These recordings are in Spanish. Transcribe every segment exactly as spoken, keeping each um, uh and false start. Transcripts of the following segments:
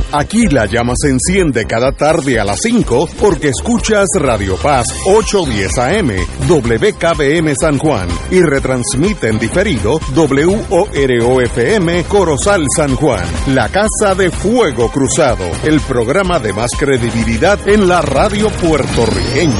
Aquí la llama se enciende cada tarde a las cinco porque escuchas Radio Paz ochocientos diez A M, W K B M San Juan y retransmite en diferido W O R O F M Corozal San Juan. La Casa de Fuego Cruzado, el programa de más credibilidad en la radio puertorriqueña.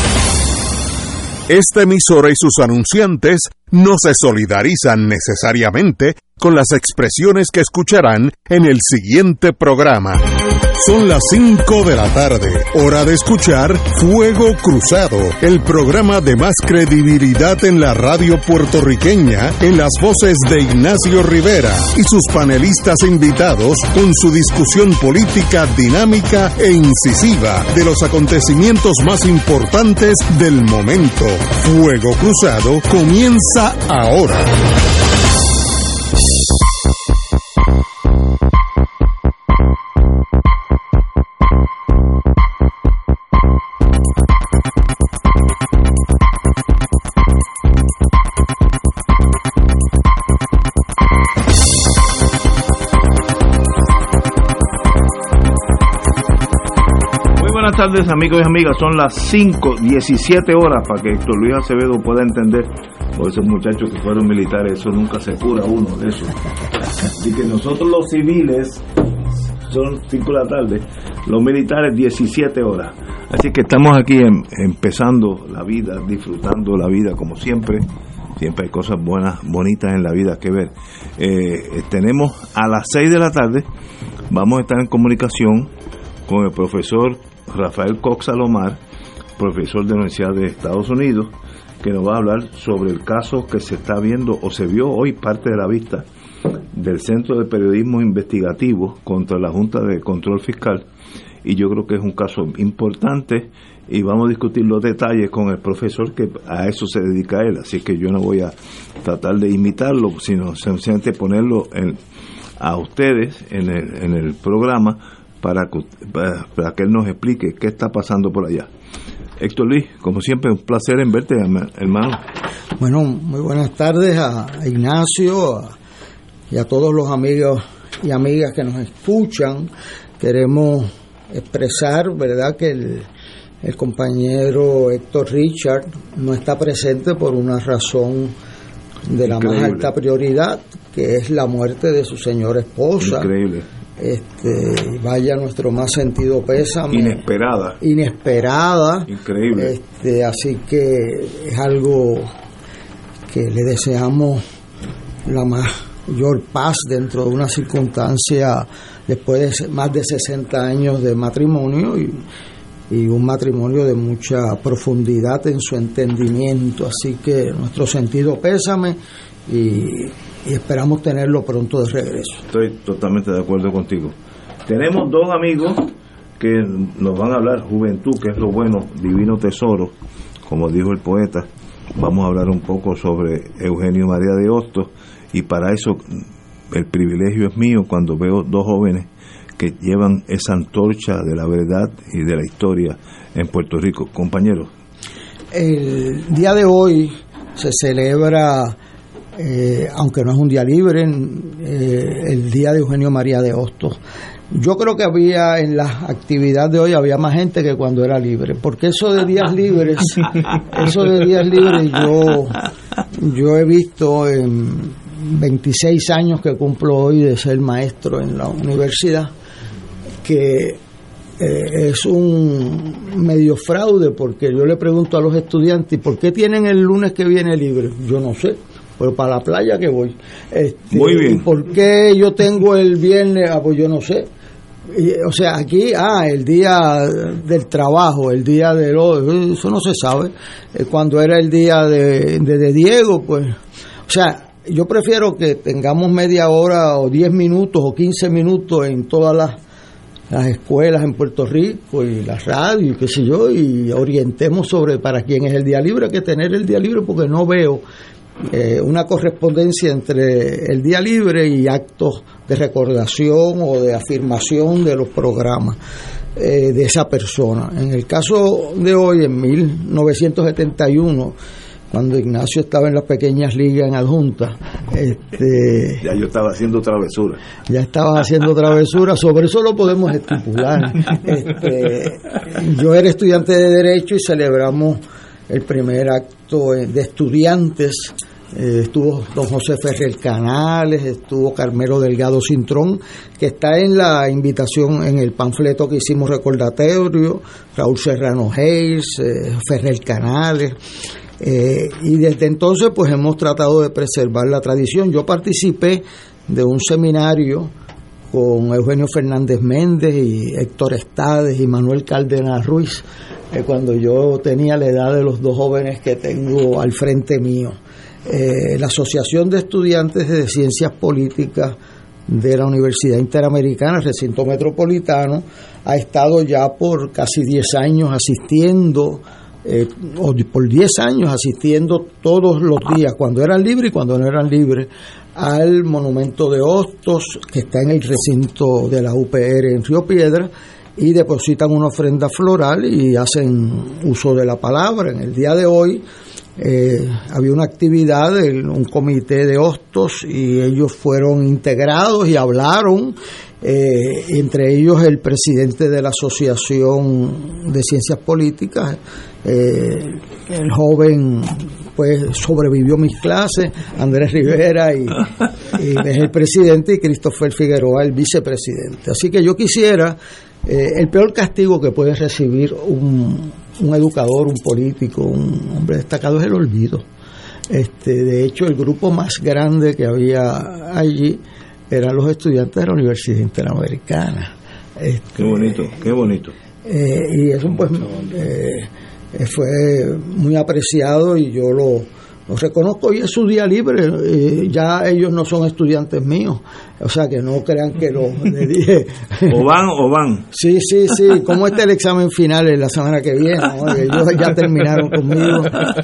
Esta emisora y sus anunciantes no se solidarizan necesariamente con las expresiones que escucharán en el siguiente programa. Son las cinco de la tarde, hora de escuchar Fuego Cruzado, el programa de más credibilidad en la radio puertorriqueña, en las voces de Ignacio Rivera y sus panelistas invitados con su discusión política dinámica e incisiva de los acontecimientos más importantes del momento. Fuego Cruzado comienza ahora. Buenas tardes, amigos y amigas. Son las cinco diecisiete horas para que Héctor Luis Acevedo pueda entender, por esos muchachos que fueron militares, eso nunca se cura uno de eso. Así que nosotros los civiles son cinco de la tarde, los militares diecisiete horas. Así que estamos aquí en, empezando la vida, disfrutando la vida como siempre. Siempre hay cosas buenas, bonitas en la vida que ver. Eh, tenemos a las seis de la tarde, vamos a estar en comunicación con el profesor Rafael Cox Salomar, profesor de la Universidad de Estados Unidos, que nos va a hablar sobre el caso que se está viendo o se vio hoy, parte de la vista del Centro de Periodismo Investigativo contra la Junta de Control Fiscal, y yo creo que es un caso importante y vamos a discutir los detalles con el profesor, que a eso se dedica él, así que yo no voy a tratar de imitarlo, sino sencillamente ponerlo en, a ustedes en el, en el programa Para que, para, para que él nos explique qué está pasando por allá. Héctor Luis, como siempre, un placer en verte, hermano. Bueno, muy buenas tardes a Ignacio a, y a todos los amigos y amigas que nos escuchan. Queremos expresar, ¿verdad?, que el, el compañero Héctor Richard no está presente por una razón de la Increíble. más alta prioridad, que es la muerte de su señora esposa. Increíble. Este, vaya nuestro más sentido pésame. Inesperada. Inesperada. Increíble. Este, así que es algo que le deseamos la mayor paz dentro de una circunstancia después de más de sesenta años de matrimonio y, y un matrimonio de mucha profundidad en su entendimiento. Así que nuestro sentido pésame y y esperamos tenerlo pronto de regreso. Estoy totalmente de acuerdo contigo. Tenemos dos amigos que nos van a hablar juventud, que es lo bueno, divino tesoro, como dijo el poeta. Vamos a hablar un poco sobre Eugenio María de Hostos, y para eso el privilegio es mío cuando veo dos jóvenes que llevan esa antorcha de la verdad y de la historia en Puerto Rico. Compañeros. El día de hoy se celebra, Eh, aunque no es un día libre, eh, el día de Eugenio María de Hostos. Yo creo que había en la actividad de hoy había más gente que cuando era libre, porque eso de días libres, eso de días libres yo yo he visto en veintiséis años que cumplo hoy de ser maestro en la universidad, que eh, es un medio fraude, porque yo le pregunto a los estudiantes, ¿por qué tienen el lunes que viene libre? Yo no sé, pero para la playa que voy. Este, Muy bien. ¿Por qué yo tengo el viernes? Ah, pues yo no sé. Y, o sea, aquí, ah, el día del trabajo, el día de lo, eso no se sabe. Eh, cuando era el día de, de, de Diego, pues, o sea, yo prefiero que tengamos media hora o diez minutos o quince minutos en todas las, las escuelas en Puerto Rico y las radios, qué sé yo, y orientemos sobre para quién es el día libre, que tener el día libre, porque no veo Eh, una correspondencia entre el día libre y actos de recordación o de afirmación de los programas eh, de esa persona. En el caso de hoy, en mil novecientos setenta y uno, cuando Ignacio estaba en las pequeñas ligas en Adjunta. Este, ya yo estaba haciendo travesura. Ya estaba haciendo travesura, sobre eso lo podemos estipular. Este, yo era estudiante de Derecho y celebramos el primer acto de estudiantes. Eh, estuvo don José Ferrer Canales, estuvo Carmelo Delgado Cintrón, que está en la invitación, en el panfleto que hicimos recordatorio, Raúl Serrano Hayes, eh, Ferrer Canales. Eh, y desde entonces pues hemos tratado de preservar la tradición. Yo participé de un seminario con Eugenio Fernández Méndez y Héctor Estades y Manuel Cárdenas Ruiz, eh, cuando yo tenía la edad de los dos jóvenes que tengo al frente mío. Eh, la Asociación de Estudiantes de Ciencias Políticas de la Universidad Interamericana, recinto metropolitano, ha estado ya por casi diez años asistiendo Eh, o por diez años asistiendo todos los días, cuando eran libres y cuando no eran libres, al monumento de Hostos, que está en el recinto de la U P R en Río Piedra, y depositan una ofrenda floral y hacen uso de la palabra. En el día de hoy eh, había una actividad, un comité de Hostos, y ellos fueron integrados y hablaron. Eh, entre ellos el presidente de la Asociación de Ciencias Políticas, eh, el joven pues sobrevivió mis clases, Andrés Rivera, y, y es el presidente, y Christopher Figueroa el vicepresidente. Así que yo quisiera, eh, el peor castigo que puede recibir un, un educador, un político, un hombre destacado, es el olvido. Este, de hecho, el grupo más grande que había allí eran los estudiantes de la Universidad Interamericana. Este, qué bonito, qué bonito. Eh, y eso pues eh, fue muy apreciado y yo lo, lo reconozco. Hoy es su día libre, eh, ya ellos no son estudiantes míos, o sea que no crean que lo le dije. O van o van. Sí, sí, sí, como está el examen final en la semana que viene, ¿no? Ellos ya terminaron conmigo.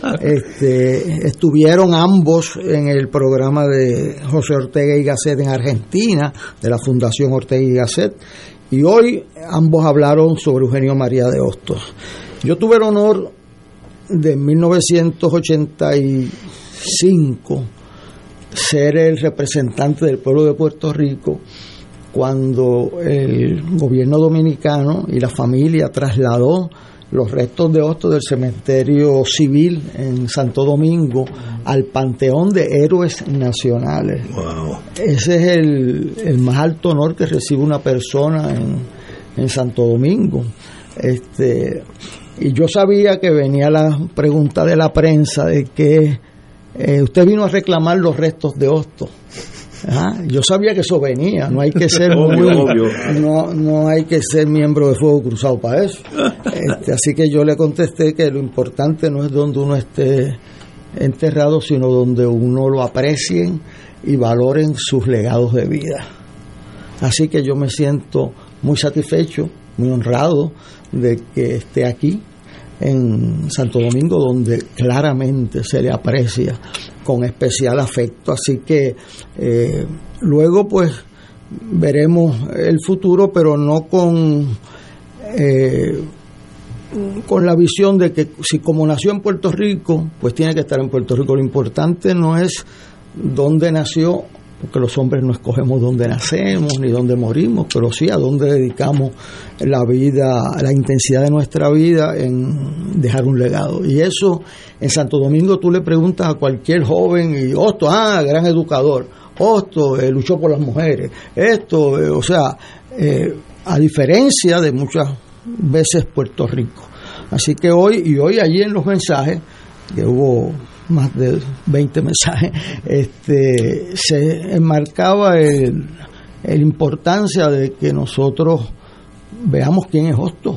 Este, estuvieron ambos en el programa de José Ortega y Gasset en Argentina, de la Fundación Ortega y Gasset, y hoy ambos hablaron sobre Eugenio María de Hostos. Yo tuve el honor de en mil novecientos ochenta y cinco ser el representante del pueblo de Puerto Rico cuando el gobierno dominicano y la familia trasladó los restos de Hostos del cementerio civil en Santo Domingo al Panteón de Héroes Nacionales. Wow. Ese es el, el más alto honor que recibe una persona en, en Santo Domingo. Este, y yo sabía que venía la pregunta de la prensa de que eh, usted vino a reclamar los restos de Hostos. Ajá, yo sabía que eso venía, no hay que ser muy, obvio, obvio. No, no hay que ser miembro de Fuego Cruzado para eso. Este, así que yo le contesté que lo importante no es donde uno esté enterrado, sino donde uno lo aprecien y valoren sus legados de vida. Así que yo me siento muy satisfecho, muy honrado de que esté aquí en Santo Domingo, donde claramente se le aprecia con especial afecto. Así que eh, luego pues veremos el futuro, pero no con eh, con la visión de que si como nació en Puerto Rico, pues tiene que estar en Puerto Rico. Lo importante no es dónde nació, porque los hombres no escogemos dónde nacemos ni dónde morimos, pero sí a dónde dedicamos la vida, la intensidad de nuestra vida en dejar un legado. Y eso, en Santo Domingo tú le preguntas a cualquier joven y Hostos, ah, gran educador, Hostos eh, luchó por las mujeres, esto, eh, o sea, eh, a diferencia de muchas veces Puerto Rico. Así que hoy, y hoy allí en los mensajes, que hubo más de veinte mensajes, este, se enmarcaba el, el importancia de que nosotros veamos quién es Hostos.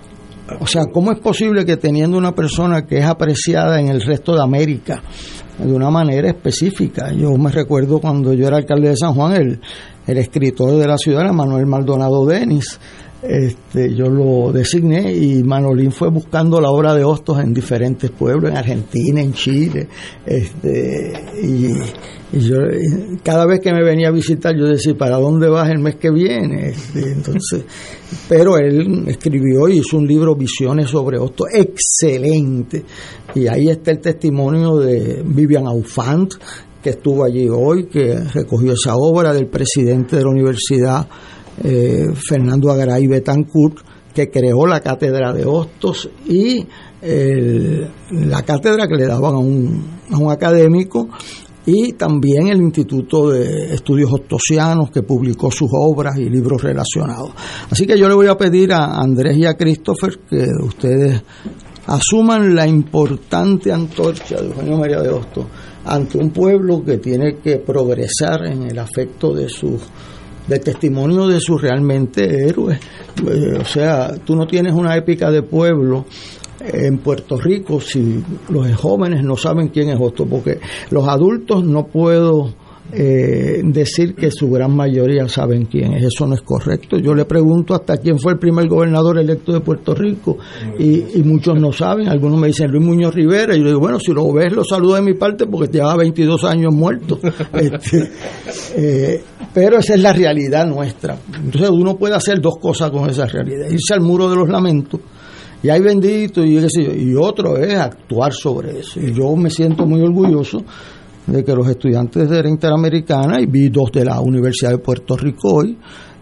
O sea, ¿cómo es posible que teniendo una persona que es apreciada en el resto de América de una manera específica? Yo me recuerdo cuando yo era alcalde de San Juan, el, el escritor de la ciudad era Manuel Maldonado Denis. Este, yo lo designé y Manolín fue buscando la obra de Hostos en diferentes pueblos, en Argentina, en Chile, este, y, y yo cada vez que me venía a visitar yo decía, ¿para dónde vas el mes que viene? Este, entonces, pero él escribió y hizo un libro, Visiones sobre Hostos, excelente, y ahí está el testimonio de Vivian Aufant, que estuvo allí hoy, que recogió esa obra, del presidente de la universidad, Eh, Fernando Agaray Betancourt, que creó la cátedra de Hostos y el, la cátedra que le daban a un, a un académico, y también el Instituto de Estudios Hostosianos, que publicó sus obras y libros relacionados. Así que yo le voy a pedir a Andrés y a Christopher que ustedes asuman la importante antorcha de Eugenio María de Hostos ante un pueblo que tiene que progresar en el afecto de sus del testimonio de sus realmente héroes. Eh, o sea, tú no tienes una épica de pueblo en Puerto Rico si los jóvenes no saben quién es Hostos, porque los adultos no puedo eh, decir que su gran mayoría saben quién es. Eso no es correcto. Yo le pregunto hasta quién fue el primer gobernador electo de Puerto Rico y, y muchos no saben. Algunos me dicen Luis Muñoz Rivera, y yo digo, bueno, si lo ves, lo saludo de mi parte porque lleva veintidós años muerto. este, eh, pero esa es la realidad nuestra. Entonces uno puede hacer dos cosas con esa realidad: irse al muro de los lamentos y hay bendito y qué sé yo, y otro es actuar sobre eso. Y yo me siento muy orgulloso de que los estudiantes de la Interamericana, y vi dos de la Universidad de Puerto Rico hoy,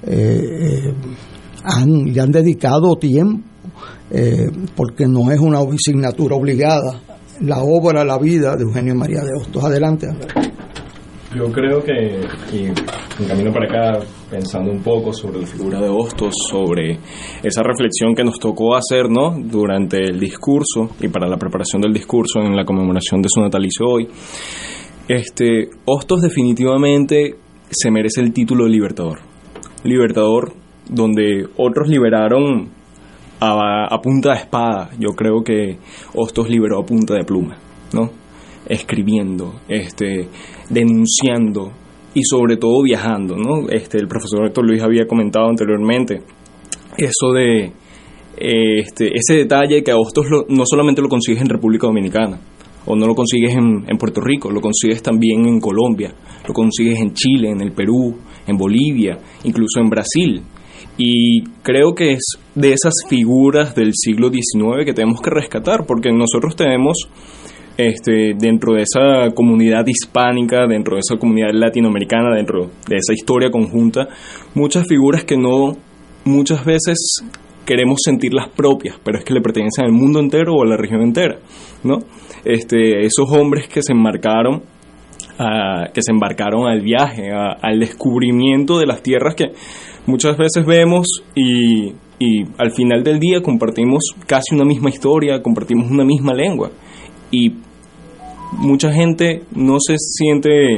eh, han, le han dedicado tiempo, eh, porque no es una asignatura obligada, la obra, la vida de Eugenio María de Hostos. Adelante, Andrés. Yo creo que, y en camino para acá, pensando un poco sobre la figura de Hostos, sobre esa reflexión que nos tocó hacer, ¿no?, durante el discurso y para la preparación del discurso en la conmemoración de su natalicio hoy, este, Hostos definitivamente se merece el título de libertador. Libertador donde otros liberaron a, a punta de espada. Yo creo que Hostos liberó a punta de pluma, ¿no?, escribiendo, este, denunciando y sobre todo viajando, ¿no? Este, el profesor Héctor Luis había comentado anteriormente eso de este, ese detalle que a Hostos lo, no solamente lo consigues en República Dominicana, o no lo consigues en, en Puerto Rico, lo consigues también en Colombia, lo consigues en Chile, en el Perú, en Bolivia, incluso en Brasil. Y creo que es de esas figuras del siglo diecinueve que tenemos que rescatar, porque nosotros tenemos Este, dentro de esa comunidad hispánica, dentro de esa comunidad latinoamericana, dentro de esa historia conjunta, muchas figuras que no muchas veces queremos sentirlas propias, pero es que le pertenecen al mundo entero o a la región entera, ¿no? Este, esos hombres que se embarcaron a, que se embarcaron al viaje, a, al descubrimiento de las tierras que muchas veces vemos y, y al final del día compartimos casi una misma historia, compartimos una misma lengua. Y mucha gente no se siente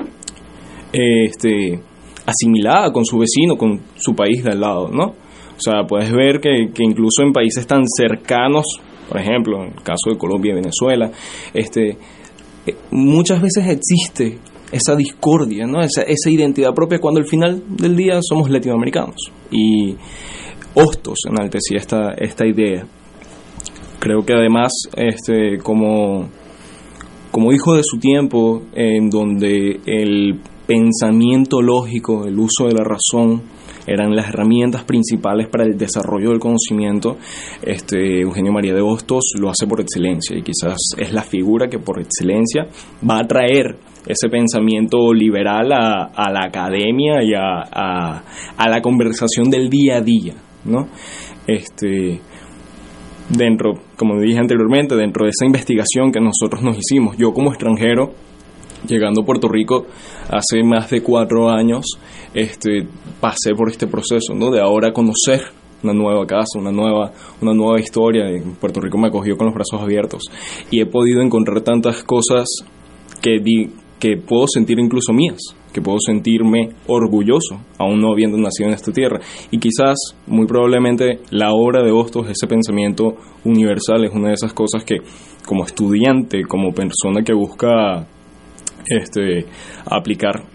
eh, este, asimilada con su vecino, con su país de al lado, ¿no? O sea, puedes ver que, que incluso en países tan cercanos, por ejemplo, en el caso de Colombia y Venezuela, este, eh, muchas veces existe esa discordia, ¿no? Esa, esa identidad propia, cuando al final del día somos latinoamericanos. Y Hostos enaltecía esta, esta idea. Creo que además, este, como, como hijo de su tiempo, en donde el pensamiento lógico, el uso de la razón, eran las herramientas principales para el desarrollo del conocimiento, este, Eugenio María de Hostos lo hace por excelencia, y quizás es la figura que por excelencia va a traer ese pensamiento liberal a, a la academia y a, a, a la conversación del día a día, ¿no? Este... Dentro, como dije anteriormente, dentro de esa investigación que nosotros nos hicimos, yo como extranjero, llegando a Puerto Rico hace más de cuatro años, este, pasé por este proceso, ¿no?, de ahora conocer una nueva casa, una nueva, una nueva historia. En Puerto Rico me acogió con los brazos abiertos y he podido encontrar tantas cosas que, di, que puedo sentir incluso mías, que puedo sentirme orgulloso, aún no habiendo nacido en esta tierra. Y quizás, muy probablemente, la obra de Hostos, ese pensamiento universal, es una de esas cosas que, como estudiante, como persona que busca este, aplicar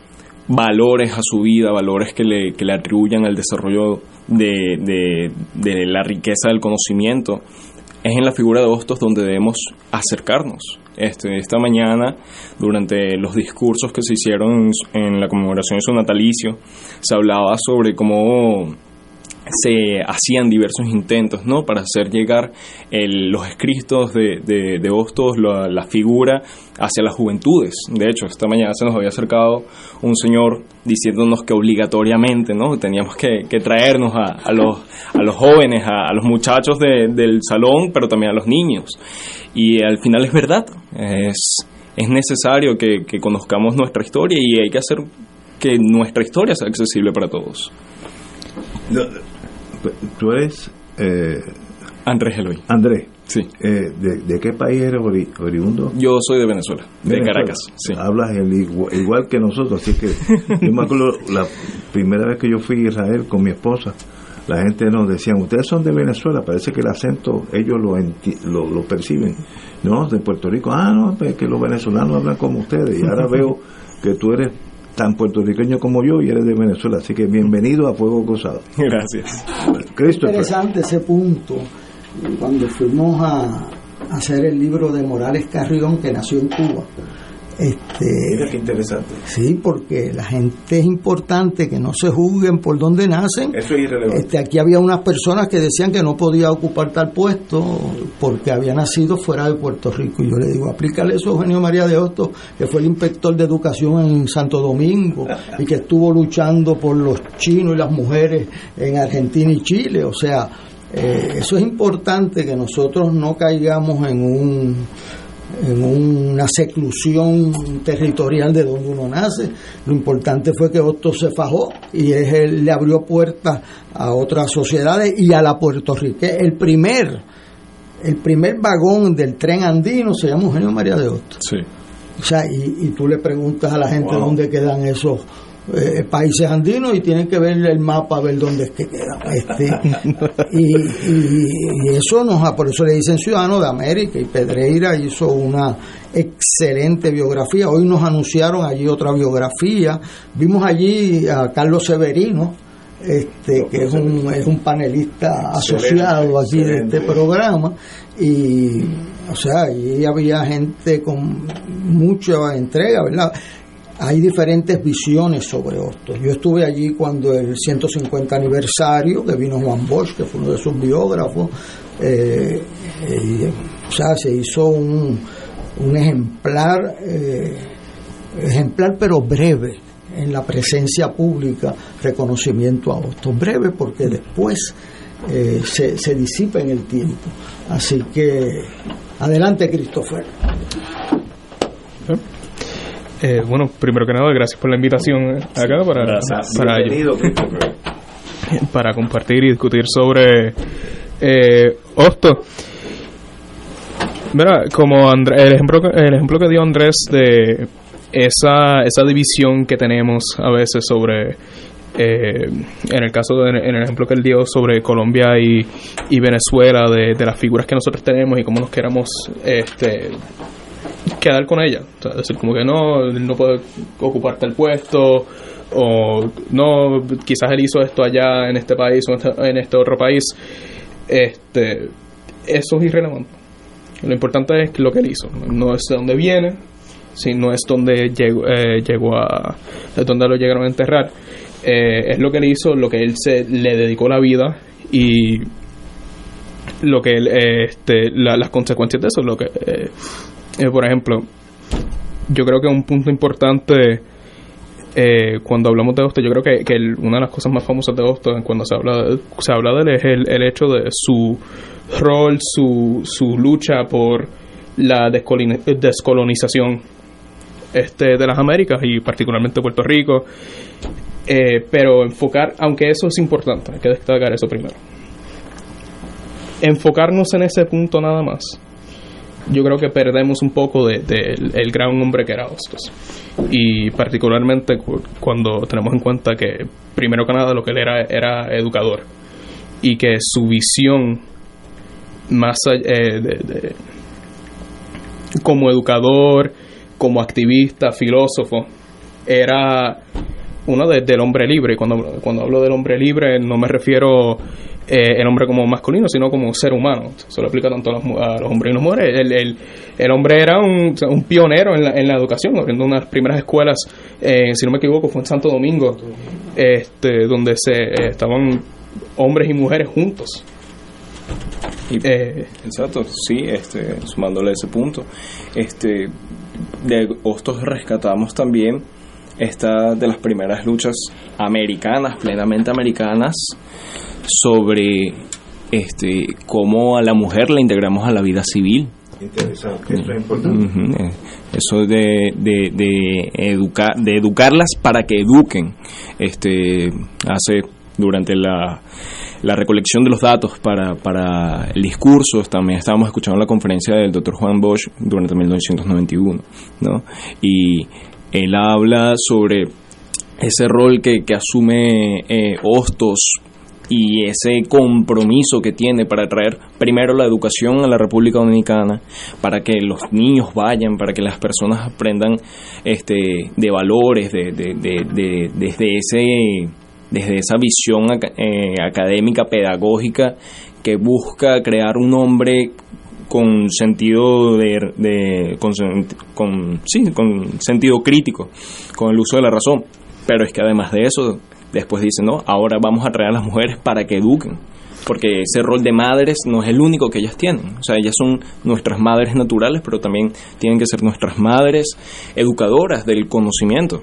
valores a su vida, valores que le, que le atribuyan al desarrollo de, de, de la riqueza del conocimiento, es en la figura de Hostos donde debemos acercarnos. Este, esta mañana, durante los discursos que se hicieron en la conmemoración de su natalicio, se hablaba sobre cómo se hacían diversos intentos, ¿no?, para hacer llegar el, los escritos de, de, de Hostos, la, la figura, hacia las juventudes. De hecho, esta mañana se nos había acercado un señor diciéndonos que obligatoriamente, ¿no?, teníamos que, que traernos a, a, los, a los jóvenes, a, a los muchachos de, del salón, pero también a los niños. Y al final es verdad, es, es necesario que, que conozcamos nuestra historia, y hay que hacer que nuestra historia sea accesible para todos. Tú eres eh, Andrés Eloy. Andrés. Sí. Eh, ¿de, ¿De qué país eres ori, oriundo? Yo soy de Venezuela, de Venezuela. Caracas. Sí. Hablas el igual, igual que nosotros, así que yo me acuerdo la primera vez que yo fui a Israel con mi esposa, la gente nos decía, ustedes son de Venezuela, parece que el acento ellos lo, enti- lo, lo perciben. No, de Puerto Rico, ah, no, es que los venezolanos hablan como ustedes, y ahora veo que tú eres tan puertorriqueño como yo y eres de Venezuela, así que bienvenido a Fuego Cruzado. Gracias. Christopher. Interesante ese punto. Cuando fuimos a, a hacer el libro de Morales Carrión, que nació en Cuba, este, Mira qué interesante. sí, porque la gente es importante que no se juzguen por dónde nacen. Eso es irrelevante. Este, aquí había unas personas que decían que no podía ocupar tal puesto porque había nacido fuera de Puerto Rico, y yo le digo, aplícale eso a Eugenio María de Hostos, que fue el inspector de educación en Santo Domingo y que estuvo luchando por los chinos y las mujeres en Argentina y Chile. O sea, eh, eso es importante, que nosotros no caigamos en un en una seclusión territorial de donde uno nace. Lo importante fue que Hostos se fajó y es él, le abrió puertas a otras sociedades y a la puertorriqueña. El primer el primer vagón del tren andino se llama Eugenio María de Hostos. Sí. O sea, y, y tú le preguntas a la gente Wow. dónde quedan esos eh, países andinos y tienen que ver el mapa a ver dónde es que quedan. Este, y, y, y eso nos ha, por eso le dicen Ciudadano de América, y Pedreira hizo una excelente biografía. Hoy nos anunciaron allí otra biografía. Vimos allí a Carlos Severino, este que es un, es un panelista asociado aquí de este programa, y o sea, allí había gente con mucha entrega, ¿verdad? Hay diferentes visiones sobre Hostos. Yo estuve allí cuando el ciento cincuenta aniversario, que vino Juan Bosch, que fue uno de sus biógrafos, eh, eh, o sea, se hizo un, un ejemplar, eh, ejemplar pero breve, en la presencia pública, reconocimiento a Hostos. Breve porque después eh, se, se disipa en el tiempo. Así que, adelante, Christopher. Eh, bueno, primero que nada, gracias por la invitación acá para, Gracias. para, Bienvenido, Christopher. para compartir y discutir sobre eh, Hostos. Mira, como André, el ejemplo que- el ejemplo que dio Andrés de esa esa división que tenemos a veces sobre eh, en el caso de, en el ejemplo que él dio sobre Colombia y, y Venezuela, de, de las figuras que nosotros tenemos y cómo nos queramos este quedar con ella, o sea, decir como que no, no puede ocupar tal puesto, o no, quizás él hizo esto allá en este país o en este, en este otro país. Este, eso es irrelevante. Lo importante es lo que él hizo, no es de dónde viene, sino es donde llegó, eh, llegó a, es donde lo llegaron a enterrar. Eh, es lo que él hizo, lo que él se le dedicó la vida, y lo que él, eh, este, la, las consecuencias de eso, lo que eh, Eh, por ejemplo, yo creo que un punto importante eh, cuando hablamos de Hostos, yo creo que, que el, una de las cosas más famosas de Hostos cuando se habla de, se habla de él es el, el hecho de su rol, su, su lucha por la descoloni- descolonización este, de las Américas y particularmente Puerto Rico. Eh, pero enfocar, aunque eso es importante, hay que destacar eso primero. Enfocarnos en ese punto nada más, yo creo que perdemos un poco de, de el, el gran hombre que era Hostos, y particularmente cu- cuando tenemos en cuenta que primero que nada lo que él era era educador, y que su visión más allá, eh, de, de, como educador, como activista, filósofo, era uno de, del hombre libre. Cuando, cuando hablo del hombre libre no me refiero eh, el hombre como masculino, sino como ser humano. Eso lo aplica tanto a los, a los hombres y las mujeres. El, el, el hombre era un, un pionero en la, en la educación, abriendo unas primeras escuelas, eh, si no me equivoco, fue en Santo Domingo, este, donde se eh, estaban hombres y mujeres juntos. Y, eh, exacto, sí, este, sumándole ese punto, este, de Hostos rescatamos también esta de las primeras luchas americanas, plenamente americanas, sobre este cómo a la mujer la integramos a la vida civil. Interesante, eso es importante. Uh-huh. Eso de, de, de educar, de educarlas para que eduquen. Este, hace durante la la recolección de los datos para, para el discurso, también estábamos escuchando la conferencia del doctor Juan Bosch durante mil novecientos noventa y uno, ¿no? Y él habla sobre ese rol que, que asume eh, Hostos y ese compromiso que tiene para traer primero la educación a la República Dominicana, para que los niños vayan, para que las personas aprendan este de valores, de, de, de, de desde ese desde esa visión eh, académica, pedagógica, que busca crear un hombre con sentido de, de con, con sí, con sentido crítico, con el uso de la razón. Pero es que además de eso, después dice, no, ahora vamos a traer a las mujeres para que eduquen, porque ese rol de madres no es el único que ellas tienen. O sea, ellas son nuestras madres naturales, pero también tienen que ser nuestras madres educadoras del conocimiento.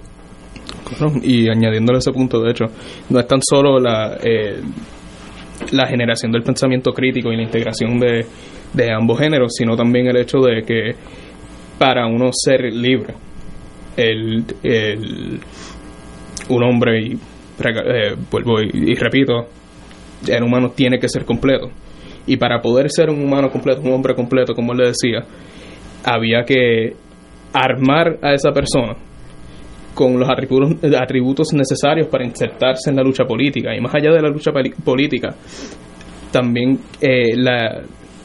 Y añadiéndole ese punto, de hecho, no es tan solo la eh, la generación del pensamiento crítico y la integración de, de ambos géneros, sino también el hecho de que para uno ser libre, el, el un hombre, y eh, vuelvo y, y repito, el humano tiene que ser completo. Y para poder ser un humano completo, un hombre completo, como él le decía, había que armar a esa persona con los atributos, atributos necesarios para insertarse en la lucha política. Y más allá de la lucha poli- política, también eh, la,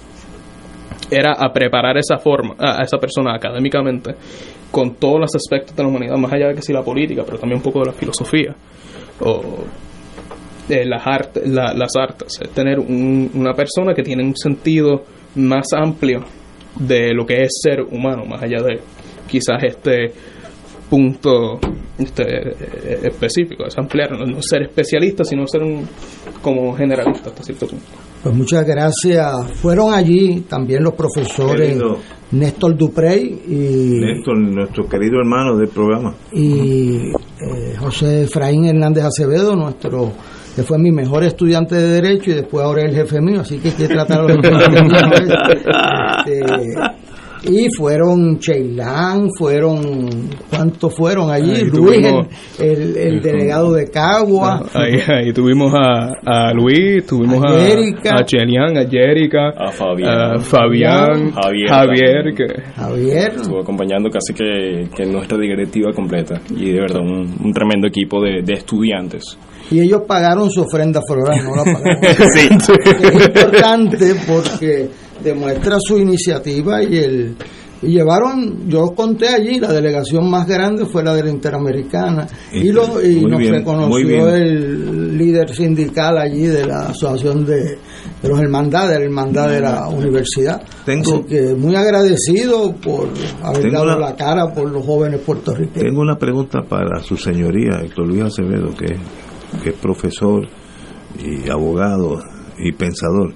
era a preparar esa forma, a, a esa persona académicamente, con todos los aspectos de la humanidad, más allá de que si la política, pero también un poco de la filosofía, o eh, las artes, la, las artes, es tener un, una persona que tiene un sentido más amplio de lo que es ser humano, más allá de quizás este punto este, específico, es ampliar, no, no ser especialista, sino ser un como generalista hasta cierto punto. Pues muchas gracias. Fueron allí también los profesores querido Néstor Duprey y Néstor, nuestro querido hermano del programa, y eh, José Efraín Hernández Acevedo, nuestro que fue mi mejor estudiante de Derecho y después ahora es el jefe mío, así que hay que tratar a los estudiantes. este, Y fueron Cheilán, fueron, ¿cuántos fueron allí? Ahí Luis, tuvimos, el, el, el delegado de Cagua. Ahí, ahí tuvimos a, a Luis, tuvimos a, a, a Cheilán, a Jerica, a Fabián, a Fabián, Javier, Javier, que Javier estuvo acompañando casi que, que nuestra directiva completa. Y de verdad, un, un tremendo equipo de, de estudiantes. Y ellos pagaron su ofrenda floral, no la pagaron. Sí. Es importante porque demuestra su iniciativa y el y llevaron, yo conté allí, la delegación más grande fue la de la Interamericana y, lo, y nos bien, reconoció el líder sindical allí de la asociación de, de los hermandades, de la hermandad de la universidad. Tengo, Así que muy agradecido por haber dado la, la cara por los jóvenes puertorriqueños. Tengo una pregunta para su señoría, Héctor Luis Acevedo, que, que es profesor y abogado y pensador.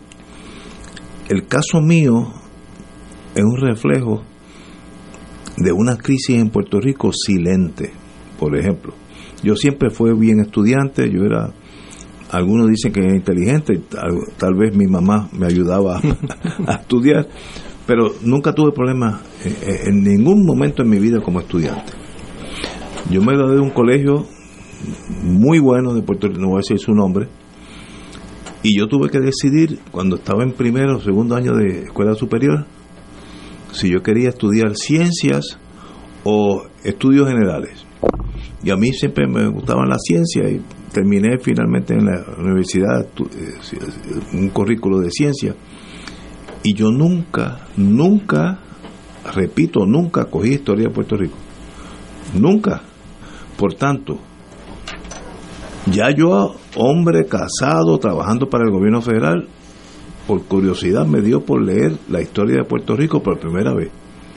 El caso mío es un reflejo de una crisis en Puerto Rico silente. Por ejemplo, yo siempre fui bien estudiante, yo era, algunos dicen que era inteligente, tal, tal vez mi mamá me ayudaba a, a estudiar, pero nunca tuve problemas en, en ningún momento en mi vida como estudiante. Yo me gradué de un colegio muy bueno de Puerto Rico, no voy a decir su nombre, y yo tuve que decidir cuando estaba en primero o segundo año de escuela superior si yo quería estudiar ciencias o estudios generales. Y a mí siempre me gustaban las ciencias y terminé finalmente en la universidad un currículo de ciencia. Y yo nunca, nunca, repito, nunca cogí historia de Puerto Rico. Nunca. Por tanto, Ya yo, hombre casado, trabajando para el gobierno federal, por curiosidad me dio por leer la historia de Puerto Rico por primera vez.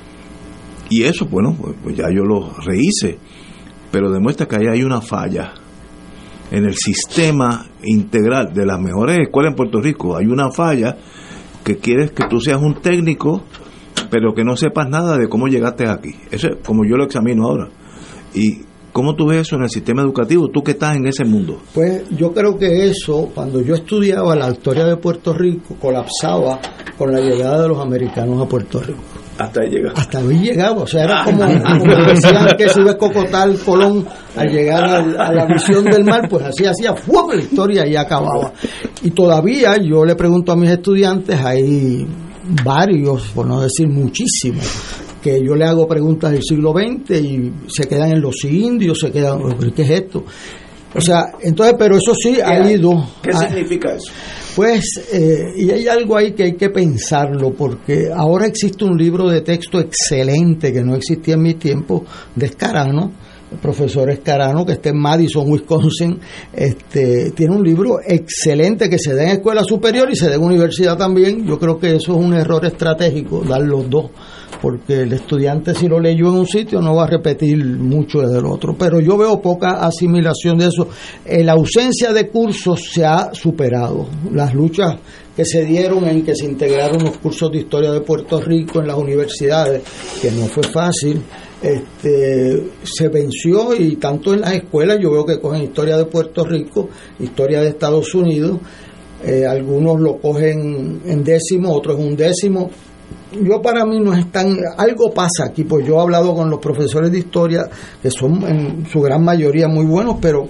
Y eso, bueno, pues ya yo lo rehice, pero demuestra que ahí hay una falla en el sistema integral de las mejores escuelas en Puerto Rico. Hay una falla que quieres que tú seas un técnico, pero que no sepas nada de cómo llegaste aquí. Eso es como yo lo examino ahora. Y ¿cómo tú ves eso en el sistema educativo? Tú que estás en ese mundo. Pues yo creo que eso, cuando yo estudiaba la historia de Puerto Rico, colapsaba con la llegada de los americanos a Puerto Rico. Hasta ahí llegaba. Hasta ahí llegaba, o sea, era como, como decían que si ves Cocotal, Colón, al llegar a, a la visión del mar, pues así hacía, ¡fua! La historia y acababa. Y todavía yo le pregunto a mis estudiantes, hay varios, por no decir muchísimos, que yo le hago preguntas del siglo veinte y se quedan en los indios, se quedan, ¿qué es esto? O sea, entonces, pero eso sí ha ido. ¿Qué a, significa eso? Pues, eh, y hay algo ahí que hay que pensarlo, porque ahora existe un libro de texto excelente que no existía en mi tiempo, de Escarano, el profesor Escarano, que está en Madison, Wisconsin. Este, tiene un libro excelente que se da en escuela superior y se da en universidad también. Yo creo que eso es un error estratégico, dar los dos, porque el estudiante, si lo leyó en un sitio, no va a repetir mucho del otro. Pero yo veo poca asimilación de eso. Eh, la ausencia de cursos se ha superado. Las luchas que se dieron en que se integraron los cursos de historia de Puerto Rico en las universidades, que no fue fácil, este, se venció, y tanto en las escuelas yo veo que cogen historia de Puerto Rico, historia de Estados Unidos, eh, algunos lo cogen en décimo, otros en un décimo. Yo, para mí no es tan, algo pasa aquí, pues yo he hablado con los profesores de historia, que son en su gran mayoría muy buenos, pero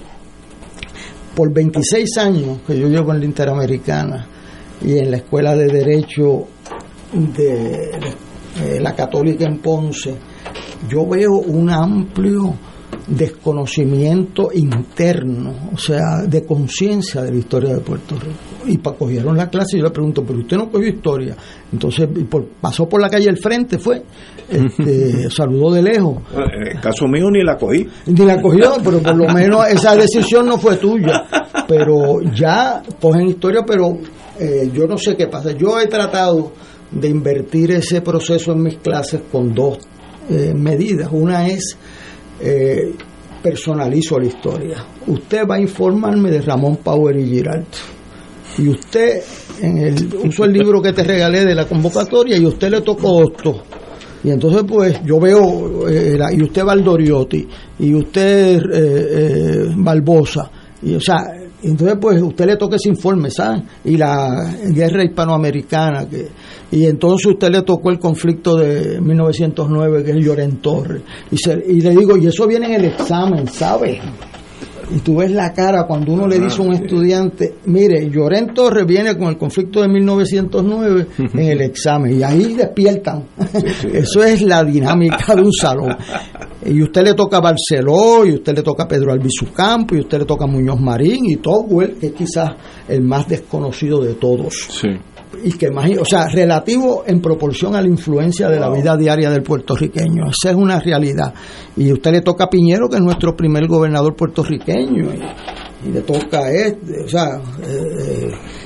por veintiséis años que yo llevo en la Interamericana y en la Escuela de Derecho de eh, la Católica en Ponce, yo veo un amplio desconocimiento interno, o sea, de conciencia de la historia de Puerto Rico. Y pa, cogieron la clase y yo le pregunto, pero usted no cogió historia. Entonces por, pasó por la calle al frente, fue, este, saludó de lejos. En el caso mío ni la cogí. Ni la cogió, pero por lo menos esa decisión no fue tuya. Pero ya cogen historia, pero eh, yo no sé qué pasa. Yo he tratado de invertir ese proceso en mis clases con dos eh, medidas. Una es Eh, personalizo la historia. Usted va a informarme de Ramón Power y Giralt, y usted en el uso el libro que te regalé de la convocatoria, y usted le tocó esto, y entonces pues yo veo eh, la, y usted Valdoriotti, y usted eh, eh, Barbosa, y o sea, entonces pues usted le toca ese informe, ¿saben? Y la guerra hispanoamericana, que y entonces usted le tocó el conflicto de mil novecientos nueve, que es Llorén Torres, y, se, y le digo, y eso viene en el examen, ¿sabe? Y tú ves la cara cuando uno le dice a un estudiante, mire, Llorén Torres viene con el conflicto de mil novecientos nueve en el examen, y ahí despiertan. Eso es la dinámica de un salón. Y usted le toca a Barceló, y usted le toca a Pedro Albizu Campos, y usted le toca a Muñoz Marín, y Tocqueville, que es quizás el más desconocido de todos. Sí. Y que más, o sea, relativo en proporción a la influencia de la vida diaria del puertorriqueño. Esa es una realidad. Y usted le toca a Piñero, que es nuestro primer gobernador puertorriqueño, y, y le toca a este, o sea, eh,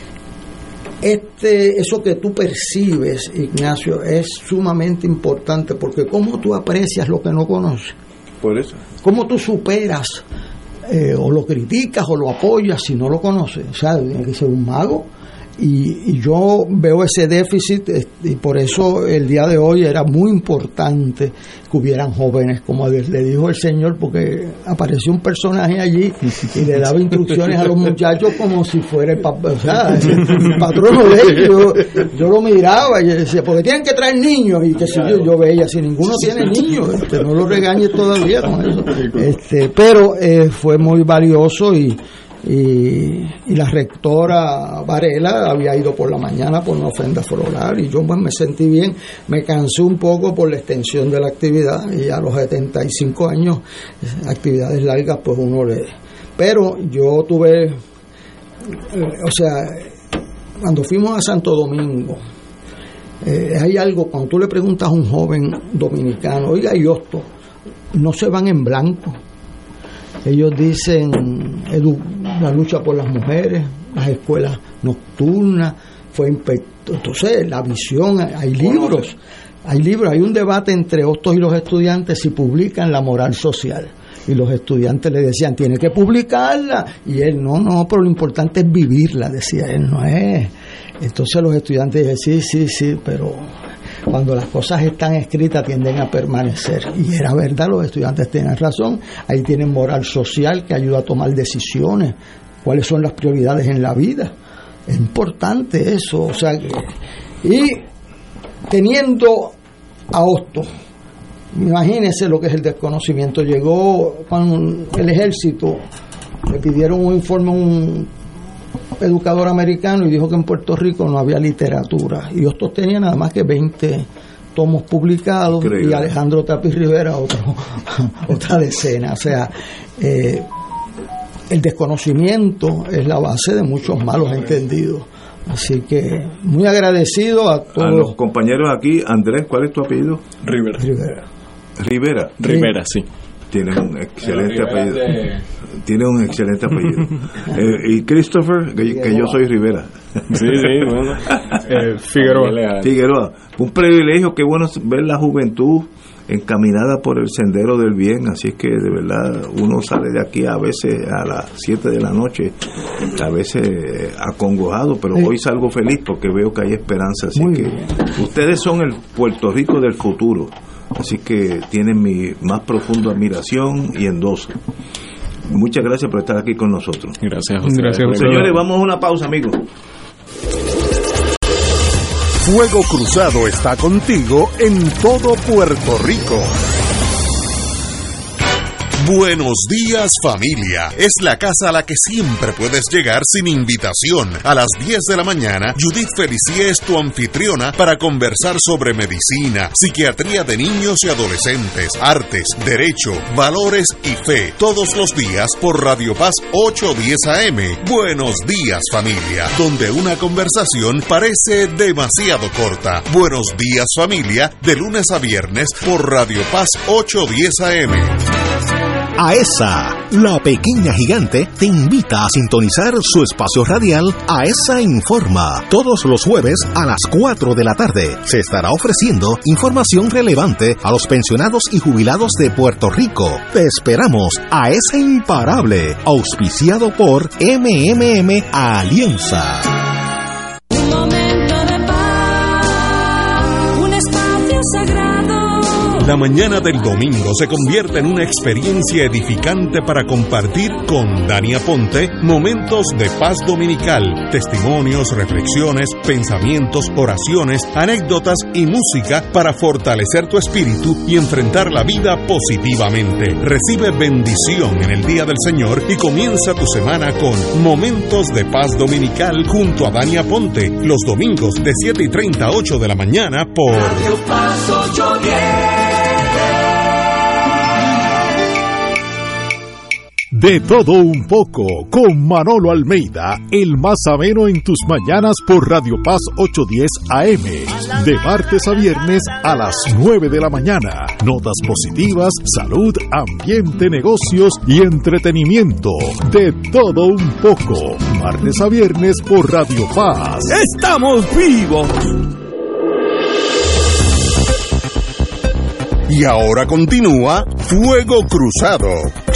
este, eso que tú percibes, Ignacio, es sumamente importante, porque cómo tú aprecias lo que no conoces. Por eso. Cómo tú superas, eh, o lo criticas o lo apoyas si no lo conoces. O sea, tiene que ser un mago. Y, y yo veo ese déficit, y por eso el día de hoy era muy importante que hubieran jóvenes, como le dijo el señor, porque apareció un personaje allí y le daba instrucciones a los muchachos como si fuera el, papá, o sea, el patrono de ellos. Yo, yo lo miraba y decía, porque tienen que traer niños, y que si yo, yo veía, si ninguno tiene niños, este, no lo regañes todavía con eso. Este, pero eh, fue muy valioso, y Y, y la rectora Varela había ido por la mañana por una ofrenda floral, y yo pues me sentí bien. Me cansé un poco por la extensión de la actividad, y a los setenta y cinco años, actividades largas, pues uno le... Pero yo tuve, eh, o sea, cuando fuimos a Santo Domingo, eh, hay algo, cuando tú le preguntas a un joven dominicano, oiga, y esto, no se van en blanco. Ellos dicen, edu- la lucha por las mujeres, las escuelas nocturnas, fue impe- entonces la visión, hay libros, hay libros, hay un debate entre Hostos y los estudiantes si publican la moral social. Y los estudiantes le decían, tiene que publicarla. Y él, no, no, pero lo importante es vivirla, decía él, no es. Entonces los estudiantes decían, sí, sí, sí, pero cuando las cosas están escritas tienden a permanecer. Y era verdad, los estudiantes tienen razón. Ahí tienen moral social que ayuda a tomar decisiones, cuáles son las prioridades en la vida. Es importante eso, o sea que... Y teniendo a Hostos, imagínense lo que es el desconocimiento. Llegó cuando el ejército, le pidieron un informe a un educador americano y dijo que en Puerto Rico no había literatura. Y Hostos tenía nada más que veinte tomos publicados. Increíble. Y Alejandro Tapiz Rivera otro, otra decena. O sea, eh, el desconocimiento es la base de muchos malos entendidos. Así que muy agradecido a todos. A los compañeros aquí. Andrés, ¿cuál es tu apellido? Rivera. Rivera. Rivera. Rivera, sí. Tienes un excelente apellido. De... Tienes un excelente apellido. eh, y Christopher, que, que yo soy Rivera. Sí, sí, bueno. eh, Figueroa. Figueroa. Un privilegio, qué bueno ver la juventud encaminada por el sendero del bien. Así es que de verdad uno sale de aquí a veces a las siete de la noche, a veces acongojado, pero hoy salgo feliz porque veo que hay esperanza. Así que ustedes son el Puerto Rico del futuro. Así que tienen mi más profunda admiración y endoso. Muchas gracias por estar aquí con nosotros. Gracias, José. Gracias, señores, vamos a una pausa, amigos. Fuego Cruzado está contigo en todo Puerto Rico. Buenos días, familia. Es la casa a la que siempre puedes llegar sin invitación. A las diez de la mañana, Judith Felicier es tu anfitriona para conversar sobre medicina, psiquiatría de niños y adolescentes, artes, derecho, valores y fe. Todos los días por Radio Paz ochocientos diez A M. Buenos días, familia. Donde una conversación parece demasiado corta. Buenos días, familia. De lunes a viernes por Radio Paz ochocientos diez A M. AESA, la pequeña gigante, te invita a sintonizar su espacio radial AESA Informa. Todos los jueves a las cuatro de la tarde se estará ofreciendo información relevante a los pensionados y jubilados de Puerto Rico. Te esperamos, AESA Imparable, auspiciado por M M M Alianza. Un momento de paz, un espacio sagrado. La mañana del domingo se convierte en una experiencia edificante para compartir con Dani Aponte momentos de paz dominical, testimonios, reflexiones, pensamientos, oraciones, anécdotas y música para fortalecer tu espíritu y enfrentar la vida positivamente. Recibe bendición en el Día del Señor y comienza tu semana con Momentos de Paz Dominical junto a Dani Aponte, los domingos de siete y treinta a ocho de la mañana por Radio Paz ochocientos diez. De todo un poco, con Manolo Almeida, el más ameno en tus mañanas por Radio Paz ochocientos diez A M, de martes a viernes a las nueve de la mañana. Notas positivas, salud, ambiente, negocios y entretenimiento. De todo un poco, martes a viernes por Radio Paz. ¡Estamos vivos! Y ahora continúa Fuego Cruzado.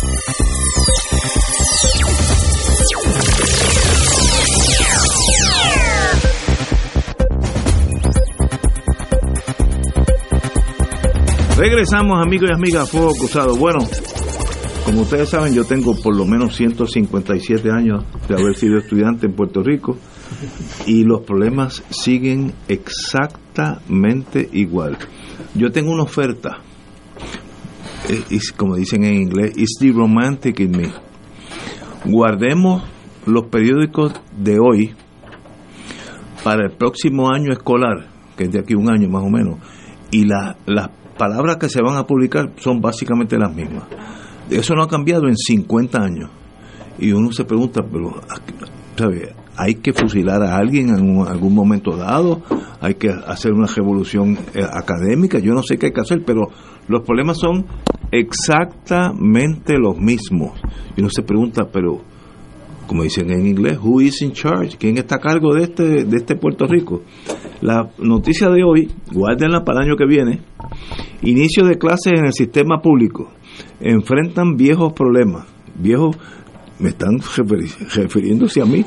Regresamos, amigos y amigas, a Fuego Cruzado. Bueno, como ustedes saben, yo tengo por lo menos ciento cincuenta y siete años de haber sido estudiante en Puerto Rico y los problemas siguen exactamente igual. Yo tengo una oferta, es, como dicen en inglés, it's the romantic in me. Guardemos los periódicos de hoy para el próximo año escolar, que es de aquí a un año más o menos, y la, las palabras que se van a publicar son básicamente las mismas. Eso no ha cambiado en cincuenta años. Y uno se pregunta, pero ¿sabe? Hay que fusilar a alguien en un, algún momento dado, hay que hacer una revolución eh, académica, yo no sé qué hay que hacer, pero los problemas son exactamente los mismos. Y uno se pregunta, pero como dicen en inglés, who is in charge, quién está a cargo de este de este Puerto Rico. La noticia de hoy, guárdenla para el año que viene. Inicio de clases en el sistema público, enfrentan viejos problemas. Viejos, me están referi- refiriéndose a mí.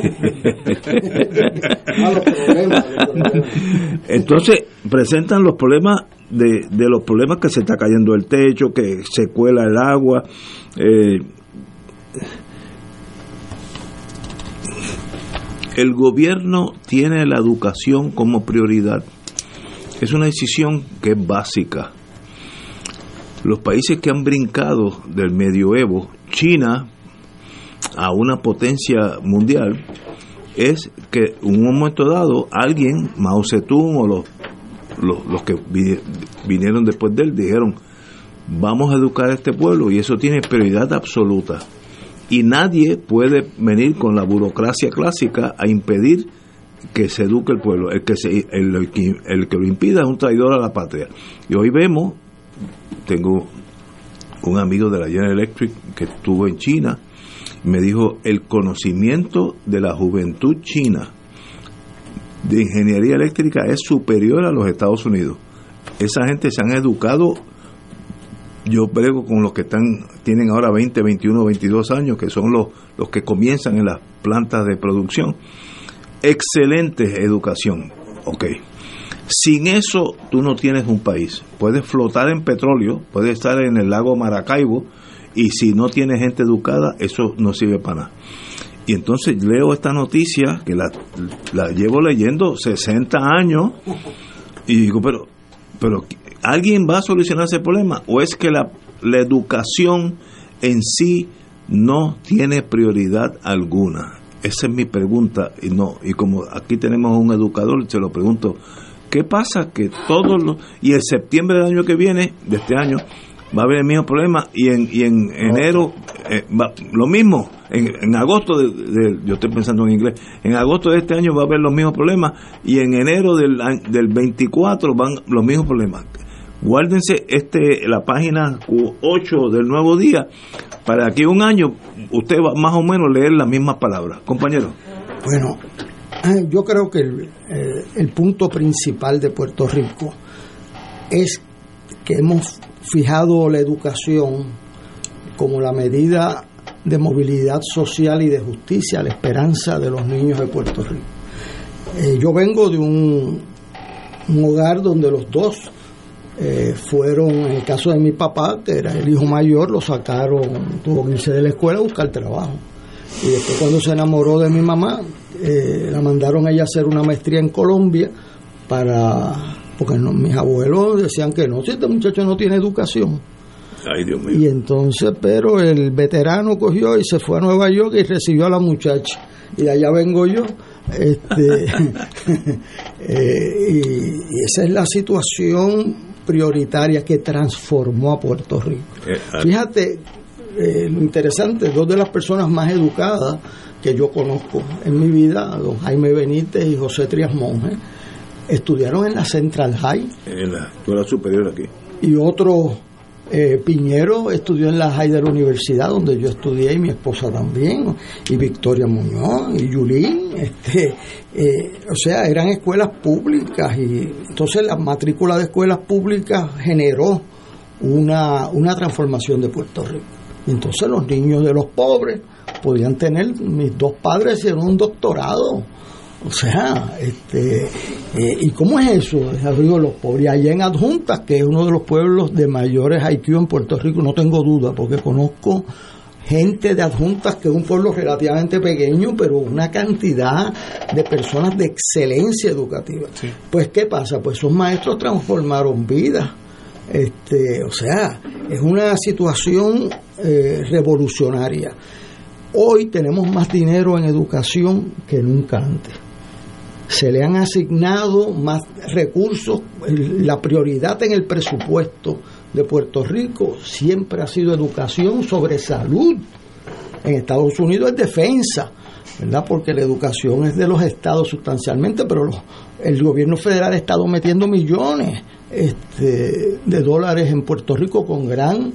Entonces presentan los problemas de, de los problemas que se está cayendo el techo, que se cuela el agua. eh, el gobierno tiene la educación como prioridad. Es una decisión que es básica. Los países que han brincado del medioevo, China, a una potencia mundial, es que en un momento dado alguien, Mao Zedong o los, los, los que vinieron después de él, dijeron, vamos a educar a este pueblo, y eso tiene prioridad absoluta. Y nadie puede venir con la burocracia clásica a impedir que se eduque el pueblo. El que, se, el, el, que, el que lo impida es un traidor a la patria. Y hoy vemos, tengo un amigo de la General Electric que estuvo en China, me dijo, el conocimiento de la juventud china de ingeniería eléctrica es superior a los Estados Unidos. Esa gente se han educado. Yo brego con los que están tienen ahora veinte, veintiuno, veintidós años, que son los, los que comienzan en las plantas de producción. Excelente educación. Ok. Sin eso, tú no tienes un país. Puedes flotar en petróleo, puedes estar en el lago Maracaibo, y si no tienes gente educada, eso no sirve para nada. Y entonces leo esta noticia, que la, la llevo leyendo sesenta años, y digo, pero, pero ¿alguien va a solucionar ese problema? ¿O es que la, la educación en sí no tiene prioridad alguna? Esa es mi pregunta, y no, y como aquí tenemos un educador, se lo pregunto, ¿qué pasa? Que todos los, y el septiembre del año que viene, de este año, va a haber el mismo problema, y en, y en enero eh, va, lo mismo, en, en agosto de, de, yo estoy pensando en inglés, en agosto de este año va a haber los mismos problemas, y en enero del, del veinticuatro van los mismos problemas. Guárdense este la página ocho del Nuevo Día, para aquí un año usted va más o menos leer las mismas palabras. Compañero. Bueno, yo creo que el, eh, el punto principal de Puerto Rico es que hemos fijado la educación como la medida de movilidad social y de justicia, la esperanza de los niños de Puerto Rico. Eh, yo vengo de un, un hogar donde los dos eh, fueron, en el caso de mi papá, que era el hijo mayor, lo sacaron, tuvo que irse de la escuela a buscar trabajo. Y después, cuando se enamoró de mi mamá, eh, la mandaron a ella a hacer una maestría en Colombia para... porque no, mis abuelos decían que no, si este muchacho no tiene educación. Ay, Dios mío. Y entonces, pero el veterano cogió y se fue a Nueva York y recibió a la muchacha. Y de allá vengo yo. Este, eh, y, y esa es la situación prioritaria que transformó a Puerto Rico. Eh, Fíjate, eh, lo interesante, dos de las personas más educadas que yo conozco en mi vida, don Jaime Benítez y José Trias Monge, estudiaron en la Central High. En la escuela superior aquí. Y otro, eh, Piñero, estudió en la High de la universidad, donde yo estudié, y mi esposa también, y Victoria Muñoz, y Yulín. Este, eh, o sea, eran escuelas públicas, y entonces la matrícula de escuelas públicas generó una, una transformación de Puerto Rico. Y entonces los niños de los pobres podían tener, mis dos padres hicieron un doctorado. O sea, este, eh, ¿y cómo es eso? Desarrollo de los pobres. Allá en Adjuntas, que es uno de los pueblos de mayores I Q en Puerto Rico, no tengo duda, porque conozco gente de Adjuntas, que es un pueblo relativamente pequeño, pero una cantidad de personas de excelencia educativa. Sí. Pues, ¿qué pasa? Pues esos maestros transformaron vidas. Este, o sea, es una situación eh, revolucionaria. Hoy tenemos más dinero en educación que nunca antes. Se le han asignado más recursos. La prioridad en el presupuesto de Puerto Rico siempre ha sido educación sobre salud. En Estados Unidos es defensa, ¿verdad? Porque la educación es de los estados sustancialmente, pero los, el gobierno federal ha estado metiendo millones este, de dólares en Puerto Rico con gran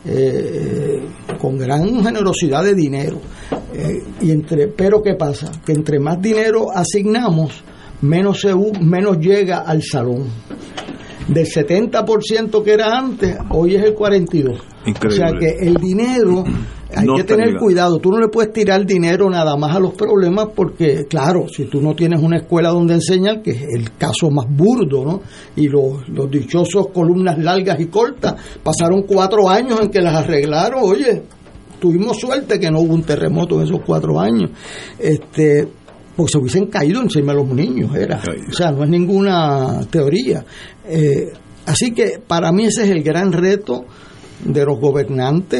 eh, con gran generosidad de dinero. Eh, y entre, pero ¿qué pasa? Que entre más dinero asignamos, menos, se, menos llega al salón. Del setenta por ciento que era antes, hoy es el cuarenta y dos por ciento. Increíble. O sea que el dinero, hay no que tener llegando. Cuidado, tú no le puedes tirar dinero nada más a los problemas porque, claro, si tú no tienes una escuela donde enseñar, que es el caso más burdo, ¿no? Y los, los dichosos columnas largas y cortas, pasaron cuatro años en que las arreglaron, oye, tuvimos suerte que no hubo un terremoto en esos cuatro años, este porque se hubiesen caído encima de los niños, era, o sea, no es ninguna teoría. Eh, así que para mí ese es el gran reto de los gobernantes.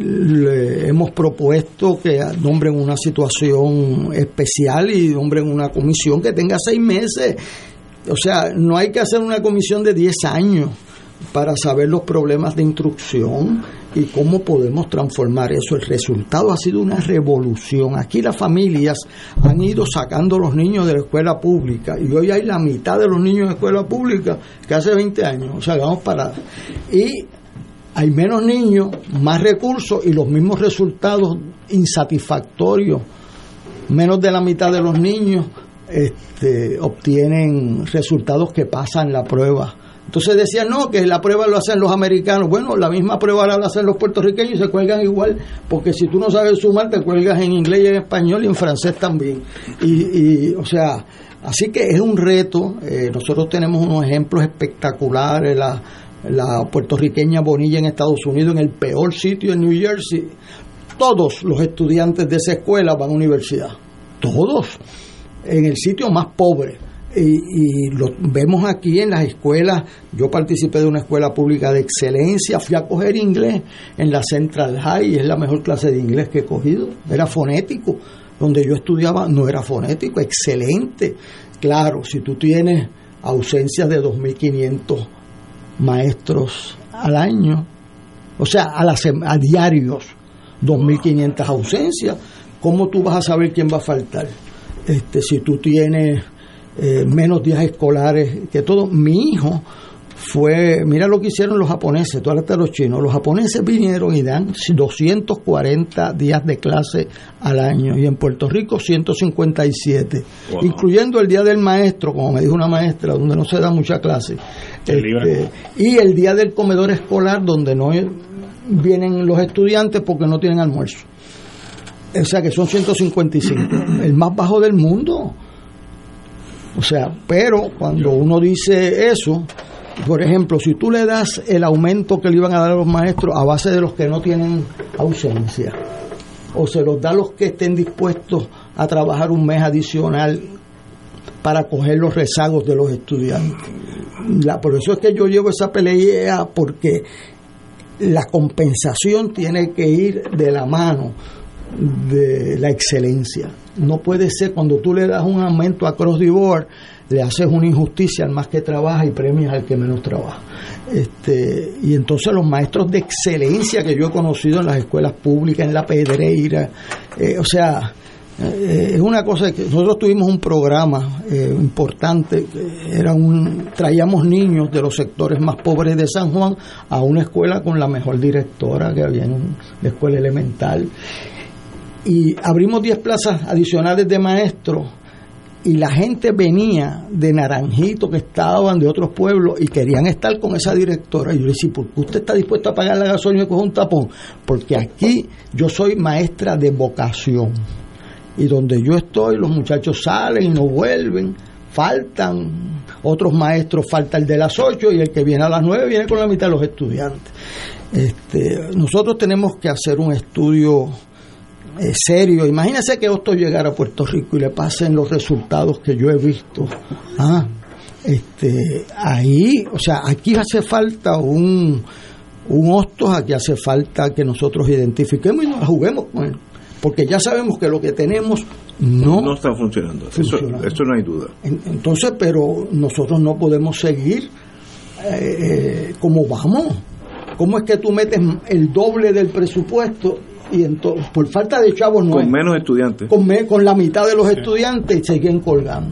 Le hemos propuesto que nombren una situación especial y nombren una comisión que tenga seis meses. O sea, no hay que hacer una comisión de diez años para saber los problemas de instrucción y cómo podemos transformar eso. El resultado ha sido una revolución. Aquí las familias han ido sacando a los niños de la escuela pública y hoy hay la mitad de los niños en la escuela pública que hace veinte años. O sea, vamos para... Y hay menos niños, más recursos y los mismos resultados insatisfactorios. Menos de la mitad de los niños este, obtienen resultados que pasan la prueba. Entonces decían, no, que la prueba lo hacen los americanos. Bueno, la misma prueba la hacen los puertorriqueños y se cuelgan igual, porque si tú no sabes sumar, te cuelgas en inglés y en español y en francés también. Y, y o sea, así que es un reto. Eh, nosotros tenemos unos ejemplos espectaculares. La, la puertorriqueña Bonilla en Estados Unidos, en el peor sitio en New Jersey. Todos los estudiantes de esa escuela van a universidad. Todos. En el sitio más pobre. Y, y lo vemos aquí en las escuelas. Yo participé de una escuela pública de excelencia, fui a coger inglés en la Central High y es la mejor clase de inglés que he cogido. Era fonético, donde yo estudiaba no era fonético, excelente. Claro, si tú tienes ausencias de dos mil quinientos maestros al año, o sea, a, las, a diarios, dos mil quinientas ausencias, ¿cómo tú vas a saber quién va a faltar? Este, si tú tienes Eh, menos días escolares que todo. Mi hijo fue, mira lo que hicieron los japoneses, tú hablas de los chinos, los japoneses vinieron y dan doscientos cuarenta días de clase al año y en Puerto Rico ciento cincuenta y siete, wow. Incluyendo el día del maestro, como me dijo una maestra, donde no se da mucha clase, este, y el día del comedor escolar, donde no vienen los estudiantes porque no tienen almuerzo. O sea que son ciento cincuenta y cinco, el más bajo del mundo. O sea, pero cuando uno dice eso, por ejemplo, si tú le das el aumento que le iban a dar a los maestros a base de los que no tienen ausencia, o se los da a los que estén dispuestos a trabajar un mes adicional para coger los rezagos de los estudiantes. La, por eso es que yo llevo esa pelea, porque la compensación tiene que ir de la mano de la excelencia. No puede ser cuando tú le das un aumento across the board, le haces una injusticia al más que trabaja y premias al que menos trabaja. Este, y entonces los maestros de excelencia que yo he conocido en las escuelas públicas, en La Pedreira, eh, o sea, eh, es una cosa que nosotros tuvimos un programa eh, importante, era un, traíamos niños de los sectores más pobres de San Juan a una escuela con la mejor directora que había en una escuela elemental. Y abrimos diez plazas adicionales de maestros y la gente venía de Naranjito, que estaban de otros pueblos y querían estar con esa directora. Y yo le decía, ¿por qué usted está dispuesto a pagar la gasolina y coger un tapón? Porque aquí yo soy maestra de vocación y donde yo estoy los muchachos salen y no vuelven, faltan, otros maestros falta el de las ocho y el que viene a las nueve viene con la mitad de los estudiantes. Este, nosotros tenemos que hacer un estudio Eh, serio. Imagínese que Hostos llegara a Puerto Rico y le pasen los resultados que yo he visto. Ah, este, ahí, o sea, aquí hace falta un, un Hostos, aquí hace falta que nosotros identifiquemos y nos la juguemos con él, porque ya sabemos que lo que tenemos no, no está funcionando. funcionando. Eso, eso no hay duda. Entonces, pero nosotros no podemos seguir eh, como vamos. ¿Cómo es que tú metes el doble del presupuesto y entonces, por falta de chavos no con hay, menos estudiantes, con, me, con la mitad de los estudiantes y siguen colgando?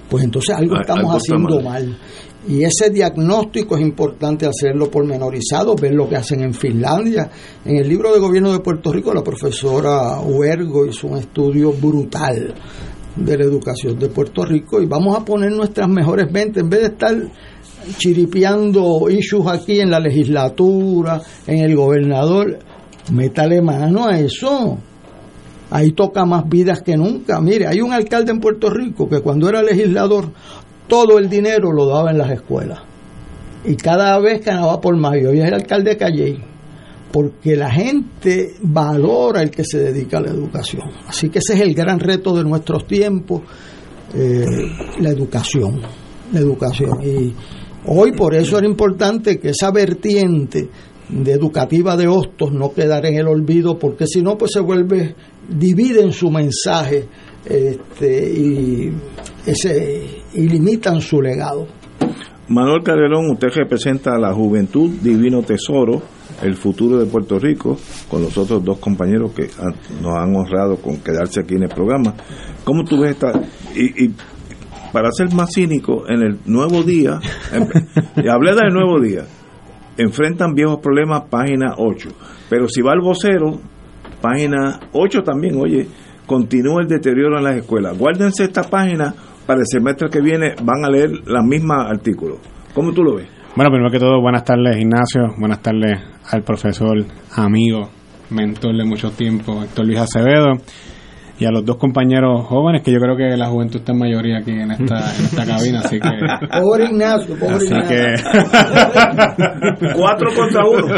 pues entonces algo estamos algo haciendo está mal. mal. Y ese diagnóstico es importante hacerlo pormenorizado, ver lo que hacen en Finlandia. En el libro de gobierno de Puerto Rico, la profesora Huergo hizo un estudio brutal de la educación de Puerto Rico, y vamos a poner nuestras mejores mentes, en vez de estar chiripeando issues aquí en la legislatura, en el gobernador, métale mano a eso. Ahí toca más vidas que nunca. Mire, hay un alcalde en Puerto Rico que cuando era legislador todo el dinero lo daba en las escuelas y cada vez ganaba por más. Y hoy es el alcalde de Calley, porque la gente valora el que se dedica a la educación. Así que ese es el gran reto de nuestros tiempos, eh, la educación, la educación. Y hoy por eso era importante que esa vertiente de educativa de Hostos no quedara en el olvido, porque si no pues se vuelve, divide en su mensaje este, y ese y limitan su legado. Manuel Calderón, usted representa a la Juventud Divino Tesoro, el futuro de Puerto Rico, con los otros dos compañeros que han, nos han honrado con quedarse aquí en el programa. ¿Cómo tú ves esta? Y, y para ser más cínico, en el Nuevo Día, y hablé del Nuevo Día, enfrentan viejos problemas, página ocho. Pero si va al Vocero, página ocho también, oye, continúa el deterioro en las escuelas. Guárdense esta página para el semestre que viene, van a leer los mismos artículos. ¿Cómo tú lo ves? Bueno, primero que todo, buenas tardes, Ignacio. Buenas tardes al profesor, amigo, mentor de mucho tiempo, Héctor Luis Acevedo. Y a los dos compañeros jóvenes, que yo creo que la juventud está en mayoría aquí en esta, en esta cabina, así que... Pobre Ignacio, pobre así Ignacio. Que... Cuatro contra uno.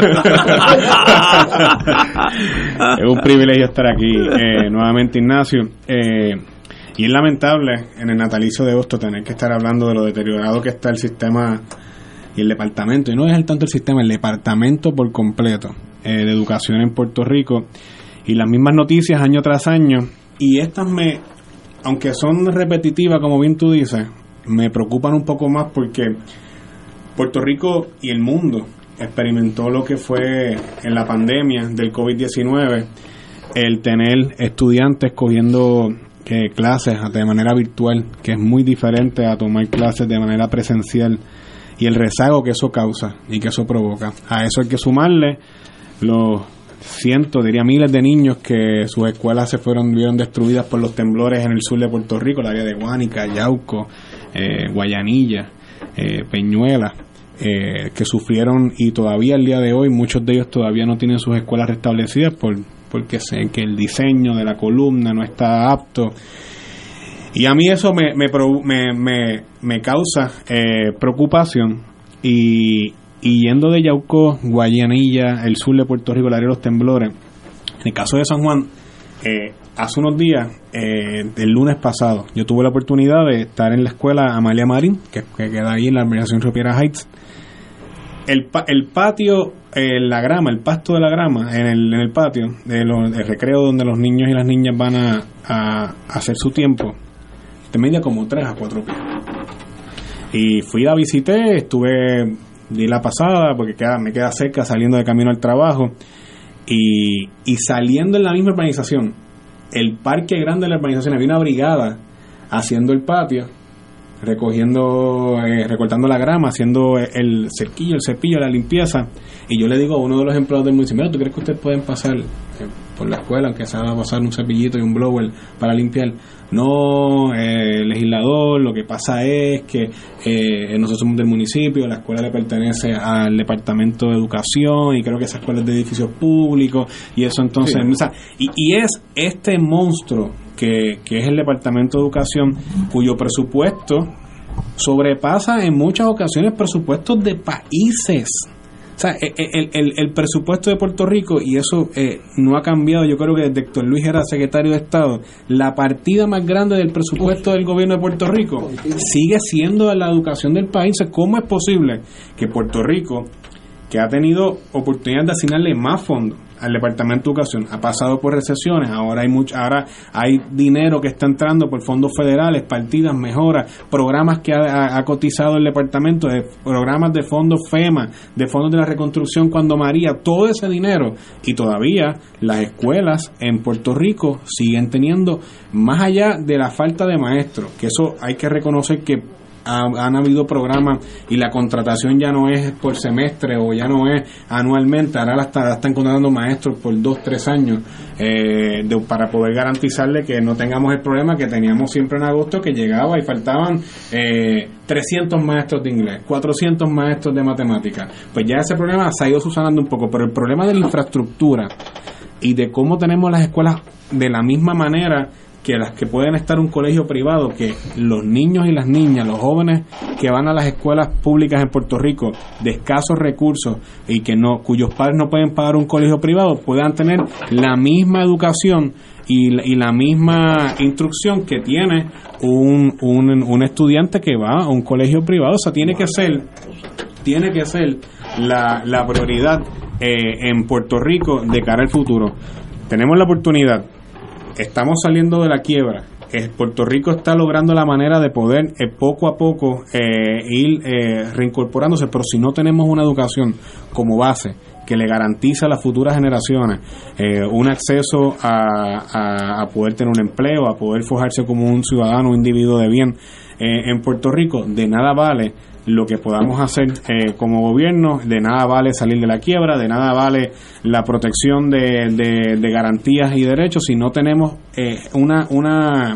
Es un privilegio estar aquí eh, nuevamente, Ignacio. Eh, y es lamentable en el natalicio de Hostos tener que estar hablando de lo deteriorado que está el sistema y el departamento, y no es el tanto el sistema, el departamento por completo eh, de educación en Puerto Rico, y las mismas noticias año tras año. Y estas me, aunque son repetitivas, como bien tú dices, me preocupan un poco más porque Puerto Rico y el mundo experimentó lo que fue en la pandemia del covid diecinueve, el tener estudiantes cogiendo eh, clases de manera virtual, que es muy diferente a tomar clases de manera presencial, y el rezago que eso causa y que eso provoca. A eso hay que sumarle los cientos, diría miles de niños que sus escuelas se fueron vieron destruidas por los temblores en el sur de Puerto Rico, el área de Guánica, Yauco, eh, Guayanilla, eh, Peñuela, eh, que sufrieron, y todavía el día de hoy muchos de ellos todavía no tienen sus escuelas restablecidas por porque sé que el diseño de la columna no está apto. Y a mí eso me me me, me, me causa eh, preocupación. Y Y yendo de Yauco, Guayanilla, el sur de Puerto Rico, el área de los temblores, en el caso de San Juan, eh, hace unos días, eh, el lunes pasado, yo tuve la oportunidad de estar en la escuela Amalia Marín, que, que queda ahí en la urbanización Río Piedras Heights. El, pa, el patio, eh, la grama, el pasto de la grama en el, en el patio, de los, el recreo donde los niños y las niñas van a, a, a hacer su tiempo, te media como tres a cuatro pies. Y fui, la visité, estuve... di la pasada porque queda, me queda cerca saliendo de camino al trabajo, y, y saliendo en la misma urbanización, el parque grande de la urbanización, había una brigada haciendo el patio, recogiendo, eh, recortando la grama, haciendo el cerquillo, el cepillo, la limpieza. Y yo le digo a uno de los empleados del municipio: mira, ¿tú crees que ustedes pueden pasar eh, por la escuela, aunque se va a pasar un cepillito y un blower para limpiar? No, eh, legislador, lo que pasa es que eh, nosotros somos del municipio, la escuela le pertenece al departamento de educación y creo que esa escuela es de edificios públicos, y eso entonces, sí. O sea, y, y es este monstruo que, que es el departamento de educación, cuyo presupuesto sobrepasa en muchas ocasiones presupuestos de países. O sea, el, el, el presupuesto de Puerto Rico, y eso eh, no ha cambiado, yo creo que desde Héctor Luis era secretario de Estado, la partida más grande del presupuesto del gobierno de Puerto Rico sigue siendo la educación del país. ¿Cómo es posible que Puerto Rico, que ha tenido oportunidad de asignarle más fondos al Departamento de Educación, ha pasado por recesiones, ahora hay mucho, ahora hay dinero que está entrando por fondos federales, partidas, mejoras, programas que ha, ha cotizado el departamento, de programas de fondos FEMA, de fondos de la reconstrucción cuando María, todo ese dinero, y todavía las escuelas en Puerto Rico siguen teniendo, más allá de la falta de maestros, que eso hay que reconocer que han habido programas y la contratación ya no es por semestre o ya no es anualmente, ahora la, está, la están contratando maestros por dos, tres años eh, de, para poder garantizarle que no tengamos el problema que teníamos siempre en agosto, que llegaba y faltaban eh, trescientos maestros de inglés, cuatrocientos maestros de matemáticas. Pues ya ese problema se ha ido subsanando un poco, pero el problema de la infraestructura y de cómo tenemos las escuelas de la misma manera que las que pueden estar un colegio privado, que los niños y las niñas, los jóvenes que van a las escuelas públicas en Puerto Rico de escasos recursos y que no, cuyos padres no pueden pagar un colegio privado, puedan tener la misma educación y, y la misma instrucción que tiene un, un, un estudiante que va a un colegio privado. O sea, tiene que ser, tiene que ser la, la prioridad eh, en Puerto Rico de cara al futuro. Tenemos la oportunidad. Estamos saliendo de la quiebra. Eh, Puerto Rico está logrando la manera de poder eh, poco a poco eh, ir eh, reincorporándose, pero si no tenemos una educación como base que le garantiza a las futuras generaciones eh, un acceso a, a, a poder tener un empleo, a poder forjarse como un ciudadano, un individuo de bien eh, en Puerto Rico, de nada vale lo que podamos hacer eh, como gobierno, de nada vale salir de la quiebra, de nada vale la protección de, de, de garantías y derechos si no tenemos eh, una una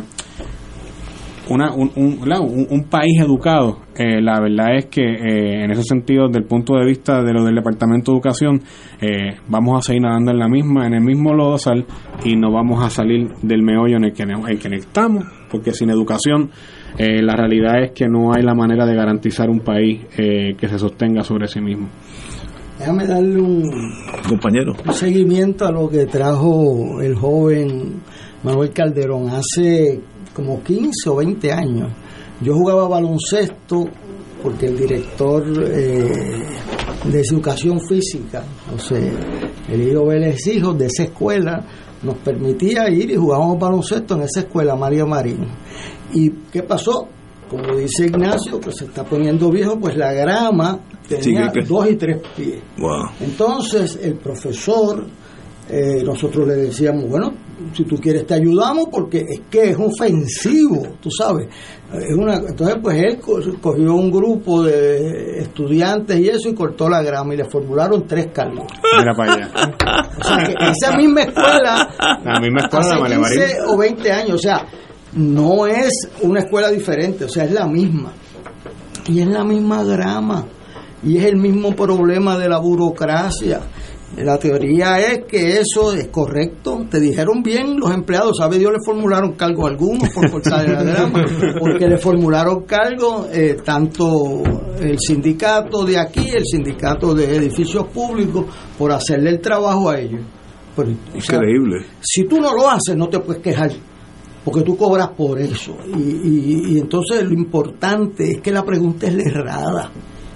una un, un, un, un país educado. Eh, la verdad es que eh, en ese sentido, desde el punto de vista de lo del Departamento de Educación, eh, vamos a seguir nadando en la misma, en el mismo lodazal, y no vamos a salir del meollo en el que, en el que estamos, porque sin educación eh, la realidad es que no hay la manera de garantizar un país eh, que se sostenga sobre sí mismo. Déjame darle un, compañero, un seguimiento a lo que trajo el joven Manuel Calderón. Hace como quince o veinte años yo jugaba baloncesto porque el director eh, de educación física, o sea, el hijo Vélez Hijos de esa escuela, nos permitía ir y jugábamos baloncesto en esa escuela, María Marín. ¿Y qué pasó? Como dice Ignacio, que se está poniendo viejo, pues la grama tenía sí, que... dos y tres pies. Wow. Entonces el profesor, eh, nosotros le decíamos, bueno, si tú quieres te ayudamos, porque es que es ofensivo, tú sabes. Es una, entonces pues él cogió un grupo de estudiantes y eso y cortó la grama y le formularon tres cargos. Mira para allá. O sea que esa misma escuela, la misma escuela hace quince o veinte años, o sea, no es una escuela diferente, o sea, es la misma. Y es la misma grama. Y es el mismo problema de la burocracia. La teoría es que eso es correcto. Te dijeron bien los empleados, ¿sabe Dios? Le formularon cargos a algunos por cortar la grama, porque le formularon cargos eh, tanto el sindicato de aquí, el sindicato de edificios públicos, por hacerle el trabajo a ellos. Pero, increíble. O sea, si tú no lo haces, no te puedes quejar, porque tú cobras por eso. Y, y, y entonces lo importante es que la pregunta es la errada.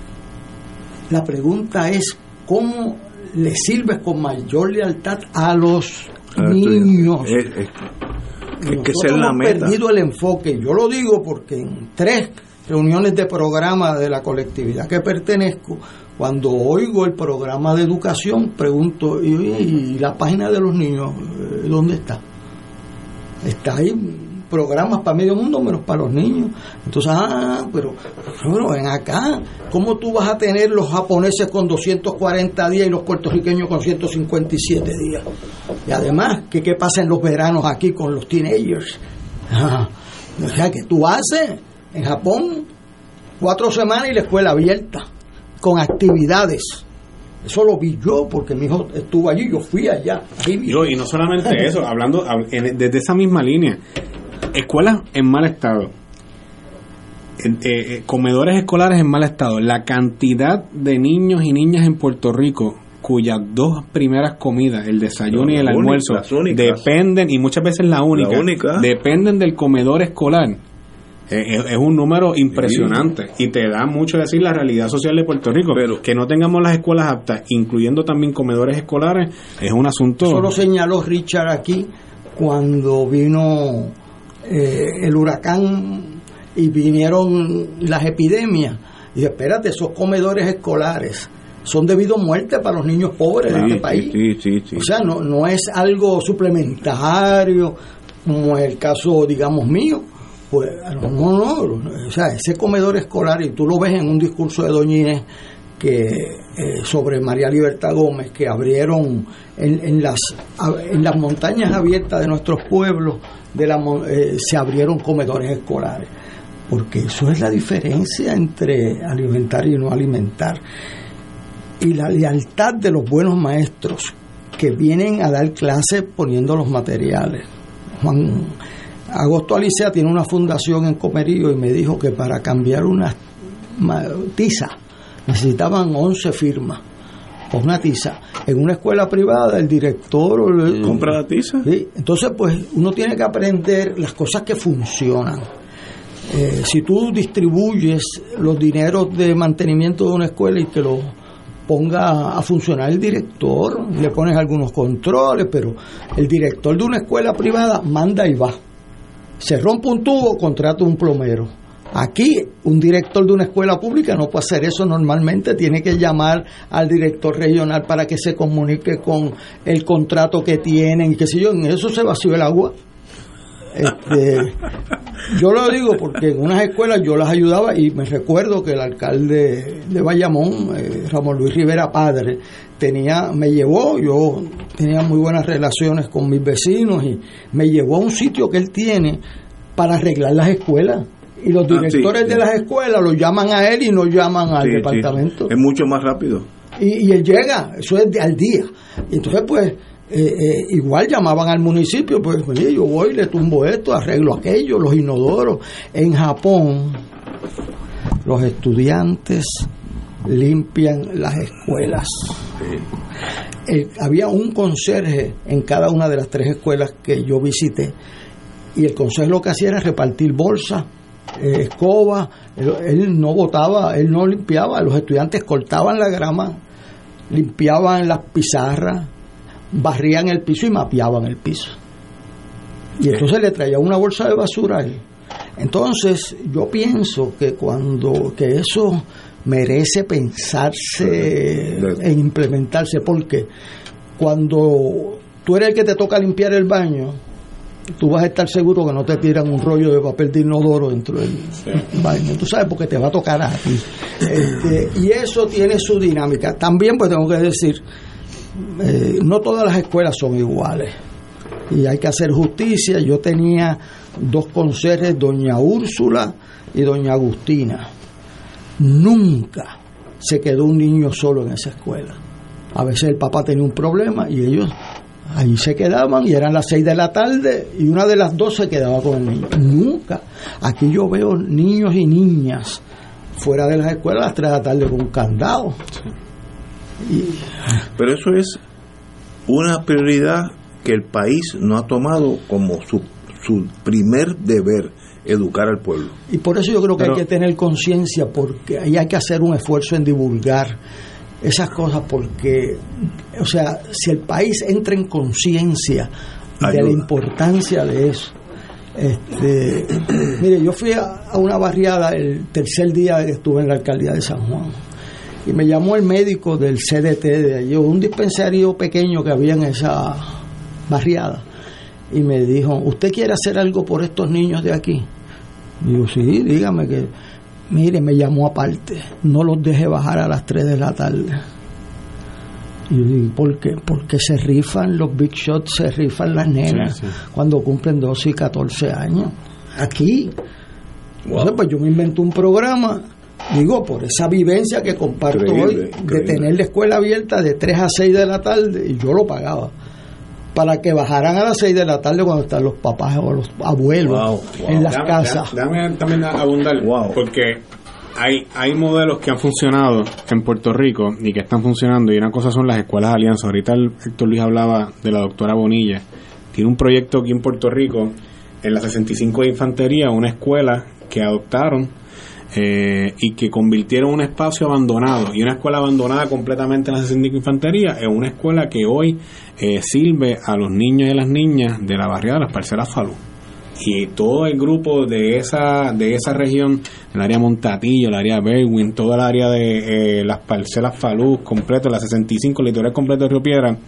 La pregunta es cómo le sirves con mayor lealtad a los ah, niños. Es, es, es que esa es la meta. Hemos perdido el enfoque. Yo lo digo porque en tres reuniones de programa de la colectividad que pertenezco, cuando oigo el programa de educación, pregunto, ¿y, y la página de los niños dónde está? Está ahí, programas para medio mundo menos para los niños. Entonces, ah, pero, pero ven acá, ¿cómo tú vas a tener los japoneses con doscientos cuarenta días y los puertorriqueños con ciento cincuenta y siete días? Y además, ¿qué, qué pasa en los veranos aquí con los teenagers? Ah, o sea, que tú haces en Japón cuatro semanas y la escuela abierta, con actividades. Eso lo vi yo, porque mi hijo estuvo allí, yo fui allá. Yo, y no solamente eso, hablando desde esa misma línea, escuelas en mal estado, eh, eh, comedores escolares en mal estado, la cantidad de niños y niñas en Puerto Rico cuyas dos primeras comidas, el desayuno no, y el almuerzo, dependen, y muchas veces la única, la única, dependen del comedor escolar. Es, es un número impresionante sí. Y te da mucho decir la realidad social de Puerto Rico. Pero que no tengamos las escuelas aptas, incluyendo también comedores escolares, es un asunto. Eso lo señaló Richard aquí cuando vino eh, el huracán y vinieron las epidemias. Y espérate, esos comedores escolares son debido a muerte para los niños pobres sí, de este país. Sí, sí, sí. O sea, no, no es algo suplementario, como es el caso, digamos, mío. Pues no, no, o sea, ese comedor escolar, y tú lo ves en un discurso de Doña Inés que eh, sobre María Libertad Gómez, que abrieron en, en las en las montañas abiertas de nuestros pueblos, de la, eh, se abrieron comedores escolares, porque eso es la diferencia entre alimentar y no alimentar, y la lealtad de los buenos maestros que vienen a dar clases poniendo los materiales. Juan Agosto Alicea tiene una fundación en Comerío y me dijo que para cambiar una tiza necesitaban once firmas por una tiza. En una escuela privada el director compra la tiza. Sí, entonces pues uno tiene que aprender las cosas que funcionan. Eh, si tú distribuyes los dineros de mantenimiento de una escuela y que los ponga a funcionar el director, le pones algunos controles, pero el director de una escuela privada manda y va. Se rompe un tubo, contrata un plomero. Aquí, un director de una escuela pública no puede hacer eso normalmente, tiene que llamar al director regional para que se comunique con el contrato que tienen y qué sé yo, en eso se vació el agua. Este, yo lo digo porque en unas escuelas yo las ayudaba y me recuerdo que el alcalde de Bayamón, eh, Ramón Luis Rivera Padre, tenía, me llevó, yo tenía muy buenas relaciones con mis vecinos y me llevó a un sitio que él tiene para arreglar las escuelas. Y los directores ah, sí, sí. de las escuelas lo llaman a él y no llaman al sí, departamento. Sí. Es mucho más rápido. Y, y él llega, eso es de, al día. Y entonces pues Eh, eh, igual llamaban al municipio, pues oye, yo voy, le tumbo esto, arreglo aquello, los inodoros. En Japón los estudiantes limpian las escuelas. Sí. Eh, había un conserje en cada una de las tres escuelas que yo visité, y el conserje lo que hacía era repartir bolsas, eh, escoba. Él, él no botaba, él no limpiaba. Los estudiantes cortaban la grama, limpiaban las pizarras, barrían el piso y mapeaban el piso, y entonces le traía una bolsa de basura a él. Entonces yo pienso que cuando que eso merece pensarse en implementarse, porque cuando tú eres el que te toca limpiar el baño, tú vas a estar seguro que no te tiran un rollo de papel de inodoro dentro del sí. baño, tú sabes, porque te va a tocar a ti. Este, y eso tiene su dinámica. También pues tengo que decir, Eh, no todas las escuelas son iguales y hay que hacer justicia. Yo tenía dos conserjes, doña Úrsula y doña Agustina. Nunca se quedó un niño solo en esa escuela. A veces el papá tenía un problema y ellos ahí se quedaban, y eran las seis de la tarde y una de las dos se quedaba con el niño. Nunca. Aquí yo veo niños y niñas fuera de las escuelas a las tres de la tarde con un candado. Sí. Y... pero eso es una prioridad que el país no ha tomado como su, su primer deber, educar al pueblo. Y por eso yo creo que Pero, hay que tener conciencia, porque ahí hay que hacer un esfuerzo en divulgar esas cosas, porque, o sea, si el país entra en conciencia de la importancia de eso. Este, mire, yo fui a, a una barriada el tercer día que estuve en la alcaldía de San Juan, y me llamó el médico del C D T de allí, un dispensario pequeño que había en esa barriada, y me dijo: ¿usted quiere hacer algo por estos niños de aquí? Y yo: sí, dígame. Que mire, me llamó aparte, no los deje bajar a las tres de la tarde. Y yo digo: ¿por qué? Porque se rifan los big shots, se rifan las nenas, sí, sí. cuando cumplen doce y catorce años aquí. Wow. Entonces pues yo me inventé un programa, digo, por esa vivencia que comparto increíble, hoy, increíble. de tener la escuela abierta de tres a seis de la tarde, y yo lo pagaba, para que bajaran a las seis de la tarde cuando están los papás o los abuelos wow, wow. en las dame, casas. Dame, dame también abundar, wow. porque hay hay modelos que han funcionado en Puerto Rico y que están funcionando, y una cosa son las escuelas alianza. Ahorita el Héctor Luis hablaba de la doctora Bonilla. Tiene un proyecto aquí en Puerto Rico, en la sesenta y cinco de Infantería, una escuela que que adoptaron eh, y que convirtieron un espacio abandonado y una escuela abandonada completamente en la sesenta y cinco Infantería en una escuela que hoy eh, sirve a los niños y a las niñas de la barriada de las Parcelas Falú. Y todo el grupo de esa de esa región, el área Montatillo, el área Berwyn, toda el área de eh, las Parcelas Falú completo, la sesenta y cinco, el litoral completo de Río Piedra,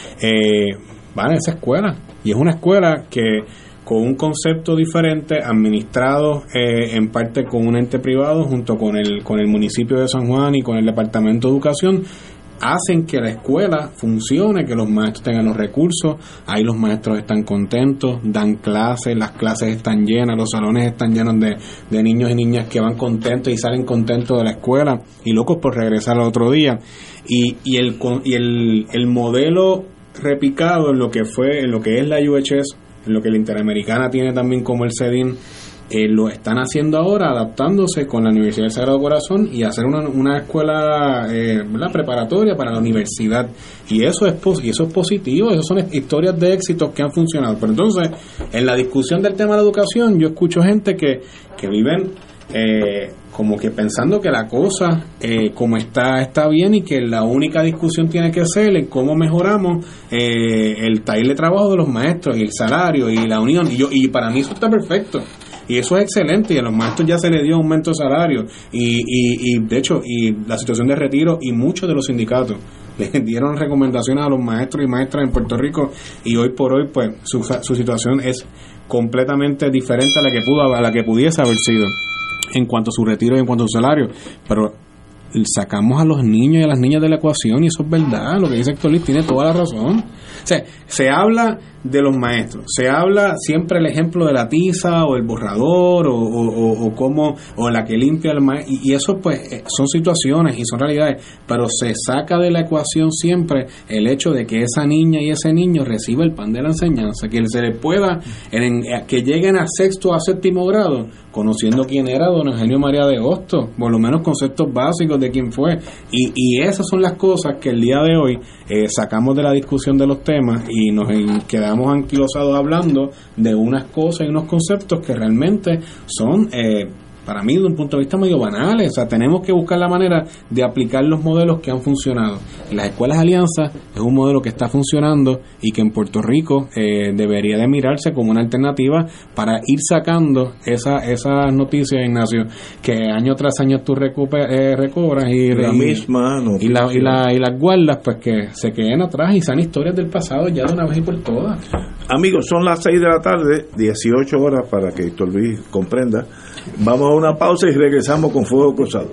eh, van a esa escuela. Y es una escuela que con un concepto diferente, administrado eh, en parte con un ente privado junto con el con el municipio de San Juan y con el Departamento de Educación, hacen que la escuela funcione, que los maestros tengan los recursos, ahí los maestros están contentos, dan clases, las clases están llenas, los salones están llenos de, de niños y niñas que van contentos y salen contentos de la escuela y locos por regresar al otro día. Y, y, el, y el, el modelo replicado en lo que fue, en lo que es la U H S, en lo que la Interamericana tiene también como el CEDIN, Eh, lo están haciendo ahora, adaptándose con la Universidad del Sagrado Corazón y hacer una, una escuela eh, preparatoria para la universidad, y eso es y eso es positivo. Esas son historias de éxitos que han funcionado. Pero entonces, en la discusión del tema de la educación, yo escucho gente que, que viven eh, como que pensando que la cosa eh, como está, está bien, y que la única discusión tiene que ser en cómo mejoramos eh, el taller de trabajo de los maestros y el salario y la unión, y yo y para mí eso está perfecto. Y eso es excelente, y a los maestros ya se les dio aumento de salario y, y, y de hecho y la situación de retiro, y muchos de los sindicatos les dieron recomendaciones a los maestros y maestras en Puerto Rico, y hoy por hoy pues su, su situación es completamente diferente a la que pudo a la que pudiese haber sido en cuanto a su retiro y en cuanto a su salario. Pero sacamos a los niños y a las niñas de la ecuación, y eso es verdad. Lo que dice Héctor Luis tiene toda la razón. O sea, se habla de los maestros, se habla siempre el ejemplo de la tiza o el borrador o, o, o, o cómo, o la que limpia el maestro, y, y eso pues son situaciones y son realidades, pero se saca de la ecuación siempre el hecho de que esa niña y ese niño reciba el pan de la enseñanza, que se les pueda, en, que lleguen a sexto o a séptimo grado conociendo quién era don Eugenio María de Hostos, por lo menos conceptos básicos de quién fue, y, y esas son las cosas que el día de hoy eh, sacamos de la discusión de los temas y nos quedamos anquilosados hablando de unas cosas y unos conceptos que realmente son eh, para mí, de un punto de vista medio banales. O sea, tenemos que buscar la manera de aplicar los modelos que han funcionado. En las escuelas alianzas es un modelo que está funcionando y que en Puerto Rico eh, debería de mirarse como una alternativa para ir sacando esa, esas noticias, Ignacio, que año tras año tú recuper, eh, recobras y, la y, misma y, la, y, la, y las guardas, pues que se queden atrás y sean historias del pasado ya de una vez y por todas. Amigos, son las seis de la tarde, dieciocho horas, para que Héctor Luis comprenda. Vamos a una pausa y regresamos con Fuego Cruzado.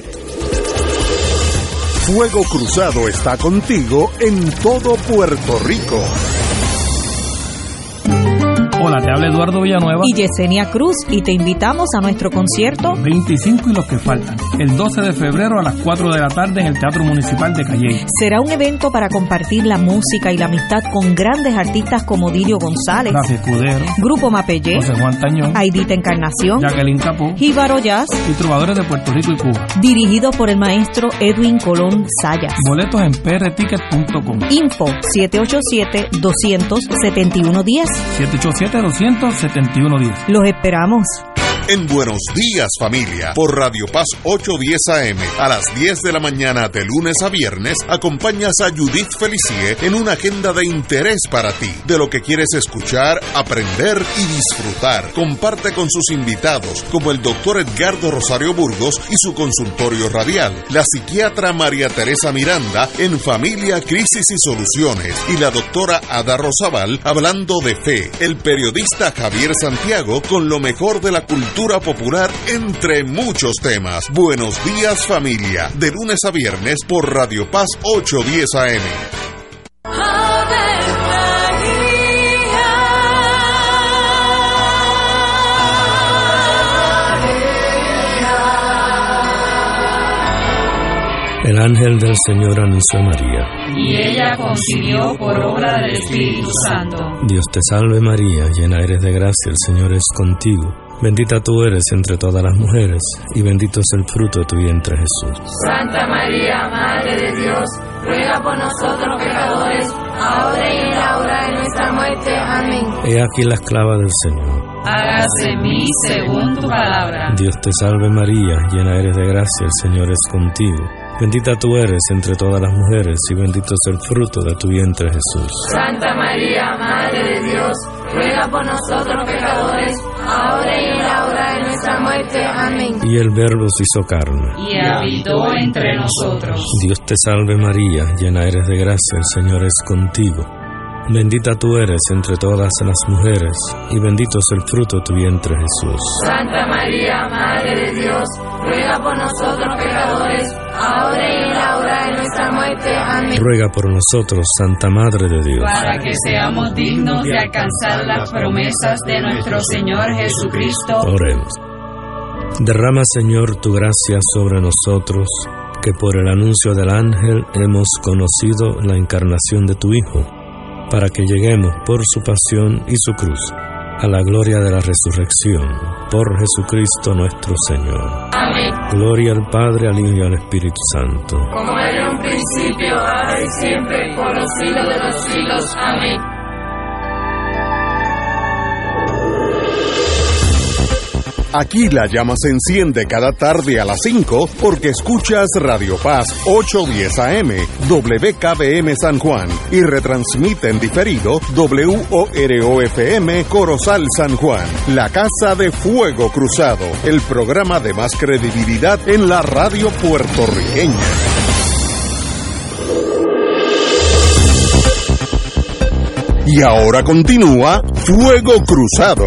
Fuego Cruzado está contigo en todo Puerto Rico. Hola, te habla Eduardo Villanueva y Yesenia Cruz, y te invitamos a nuestro concierto veinticinco y los que faltan, el doce de febrero a las cuatro de la tarde en el Teatro Municipal de Calley. Será un evento para compartir la música y la amistad con grandes artistas como Dirio González, Rafi Escudero, Grupo Mapellé, José Juan Tañón, Aidita Encarnación, Jacqueline Capó, Jíbaro Jazz y trovadores de Puerto Rico y Cuba. Dirigido por el maestro Edwin Colón Sayas. Boletos en p r ticket punto com. Info siete ocho siete, dos cero siete uno uno cero. siete ocho siete, dos cero siete uno uno cero. Los esperamos. En Buenos Días, Familia, por Radio Paz ochocientos diez A M, a las diez de la mañana de lunes a viernes, acompañas a Judith Felicie en una agenda de interés para ti, de lo que quieres escuchar, aprender y disfrutar. Comparte con sus invitados, como el doctor Edgardo Rosario Burgos y su consultorio radial, la psiquiatra María Teresa Miranda en Familia, Crisis y Soluciones, y la doctora Ada Rosabal hablando de fe, el periodista Javier Santiago con lo mejor de la cultura popular, entre muchos temas. Buenos Días, Familia, de lunes a viernes por Radio Paz ochocientos diez A M. El ángel del Señor anunció a María, y ella concibió por obra del Espíritu Santo. Dios te salve María, llena eres de gracia, el Señor es contigo. Bendita tú eres entre todas las mujeres, y bendito es el fruto de tu vientre, Jesús. Santa María, Madre de Dios, ruega por nosotros pecadores, ahora y en la hora de nuestra muerte. Amén. He aquí la esclava del Señor. hágase en mí según tu palabra. Dios te salve María, llena eres de gracia, el Señor es contigo. Bendita tú eres entre todas las mujeres y bendito es el fruto de tu vientre Jesús. Santa María, Madre de Dios, ruega por nosotros pecadores, ahora y en la hora de nuestra muerte. Amén. Y el Verbo se hizo carne Y habitó entre nosotros. Dios te salve María, llena eres de gracia, el Señor es contigo. Bendita tú eres entre todas las mujeres, y bendito es el fruto de tu vientre Jesús. Santa María, Madre de Dios, ruega por nosotros pecadores, ahora y en la hora de nuestra muerte. Amén. Ruega por nosotros, Santa Madre de Dios, para que seamos dignos de alcanzar las promesas de nuestro Señor Jesucristo. Oremos. Derrama, Señor, tu gracia sobre nosotros, que por el anuncio del ángel hemos conocido la encarnación de tu Hijo, para que lleguemos por su pasión y su cruz a la gloria de la resurrección, por Jesucristo nuestro Señor. Amén. Gloria al Padre, al Hijo y al Espíritu Santo. Como era en un principio, ahora y siempre, por los siglos de los siglos. Amén. Aquí la llama se enciende cada tarde a las cinco porque escuchas Radio Paz ochocientos diez A M, W K B M San Juan y retransmite en diferido W O R O F M Corozal San Juan, la Casa de Fuego Cruzado, el programa de más credibilidad en la radio puertorriqueña. Y ahora continúa Fuego Cruzado.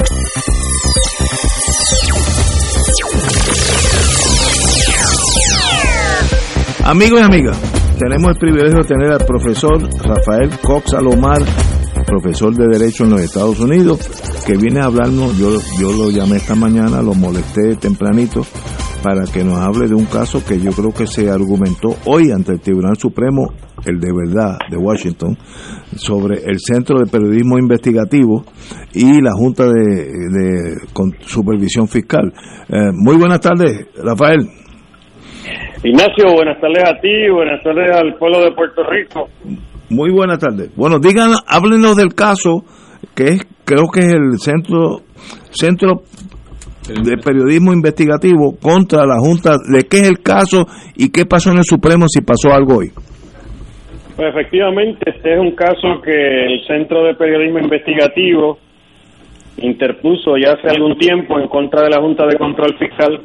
Amigos y amigas, tenemos el privilegio de tener al profesor Rafael Cox Alomar, profesor de Derecho en los Estados Unidos, que viene a hablarnos. Yo, yo lo llamé esta mañana, lo molesté tempranito, para que nos hable de un caso que yo creo que se argumentó hoy ante el Tribunal Supremo, el de verdad de Washington, sobre el Centro de Periodismo Investigativo y la Junta de, de Supervisión Fiscal. Eh, muy buenas tardes, Rafael. Ignacio, buenas tardes a ti, buenas tardes al pueblo de Puerto Rico. Muy buenas tardes. Bueno, digan, háblenos del caso, que es, creo que es el Centro Centro de Periodismo Investigativo contra la Junta. ¿De qué es el caso y qué pasó en el Supremo, si pasó algo hoy? Pues efectivamente, este es un caso que el Centro de Periodismo Investigativo interpuso ya hace algún tiempo en contra de la Junta de Control Fiscal,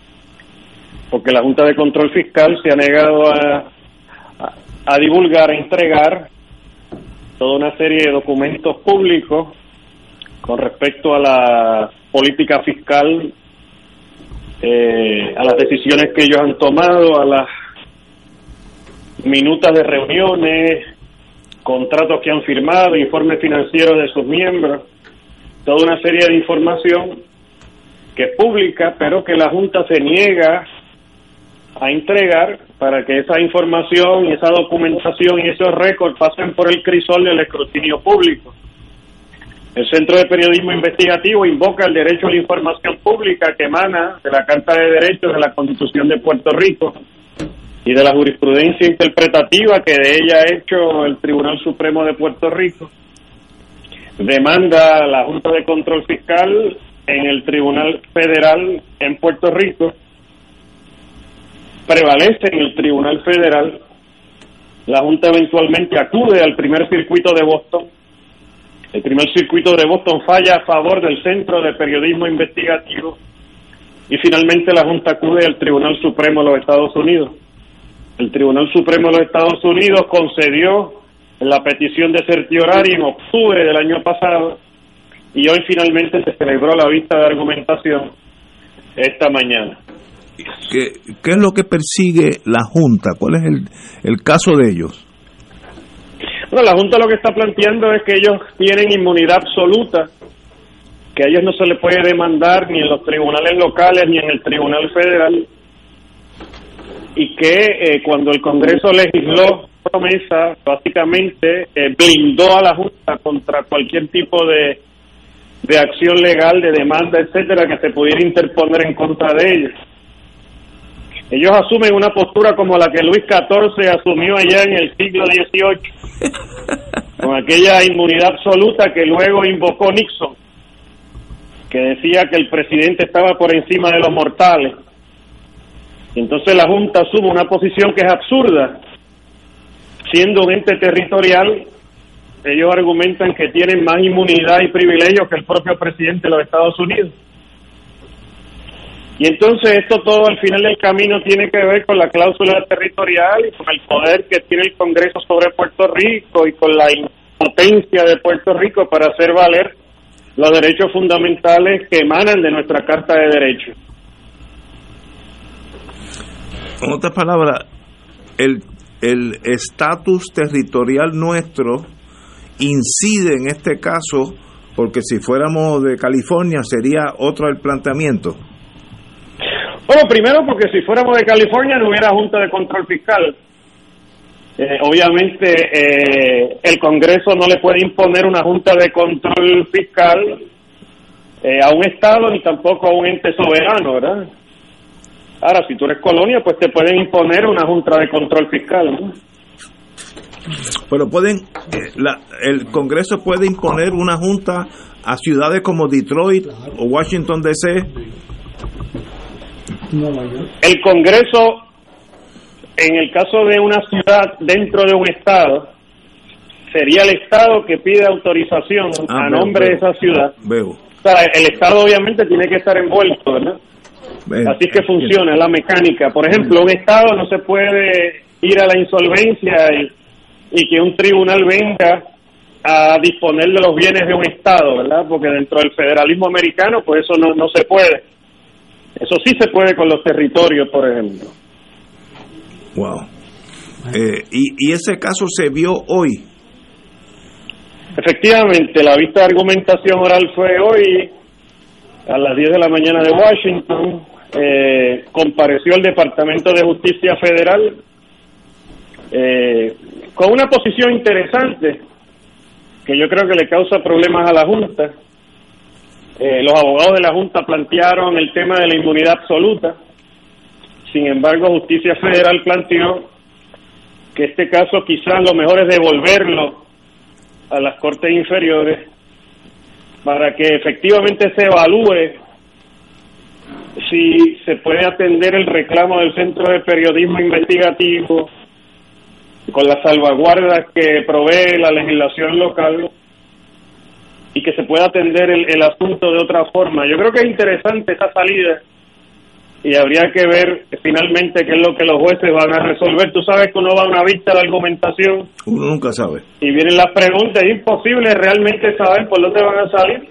porque la Junta de Control Fiscal se ha negado a, a, a divulgar, a entregar toda una serie de documentos públicos con respecto a la política fiscal, eh, a las decisiones que ellos han tomado, a las minutas de reuniones, contratos que han firmado, informes financieros de sus miembros, toda una serie de información que es pública, pero que la Junta se niega a entregar para que esa información y esa documentación y esos récords pasen por el crisol del escrutinio público. El Centro de Periodismo Investigativo invoca el derecho a la información pública que emana de la Carta de Derechos de la Constitución de Puerto Rico y de la jurisprudencia interpretativa que de ella ha hecho el Tribunal Supremo de Puerto Rico. Demanda a la Junta de Control Fiscal en el Tribunal Federal en Puerto Rico. Prevalece en el Tribunal Federal. La Junta eventualmente acude al primer circuito de Boston. El primer circuito de Boston falla a favor del Centro de Periodismo Investigativo y finalmente la Junta acude al Tribunal Supremo de los Estados Unidos. El Tribunal Supremo de los Estados Unidos concedió la petición de certiorari en octubre del año pasado y hoy finalmente se celebró la vista de argumentación esta mañana. ¿Qué, qué es lo que persigue la Junta? ¿Cuál es el, el caso de ellos? Bueno, la Junta lo que está planteando es que ellos tienen inmunidad absoluta, que a ellos no se les puede demandar ni en los tribunales locales ni en el Tribunal Federal, y que eh, cuando el Congreso legisló promesa, básicamente eh, blindó a la Junta contra cualquier tipo de, de acción legal, de demanda, etcétera, que se pudiera interponer en contra de ellos. Ellos asumen una postura como la que Luis catorce asumió allá en el siglo dieciocho, con aquella inmunidad absoluta que luego invocó Nixon. que decía que el presidente estaba por encima de los mortales. Entonces la Junta asume una posición que es absurda. Siendo un ente territorial, ellos argumentan que tienen más inmunidad y privilegios que el propio presidente de los Estados Unidos. Y entonces esto todo al final del camino tiene que ver con la cláusula territorial y con el poder que tiene el Congreso sobre Puerto Rico y con la impotencia de Puerto Rico para hacer valer los derechos fundamentales que emanan de nuestra Carta de Derechos. En otras palabras, el el estatus territorial nuestro incide en este caso, porque si fuéramos de California sería otro el planteamiento. Bueno, primero porque si fuéramos de California no hubiera Junta de Control Fiscal. Eh, obviamente eh, el Congreso no le puede imponer una Junta de Control Fiscal eh, a un Estado ni tampoco a un ente soberano, ¿verdad? Ahora, si tú eres colonia, pues te pueden imponer una Junta de Control Fiscal, ¿no? Pero pueden, eh, la, el Congreso puede imponer una junta a ciudades como Detroit o Washington D C. El Congreso, en el caso de una ciudad dentro de un estado, sería el estado que pide autorización ah, a veo, nombre veo, de esa ciudad. Veo. O sea, el estado obviamente tiene que estar envuelto, ¿verdad? Veo. Así que funciona la mecánica. Por ejemplo, un estado no se puede ir a la insolvencia y, y que un tribunal venga a disponer de los bienes de un estado, ¿verdad? Porque dentro del federalismo americano, pues eso no, no se puede. Eso sí se puede con los territorios, por ejemplo. Wow. Eh, y, y ese caso se vio hoy. Efectivamente, la vista de argumentación oral fue hoy a las diez de la mañana de Washington. Eh, compareció el Departamento de Justicia Federal eh, con una posición interesante que yo creo que le causa problemas a la Junta. Eh, los abogados de la Junta plantearon el tema de la inmunidad absoluta. Sin embargo, Justicia Federal planteó que este caso quizás lo mejor es devolverlo a las Cortes Inferiores para que efectivamente se evalúe si se puede atender el reclamo del Centro de Periodismo Investigativo con las salvaguardas que provee la legislación local y que se pueda atender el, el asunto de otra forma. Yo creo que es interesante esa salida y habría que ver finalmente qué es lo que los jueces van a resolver. Tú sabes que uno va a una vista de argumentación. Uno nunca sabe. Y vienen las preguntas, es imposible realmente saber por dónde van a salir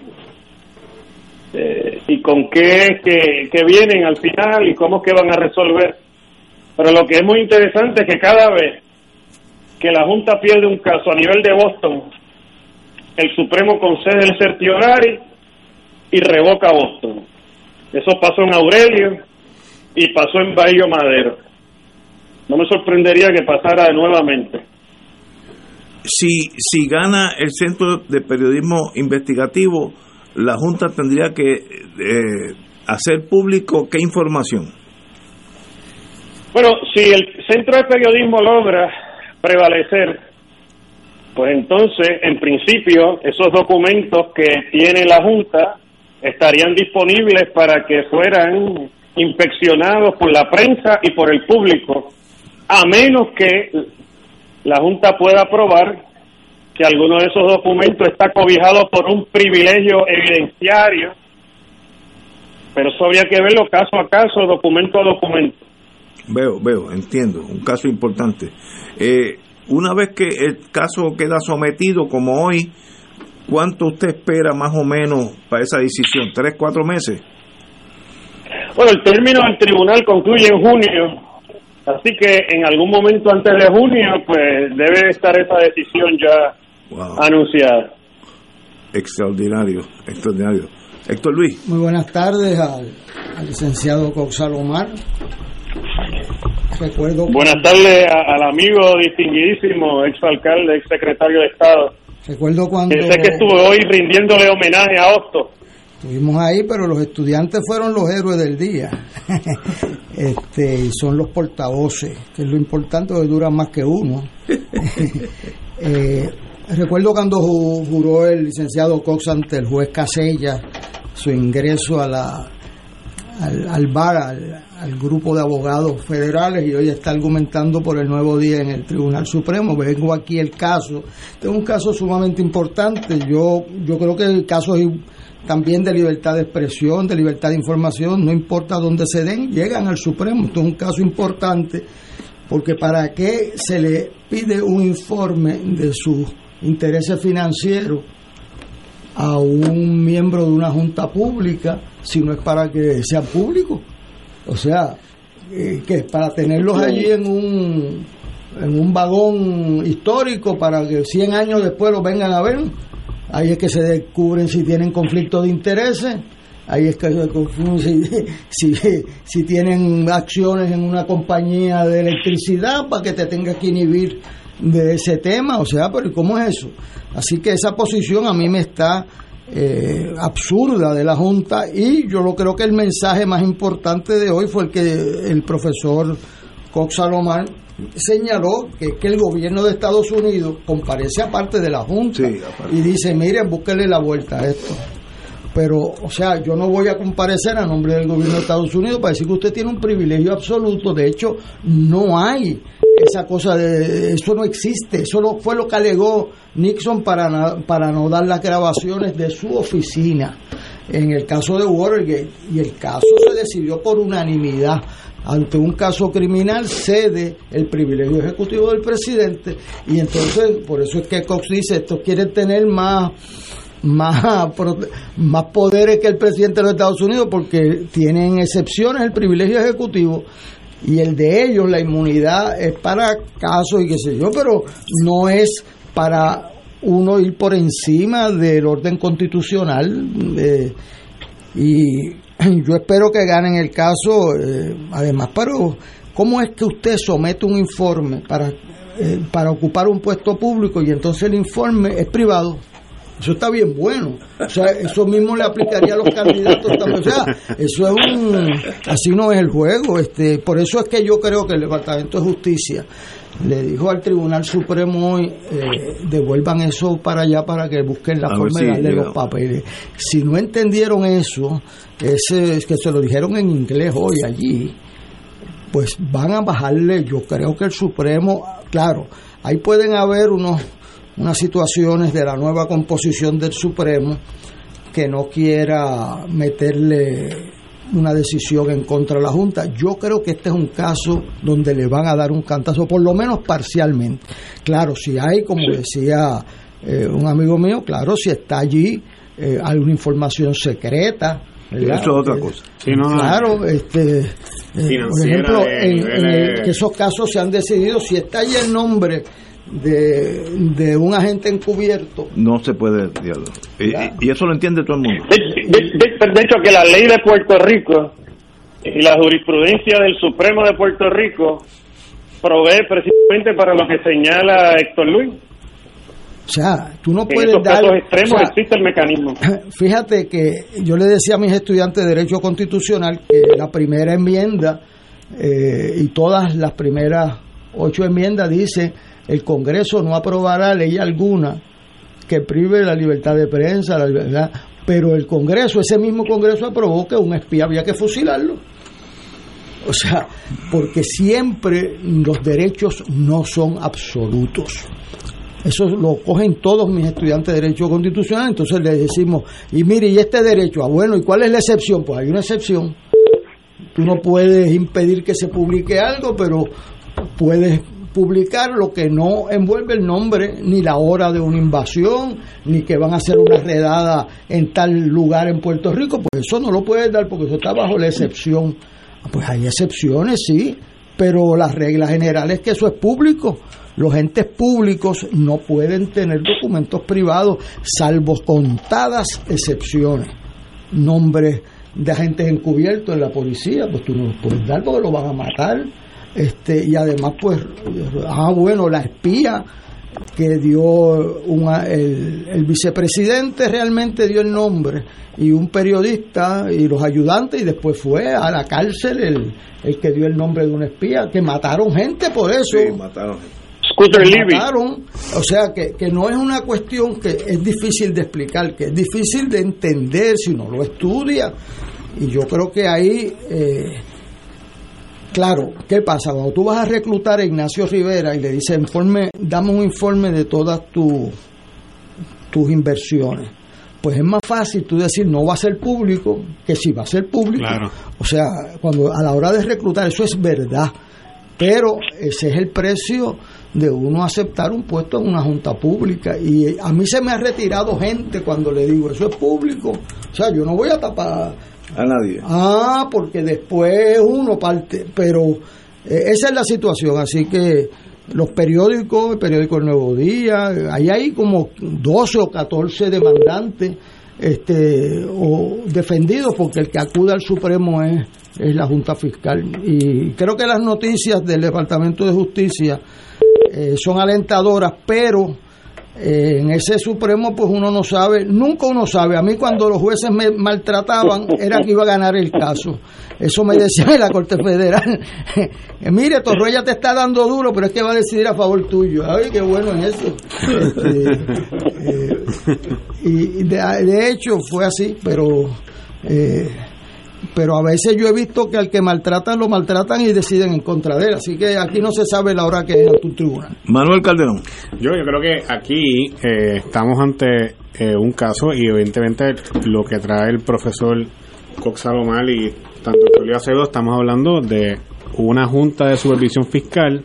eh, y con qué que, que vienen al final y cómo es que van a resolver. Pero lo que es muy interesante es que cada vez que la Junta pierde un caso a nivel de Boston, el Supremo concede el certiorari y revoca Boston. Eso pasó en Aurelio y pasó en Bahía Madero. No me sorprendería que pasara nuevamente. Si, si gana el Centro de Periodismo Investigativo, la Junta tendría que eh, hacer público qué información. Bueno, si el Centro de Periodismo logra prevalecer, pues entonces, en principio, esos documentos que tiene la Junta estarían disponibles para que fueran inspeccionados por la prensa y por el público, a menos que la Junta pueda probar que alguno de esos documentos está cobijado por un privilegio evidenciario, pero eso habría que verlo caso a caso, documento a documento. Veo, veo, entiendo, un caso importante. Eh, una vez que el caso queda sometido, como hoy, ¿cuánto usted espera más o menos para esa decisión? ¿Tres, cuatro meses? Bueno, el término del tribunal concluye en junio, así que en algún momento antes de junio, pues debe estar esa decisión ya wow. anunciada. Extraordinario, extraordinario. Héctor Luis. Muy buenas tardes al, al licenciado Coxalomar. Recuerdo buenas cuando... tardes a, al amigo distinguidísimo, exalcalde, exsecretario de Estado. Recuerdo cuando... Que sé que estuve hoy rindiéndole homenaje a Hostos. Estuvimos ahí, pero los estudiantes fueron los héroes del día. este y son los portavoces, que es lo importante, que duran más que uno. eh, recuerdo cuando juró el licenciado Cox ante el juez Casella su ingreso a la al, al bar, al, al grupo de abogados federales, y hoy está argumentando por el Nuevo Día en el Tribunal Supremo. Vengo aquí el caso, este es un caso sumamente importante. Yo, yo creo que el caso es también de libertad de expresión, de libertad de información, no importa dónde se den, llegan al Supremo. Esto es un caso importante, porque ¿para qué se le pide un informe de sus intereses financieros a un miembro de una junta pública si no es para que sean públicos? O sea, eh, que para tenerlos allí en un en un vagón histórico para que cien años después los vengan a ver. Ahí es que se descubren si tienen conflicto de intereses, ahí es que se descubren si, si, si tienen acciones en una compañía de electricidad para que te tengas que inhibir de ese tema. O sea, pero ¿cómo es eso? Así que esa posición a mí me está eh, absurda de la Junta, y yo lo creo que el mensaje más importante de hoy fue el que el profesor Cox Salomar señaló, que, que el gobierno de Estados Unidos comparece aparte de la Junta, sí, y dice, miren, búsquenle la vuelta a esto. Pero, o sea, yo no voy a comparecer a nombre del gobierno de Estados Unidos para decir que usted tiene un privilegio absoluto. De hecho, no hay esa cosa, de eso no existe. Eso no fue lo que alegó Nixon para, para no dar las grabaciones de su oficina en el caso de Watergate, y el caso se decidió por unanimidad. Ante un caso criminal cede el privilegio ejecutivo del presidente, y entonces por eso es que Cox dice, estos quieren tener más más más poderes que el presidente de los Estados Unidos, porque tienen excepciones el privilegio ejecutivo, y el de ellos, la inmunidad, es para casos y qué sé yo, pero no es para uno ir por encima del orden constitucional. eh, y yo espero que ganen el caso. Eh, además, pero ¿cómo es que usted somete un informe para eh, para ocupar un puesto público y entonces el informe es privado? Eso está bien bueno. O sea, eso mismo le aplicaría a los candidatos también. O sea, eso es un... Así no es el juego. Este, por eso es que yo creo que el Departamento de Justicia le dijo al Tribunal Supremo hoy, eh, devuelvan eso para allá para que busquen la a forma de darle los papeles. Si no entendieron eso, ese, es que se lo dijeron en inglés hoy allí, pues van a bajarle. Yo creo que el Supremo, claro, ahí pueden haber unos unas situaciones de la nueva composición del Supremo que no quiera meterle una decisión en contra de la Junta. Yo creo que este es un caso donde le van a dar un cantazo, por lo menos parcialmente. Claro, si hay, como decía eh, un amigo mío, claro, si está allí eh, alguna información secreta, ¿verdad? Eso es otra eh, cosa. Sí, no, claro, este, eh, por ejemplo, de, en, de, en el, que esos casos se han decidido, si está allí el nombre de, de un agente encubierto, no se puede diálogo. Y, y eso lo entiende todo el mundo. De, de, de, de hecho, que la ley de Puerto Rico y la jurisprudencia del Supremo de Puerto Rico provee precisamente para lo que señala Héctor Luis. O sea, tú no puedes en dar... En casos extremos, o sea, existe el mecanismo. Fíjate que yo le decía a mis estudiantes de Derecho Constitucional que la primera enmienda eh, y todas las primeras ocho enmiendas dicen: el Congreso no aprobará ley alguna que prive la libertad de prensa, la libertad, pero el Congreso, ese mismo Congreso aprobó que un espía había que fusilarlo. O sea, porque siempre los derechos no son absolutos. Eso lo cogen todos mis estudiantes de Derecho Constitucional. Entonces les decimos, y mire, ¿y este derecho? Ah, bueno, ¿y cuál es la excepción? Pues hay una excepción. Tú no puedes impedir que se publique algo, pero puedes publicar lo que no envuelve el nombre ni la hora de una invasión, ni que van a hacer una redada en tal lugar en Puerto Rico. Pues eso no lo puedes dar porque eso está bajo la excepción. Pues hay excepciones, sí, pero la regla general es que eso es público. Los entes públicos no pueden tener documentos privados, salvo contadas excepciones. Nombres de agentes encubiertos en la policía, pues tú no los puedes dar porque lo van a matar. Este, y además, pues, ah, bueno, la espía que dio una, el, el vicepresidente realmente dio el nombre, y un periodista y los ayudantes, y después fue a la cárcel el, el que dio el nombre de una espía, que mataron gente por eso. Sí, mataron gente. Scooter Libby. O sea, que, que no es una cuestión que es difícil de explicar, que es difícil de entender si uno lo estudia. Y yo creo que ahí, eh, claro, ¿qué pasa? Cuando tú vas a reclutar a Ignacio Rivera y le dices, informe, dame un informe de todas tu, tus inversiones, pues es más fácil tú decir no va a ser público que sí va a ser público. Claro. O sea, cuando a la hora de reclutar, eso es verdad, pero ese es el precio de uno aceptar un puesto en una junta pública. Y a mí se me ha retirado gente cuando le digo eso es público. O sea, yo no voy a tapar a nadie. Ah, porque después uno parte, pero eh, esa es la situación. Así que los periódicos, el periódico El Nuevo Día, ahí hay como doce o catorce demandantes este, o defendidos, porque el que acude al Supremo es, es la Junta Fiscal. Y creo que las noticias del Departamento de Justicia eh, son alentadoras, pero eh, en ese Supremo pues uno no sabe, nunca uno sabe. A mí cuando los jueces me maltrataban era que iba a ganar el caso. Eso me decía en la Corte Federal. Mire, Torruella te está dando duro, pero es que va a decidir a favor tuyo. Ay, qué bueno es eso. Este, eh, y de, de hecho fue así, pero eh, pero a veces yo he visto que al que maltratan, lo maltratan y deciden en contra de él. Así que aquí no se sabe la hora que es ante un tribunal. Manuel Calderón. Yo, yo creo que aquí eh, estamos ante eh, un caso, y evidentemente lo que trae el profesor Cox Salomar y tanto Julio Acevedo, estamos hablando de una junta de supervisión fiscal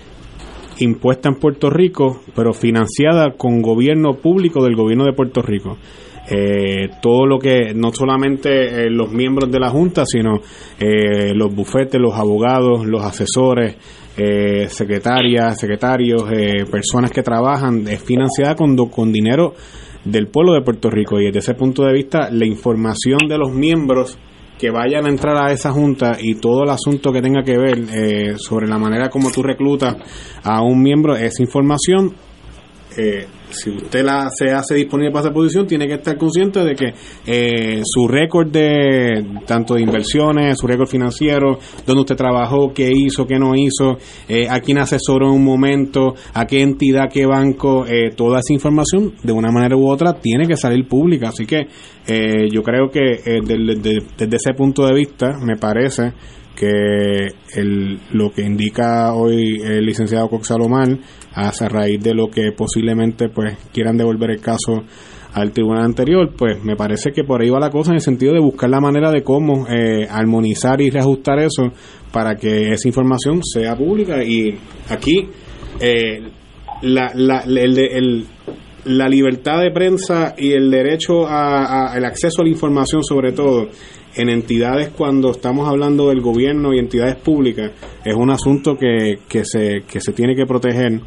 impuesta en Puerto Rico, pero financiada con gobierno público del gobierno de Puerto Rico. Eh, todo lo que, no solamente eh, los miembros de la Junta, sino eh, los bufetes, los abogados, los asesores, eh, secretarias, secretarios, eh, personas que trabajan, es financiada con, con dinero del pueblo de Puerto Rico. Y desde ese punto de vista, la información de los miembros que vayan a entrar a esa junta y todo el asunto que tenga que ver eh, sobre la manera como tú reclutas a un miembro, esa información, eh, si usted la se hace disponible para esa posición, tiene que estar consciente de que eh, su récord de tanto de inversiones, su récord financiero, dónde usted trabajó, qué hizo, qué no hizo, eh, a quién asesoró en un momento, a qué entidad, qué banco, eh, toda esa información de una manera u otra tiene que salir pública. Así que eh, yo creo que eh, de, de, de, desde ese punto de vista me parece que el, lo que indica hoy el licenciado Cox Salomar, a raíz de lo que posiblemente pues quieran devolver el caso al tribunal anterior, pues me parece que por ahí va la cosa, en el sentido de buscar la manera de cómo eh, armonizar y reajustar eso para que esa información sea pública. Y aquí eh, la, la, el, el, la libertad de prensa y el derecho a, a el acceso a la información, sobre todo en entidades, cuando estamos hablando del gobierno y entidades públicas, es un asunto que, que se que se tiene que proteger,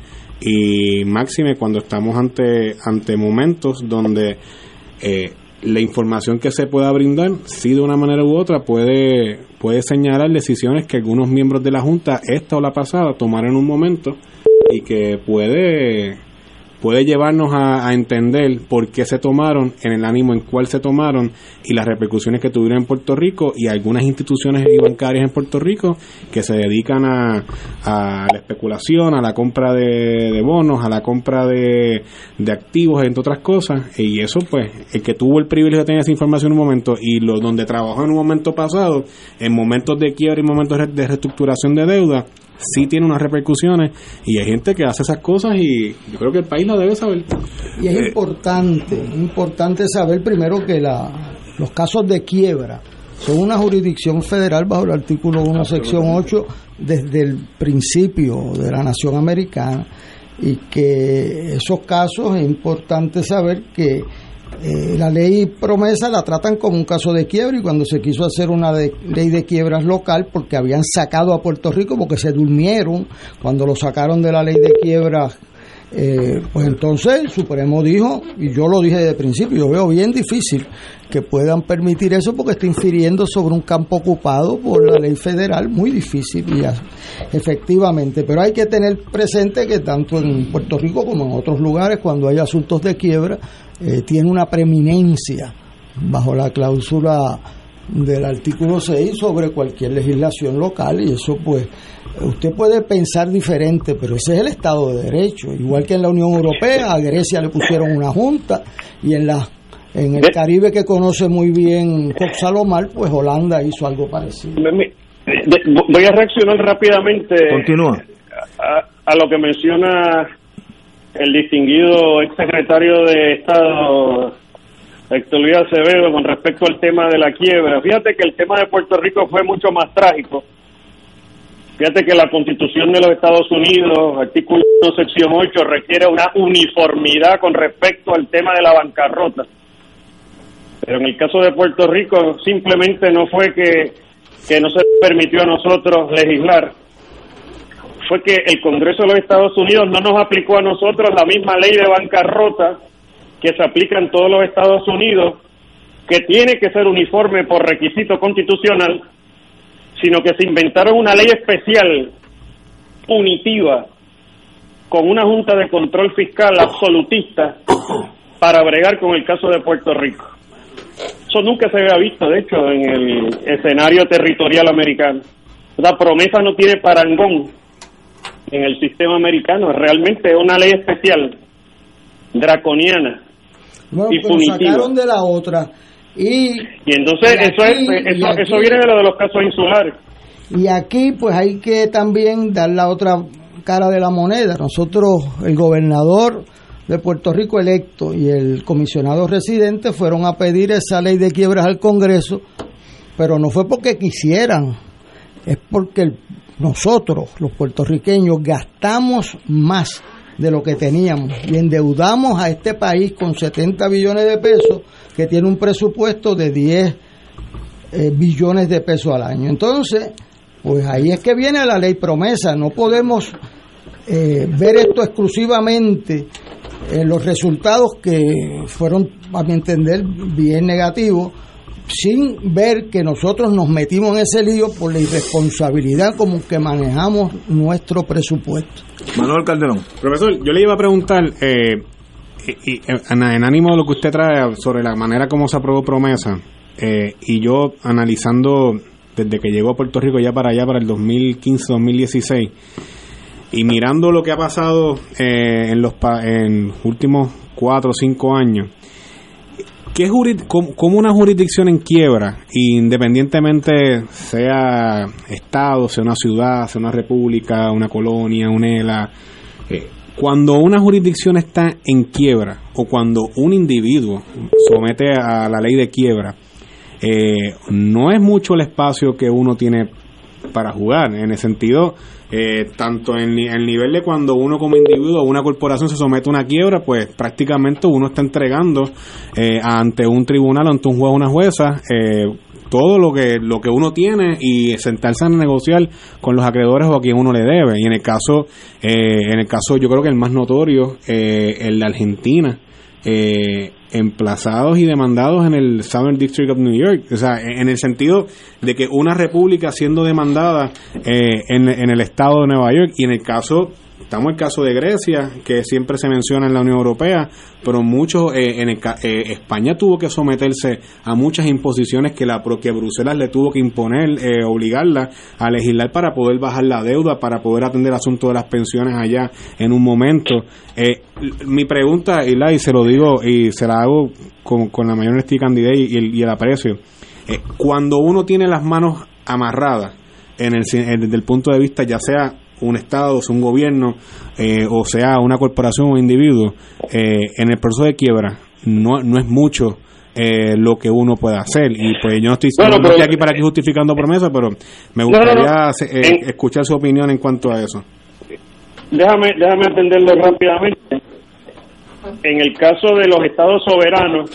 y máxime cuando estamos ante ante momentos donde eh, la información que se pueda brindar, sí, de una manera u otra puede puede señalar decisiones que algunos miembros de la Junta, esta o la pasada, tomaron en un momento, y que puede puede llevarnos a, a entender por qué se tomaron, en el ánimo en cuál se tomaron, y las repercusiones que tuvieron en Puerto Rico y algunas instituciones bancarias en Puerto Rico que se dedican a, a la especulación, a la compra de, de bonos, a la compra de, de activos, entre otras cosas. Y eso, pues, el que tuvo el privilegio de tener esa información en un momento, y lo donde trabajó en un momento pasado, en momentos de quiebra y momentos de reestructuración de deuda, sí tiene unas repercusiones, y hay gente que hace esas cosas, y yo creo que el país lo debe saber. Y es eh, importante, importante saber primero que la, los casos de quiebra son una jurisdicción federal bajo el artículo uno, sección ocho, desde el principio de la nación americana, y que esos casos es importante saber que Eh, la ley promesa la tratan como un caso de quiebra, y cuando se quiso hacer una de, ley de quiebras local, porque habían sacado a Puerto Rico, porque se durmieron cuando lo sacaron de la ley de quiebras, eh, pues entonces el Supremo dijo, y yo lo dije desde el principio, yo veo bien difícil que puedan permitir eso, porque está infiriendo sobre un campo ocupado por la ley federal, muy difícil, y ya, efectivamente. Pero hay que tener presente que tanto en Puerto Rico como en otros lugares, cuando hay asuntos de quiebra, eh, tiene una preeminencia bajo la cláusula del artículo seis sobre cualquier legislación local, y eso pues usted puede pensar diferente, pero ese es el Estado de Derecho. Igual que en la Unión Europea, a Grecia le pusieron una junta, y en la en el Caribe, que conoce muy bien Cox Salomar, pues Holanda hizo algo parecido. Voy a reaccionar rápidamente. Continúa. A, a lo que menciona el distinguido exsecretario de Estado Héctor Luis Acevedo con respecto al tema de la quiebra. Fíjate que el tema de Puerto Rico fue mucho más trágico. Fíjate que la Constitución de los Estados Unidos, artículo uno, sección ocho, requiere una uniformidad con respecto al tema de la bancarrota. Pero en el caso de Puerto Rico simplemente no fue que, que no se permitió a nosotros legislar, fue que el Congreso de los Estados Unidos no nos aplicó a nosotros la misma ley de bancarrota que se aplica en todos los Estados Unidos, que tiene que ser uniforme por requisito constitucional, sino que se inventaron una ley especial, punitiva, con una junta de control fiscal absolutista para bregar con el caso de Puerto Rico. Eso nunca se había visto, de hecho, en el escenario territorial americano. La promesa no tiene parangón en el sistema americano, realmente es una ley especial, draconiana, bueno, y pero punitiva. Sacaron de la otra. Y, y entonces y eso aquí, es eso, aquí, eso viene de lo de los casos insulares. Y aquí pues hay que también dar la otra cara de la moneda. Nosotros, el gobernador de Puerto Rico electo y el comisionado residente fueron a pedir esa ley de quiebras al Congreso, pero no fue porque quisieran, es porque el, nosotros, los puertorriqueños, gastamos más de lo que teníamos y endeudamos a este país con setenta billones de pesos, que tiene un presupuesto de diez eh, billones de pesos al año. Entonces, pues ahí es que viene la ley promesa. No podemos eh, ver esto exclusivamente en los resultados, que fueron, a mi entender, bien negativos, sin ver que nosotros nos metimos en ese lío por la irresponsabilidad como que manejamos nuestro presupuesto. Manuel Calderón. Profesor, yo le iba a preguntar, eh, y, y, en, en ánimo de lo que usted trae sobre la manera como se aprobó promesa, eh, y yo analizando desde que llegó a Puerto Rico ya para allá, para el dos mil quince dos mil dieciséis, y mirando lo que ha pasado eh, en los pa- en últimos cuatro o cinco años, ¿qué jurid- cómo, cómo una jurisdicción en quiebra, independientemente sea estado, sea una ciudad, sea una república, una colonia, una E L A, eh, cuando una jurisdicción está en quiebra o cuando un individuo somete a la ley de quiebra, eh, no es mucho el espacio que uno tiene para jugar, en el sentido, eh, tanto en el nivel de cuando uno como individuo o una corporación se somete a una quiebra, pues prácticamente uno está entregando eh, ante un tribunal, ante un juez o una jueza, eh, todo lo que lo que uno tiene y sentarse a negociar con los acreedores o a quien uno le debe. Y en el caso, eh, en el caso yo creo que el más notorio, eh, el de Argentina, eh, emplazados y demandados en el Southern District of New York, o sea, en el sentido de que una república siendo demandada eh, en, en el estado de Nueva York, y en el caso, estamos en el caso de Grecia, que siempre se menciona en la Unión Europea, pero muchos, eh, en el, eh, España tuvo que someterse a muchas imposiciones que la que Bruselas le tuvo que imponer, eh, obligarla a legislar para poder bajar la deuda, para poder atender el asunto de las pensiones allá en un momento. Eh, mi pregunta, y se lo digo y se la hago con, con la mayor honestidad y candidez y el, y el aprecio, eh, cuando uno tiene las manos amarradas en el, desde el punto de vista ya sea un estado, sea un gobierno, eh, o sea una corporación o un individuo, eh, en el proceso de quiebra no, no es mucho eh, lo que uno puede hacer, y pues yo no estoy, bueno, no, no estoy aquí para aquí justificando promesas, pero me gustaría no, no, no. Eh, en, escuchar su opinión en cuanto a eso. Déjame, déjame atenderlo rápidamente. En el caso de los estados soberanos,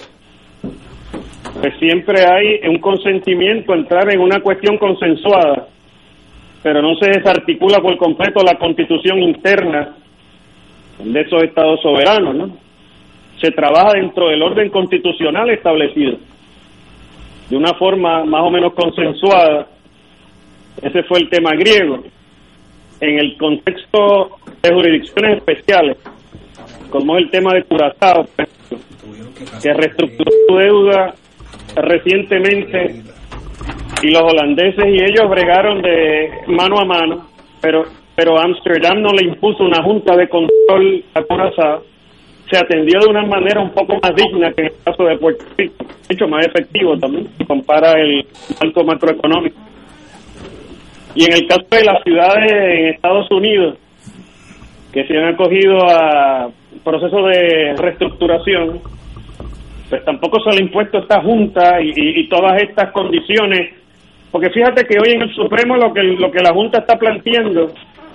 pues siempre hay un consentimiento a entrar en una cuestión consensuada, pero no se desarticula por completo la constitución interna de esos estados soberanos, ¿no? Se trabaja dentro del orden constitucional establecido, de una forma más o menos consensuada. Ese fue el tema griego. En el contexto de jurisdicciones especiales, como es el tema de Curazao, que reestructuró su deuda recientemente y los holandeses y ellos bregaron de mano a mano, pero pero Ámsterdam no le impuso una junta de control a Curazao. Se atendió de una manera un poco más digna que en el caso de Puerto Rico, mucho más efectivo también, si compara el marco macroeconómico. Y en el caso de las ciudades en Estados Unidos, que se han acogido a procesos de reestructuración, pues tampoco se le ha impuesto esta junta y, y, y todas estas condiciones, porque fíjate que hoy en el Supremo lo que lo que la junta está planteando,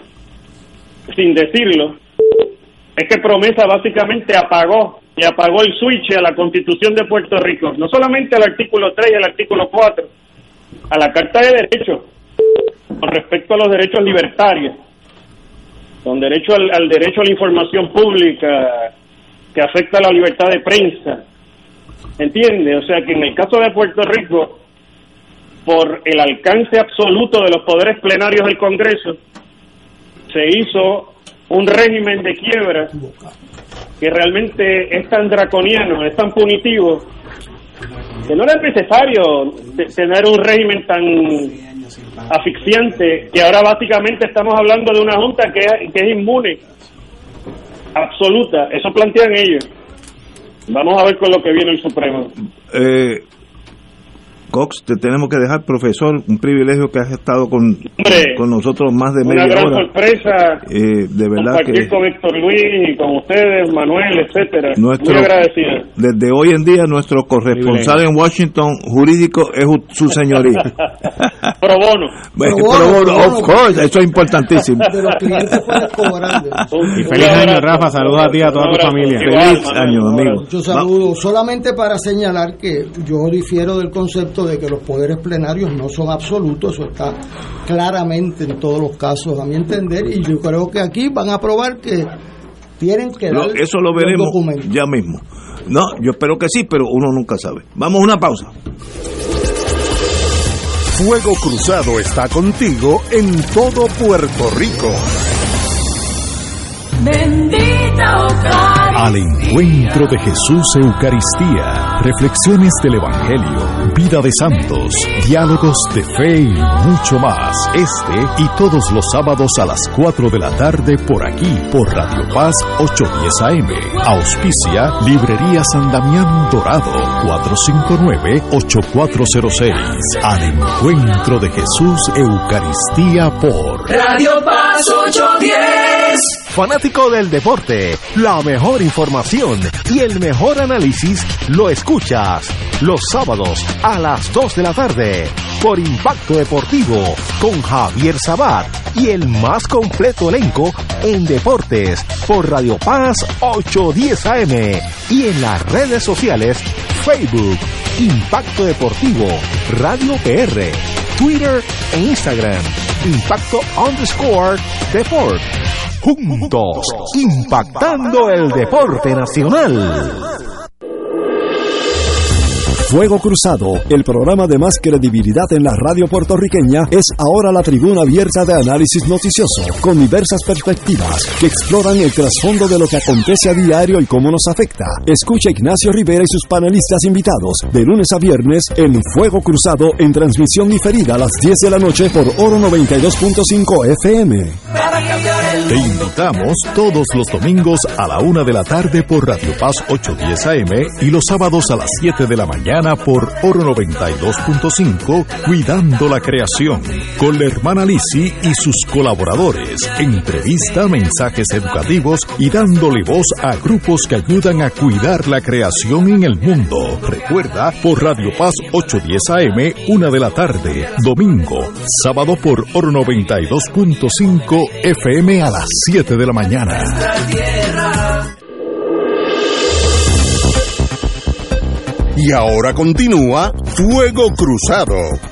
sin decirlo, es que Promesa básicamente apagó y apagó el switch a la Constitución de Puerto Rico, no solamente al artículo tres y al artículo cuatro, a la Carta de Derechos, con respecto a los derechos libertarios, con derecho al, al derecho a la información pública, que afecta a la libertad de prensa, ¿entiende? O sea que en el caso de Puerto Rico, por el alcance absoluto de los poderes plenarios del Congreso, se hizo un régimen de quiebra que realmente es tan draconiano, es tan punitivo, que no era necesario tener un régimen tan asfixiante, que ahora básicamente estamos hablando de una junta que es, que es inmune, absoluta. Eso plantean ellos. Vamos a ver con lo que viene el Supremo. Eh, Cox, te tenemos que dejar, profesor, un privilegio que has estado con, Hombre, con nosotros más de media hora. Una gran sorpresa, eh, de verdad compartir que con Héctor Luis y con ustedes, Manuel, etcétera. Nuestro, muy agradecido. Desde hoy en día, nuestro corresponsal en Washington jurídico es su señoría. Pro bono. Bueno, Pro bono, pro bono, pro of bono. course, eso es importantísimo. De los clientes puedes cobrar. Y feliz año, Rafa, saludos a ti y a toda tu familia. Feliz año, amigo. Yo saludo solamente para señalar que yo difiero del concepto de que los poderes plenarios no son absolutos, eso está claramente en todos los casos a mi entender, y yo creo que aquí van a probar que tienen que dar Lo, eso lo veremos ya mismo. No, yo espero que sí, pero uno nunca sabe. Vamos a una pausa. Fuego Cruzado está contigo en todo Puerto Rico. Bendita Eucaristía. Al encuentro de Jesús Eucaristía, reflexiones del Evangelio, vida de santos, diálogos de fe y mucho más. Este y todos los sábados a las cuatro de la tarde por aquí, por Radio Paz ochocientos diez A M. Auspicia Librería San Damián Dorado, cuatro cinco nueve, ocho cuatro cero seis. Al encuentro de Jesús Eucaristía por Radio Paz ochocientos diez. Fanático del deporte, la mejor información y el mejor análisis lo escuchas los sábados a las dos de la tarde por Impacto Deportivo con Javier Sabat y el más completo elenco en deportes por Radio Paz ochocientos diez A M y en las redes sociales Facebook, Impacto Deportivo, Radio P R, Twitter e Instagram, Impacto underscore Deport. Juntos, impactando el deporte nacional. Fuego Cruzado, el programa de más credibilidad en la radio puertorriqueña, es ahora la tribuna abierta de análisis noticioso, con diversas perspectivas que exploran el trasfondo de lo que acontece a diario y cómo nos afecta. Escucha Ignacio Rivera y sus panelistas invitados de lunes a viernes en Fuego Cruzado, en transmisión diferida a las diez de la noche por Oro noventa y dos punto cinco F M. Te invitamos todos los domingos a la una de la tarde por Radio Paz ochocientos diez A M y los sábados a las siete de la mañana por Oro noventa y dos punto cinco, Cuidando la Creación, con la hermana Lizzy y sus colaboradores. Entrevista, mensajes educativos y dándole voz a grupos que ayudan a cuidar la creación en el mundo. Recuerda, por Radio Paz ochocientos diez A M, una de la tarde, domingo, sábado por Oro noventa y dos punto cinco F M a las siete de la mañana. Y ahora continúa Fuego Cruzado.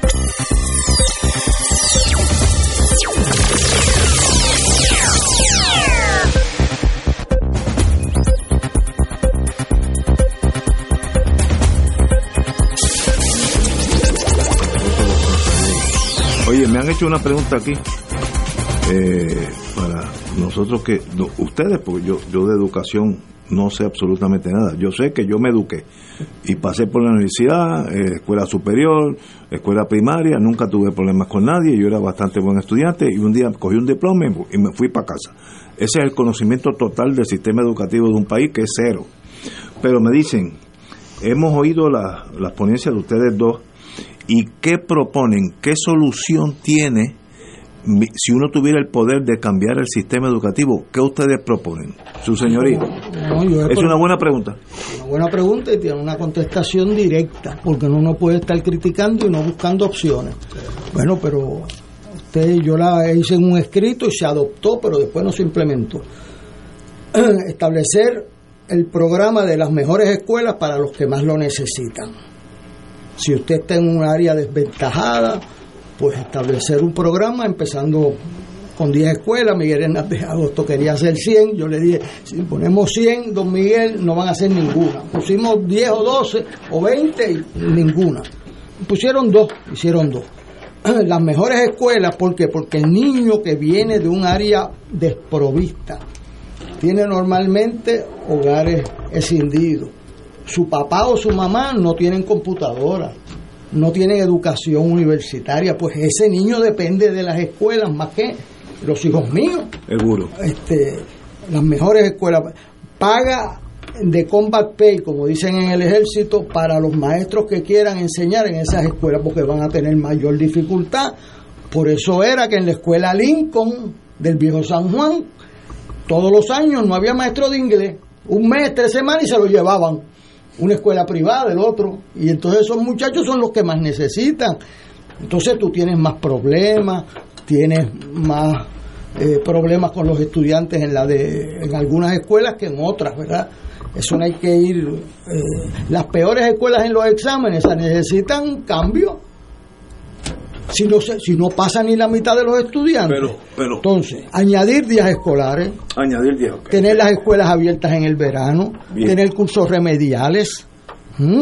Oye, me han hecho una pregunta aquí. Eh, para nosotros que, no, ustedes, porque yo, yo de educación no sé absolutamente nada. Yo sé que yo me eduqué y pasé por la universidad, eh, escuela superior, escuela primaria, nunca tuve problemas con nadie, yo era bastante buen estudiante y un día cogí un diploma y me fui para casa. Ese es el conocimiento total del sistema educativo de un país, que es cero. Pero me dicen, hemos oído la, las ponencias de ustedes dos, ¿y qué proponen? ¿Qué solución tiene si uno tuviera el poder de cambiar el sistema educativo? ¿Qué ustedes proponen, su señoría? No, no, es una buena pregunta. Una buena pregunta y tiene una contestación directa, porque uno no puede estar criticando y no buscando opciones. Bueno, pero usted, yo la hice en un escrito y se adoptó, pero después no se implementó. Establecer el programa de las mejores escuelas para los que más lo necesitan. Si usted está en un área desventajada, pues establecer un programa empezando con diez escuelas. Miguel Hernández Agosto quería hacer cien, yo le dije, si ponemos cien, don Miguel, no van a hacer ninguna. Pusimos diez o doce o veinte y ninguna. Pusieron dos, hicieron dos. Las mejores escuelas, ¿por qué? Porque el niño que viene de un área desprovista tiene normalmente hogares escindidos. Su papá o su mamá no tienen computadora, no tienen educación universitaria, pues ese niño depende de las escuelas más que los hijos míos. Seguro. Este, las mejores escuelas. Paga de combat pay, como dicen en el ejército, para los maestros que quieran enseñar en esas escuelas, porque van a tener mayor dificultad. Por eso era que en la escuela Lincoln del viejo San Juan, todos los años no había maestro de inglés. Un mes, tres semanas y se lo llevaban. Una escuela privada del otro, y entonces esos muchachos son los que más necesitan. Entonces tú tienes más problemas, tienes más eh, problemas con los estudiantes en la de en algunas escuelas que en otras, ¿verdad? Eso no hay que ir. Eh, las peores escuelas en los exámenes necesitan cambio. Si no, se, si no pasa ni la mitad de los estudiantes. Pero, pero, entonces, añadir días escolares. Añadir días, okay. Tener las escuelas abiertas en el verano. Bien. Tener cursos remediales. ¿Mm?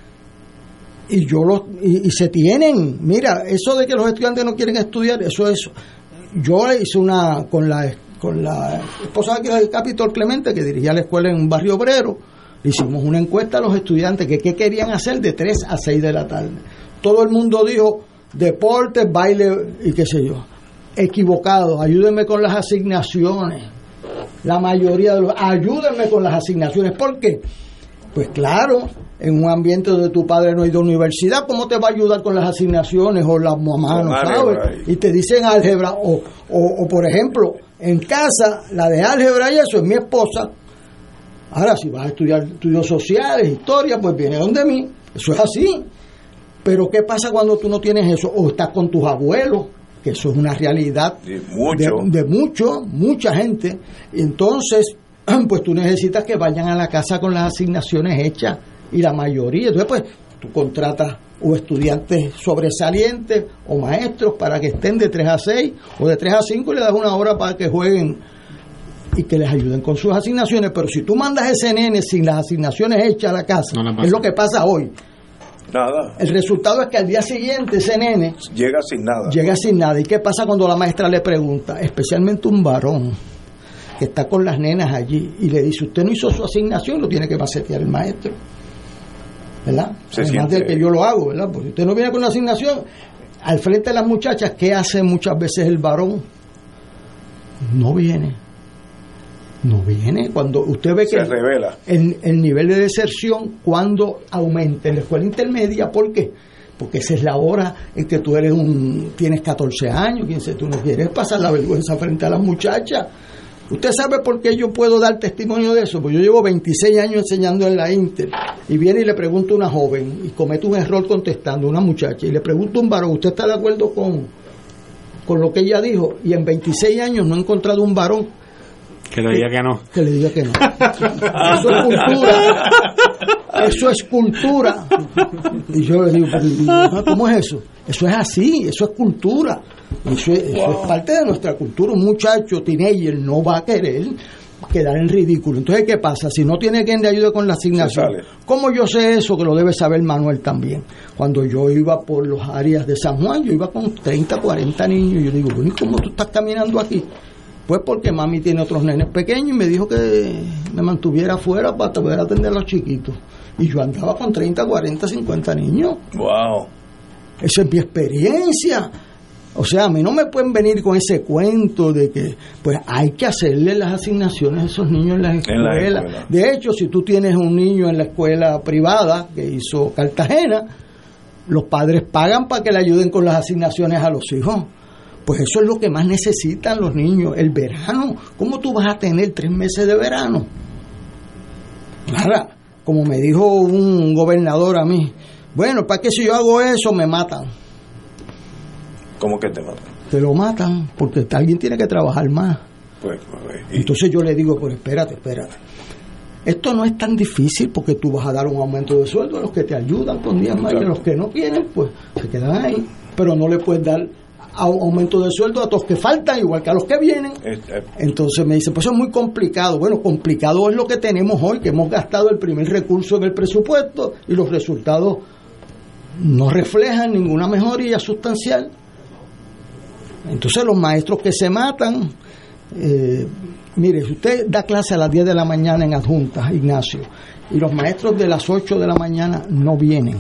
Y yo los y, y se tienen. Mira, eso de que los estudiantes no quieren estudiar, eso es. Yo hice una con la con la esposa de Capitol Clemente, que dirigía la escuela en un barrio obrero. Hicimos una encuesta a los estudiantes que qué querían hacer de tres a seis de la tarde. Todo el mundo dijo deportes, baile y qué sé yo. Equivocados, ayúdenme con las asignaciones. La mayoría de los, ayúdenme con las asignaciones. ¿Por qué? Pues claro, en un ambiente donde tu padre no ha ido a universidad, ¿cómo te va a ayudar con las asignaciones? O la mamá no sabe. Y te dicen álgebra. O, o, o por ejemplo, en casa, la de álgebra y eso es mi esposa. Ahora, si vas a estudiar estudios sociales, historia, pues viene donde mí. Eso es así. Pero ¿qué pasa cuando tú no tienes eso? O estás con tus abuelos, que eso es una realidad de mucho, de, de mucho mucha gente. Y entonces, pues tú necesitas que vayan a la casa con las asignaciones hechas, y la mayoría. Entonces, pues, tú contratas o estudiantes sobresalientes o maestros para que estén de tres a seis o de tres a cinco y le das una hora para que jueguen y que les ayuden con sus asignaciones. Pero si tú mandas ese nene sin las asignaciones hechas a la casa, no es lo que pasa hoy. Nada. El resultado es que al día siguiente ese nene llega sin nada. Llega sin nada. ¿Y qué pasa cuando la maestra le pregunta? Especialmente un varón que está con las nenas allí y le dice, usted no hizo su asignación, lo tiene que macetear el maestro, ¿verdad? Se Además siente... de que yo lo hago, ¿verdad? Porque usted no viene con una asignación. Al frente de las muchachas, ¿qué hace muchas veces el varón? No viene. No viene. Cuando usted ve que se revela el, el nivel de deserción, cuando aumenta en la escuela intermedia, ¿por qué? Porque esa es la hora en que tú eres un tienes catorce años, quince, tú no quieres pasar la vergüenza frente a las muchachas. ¿Usted sabe por qué yo puedo dar testimonio de eso? Pues yo llevo veintiséis años enseñando en la Inter, y viene y le pregunto a una joven y comete un error contestando, una muchacha, y le pregunto a un varón, ¿usted está de acuerdo con, con lo que ella dijo? Y en veintiséis años no he encontrado un varón que le diga que no. Que le diga que no. Eso es cultura. Eso es cultura. Y yo le digo, ¿cómo es eso? Eso es así, eso es cultura. Eso es, eso es parte de nuestra cultura. Un muchacho teenager no va a querer quedar en ridículo. Entonces, ¿qué pasa? Si no tiene quien le ayude con la asignación, ¿cómo yo sé eso? Que lo debe saber Manuel también. Cuando yo iba por los áreas de San Juan, yo iba con treinta, cuarenta niños, y yo digo, bueno, ¿y cómo tú estás caminando aquí? Pues porque mami tiene otros nenes pequeños y me dijo que me mantuviera afuera para poder atender a los chiquitos. Y yo andaba con treinta, cuarenta, cincuenta niños. Wow. Esa es mi experiencia. O sea, a mí no me pueden venir con ese cuento de que pues hay que hacerle las asignaciones a esos niños en las escuelas. En la escuela. De hecho, si tú tienes un niño en la escuela privada que hizo Cartagena, los padres pagan para que le ayuden con las asignaciones a los hijos. Pues eso es lo que más necesitan los niños. El verano, ¿cómo tú vas a tener tres meses de verano? Claro, como me dijo un gobernador a mí, bueno, ¿para qué si yo hago eso me matan? ¿Cómo que te matan? Te lo matan porque alguien tiene que trabajar más. Pues, pues, y... Entonces yo le digo, pues espérate, espérate. Esto no es tan difícil porque tú vas a dar un aumento de sueldo a los que te ayudan con días más, claro. Y a los que no quieren, pues se quedan ahí. Pero no le puedes dar aumento de sueldo a todos los que faltan, igual que a los que vienen. Entonces me dice, pues eso es muy complicado. Bueno, complicado es lo que tenemos hoy, que hemos gastado el primer recurso en el presupuesto y los resultados no reflejan ninguna mejoría sustancial. Entonces los maestros que se matan, eh, mire, si usted da clase a las diez de la mañana en adjuntas, Ignacio, y los maestros de las ocho de la mañana no vienen,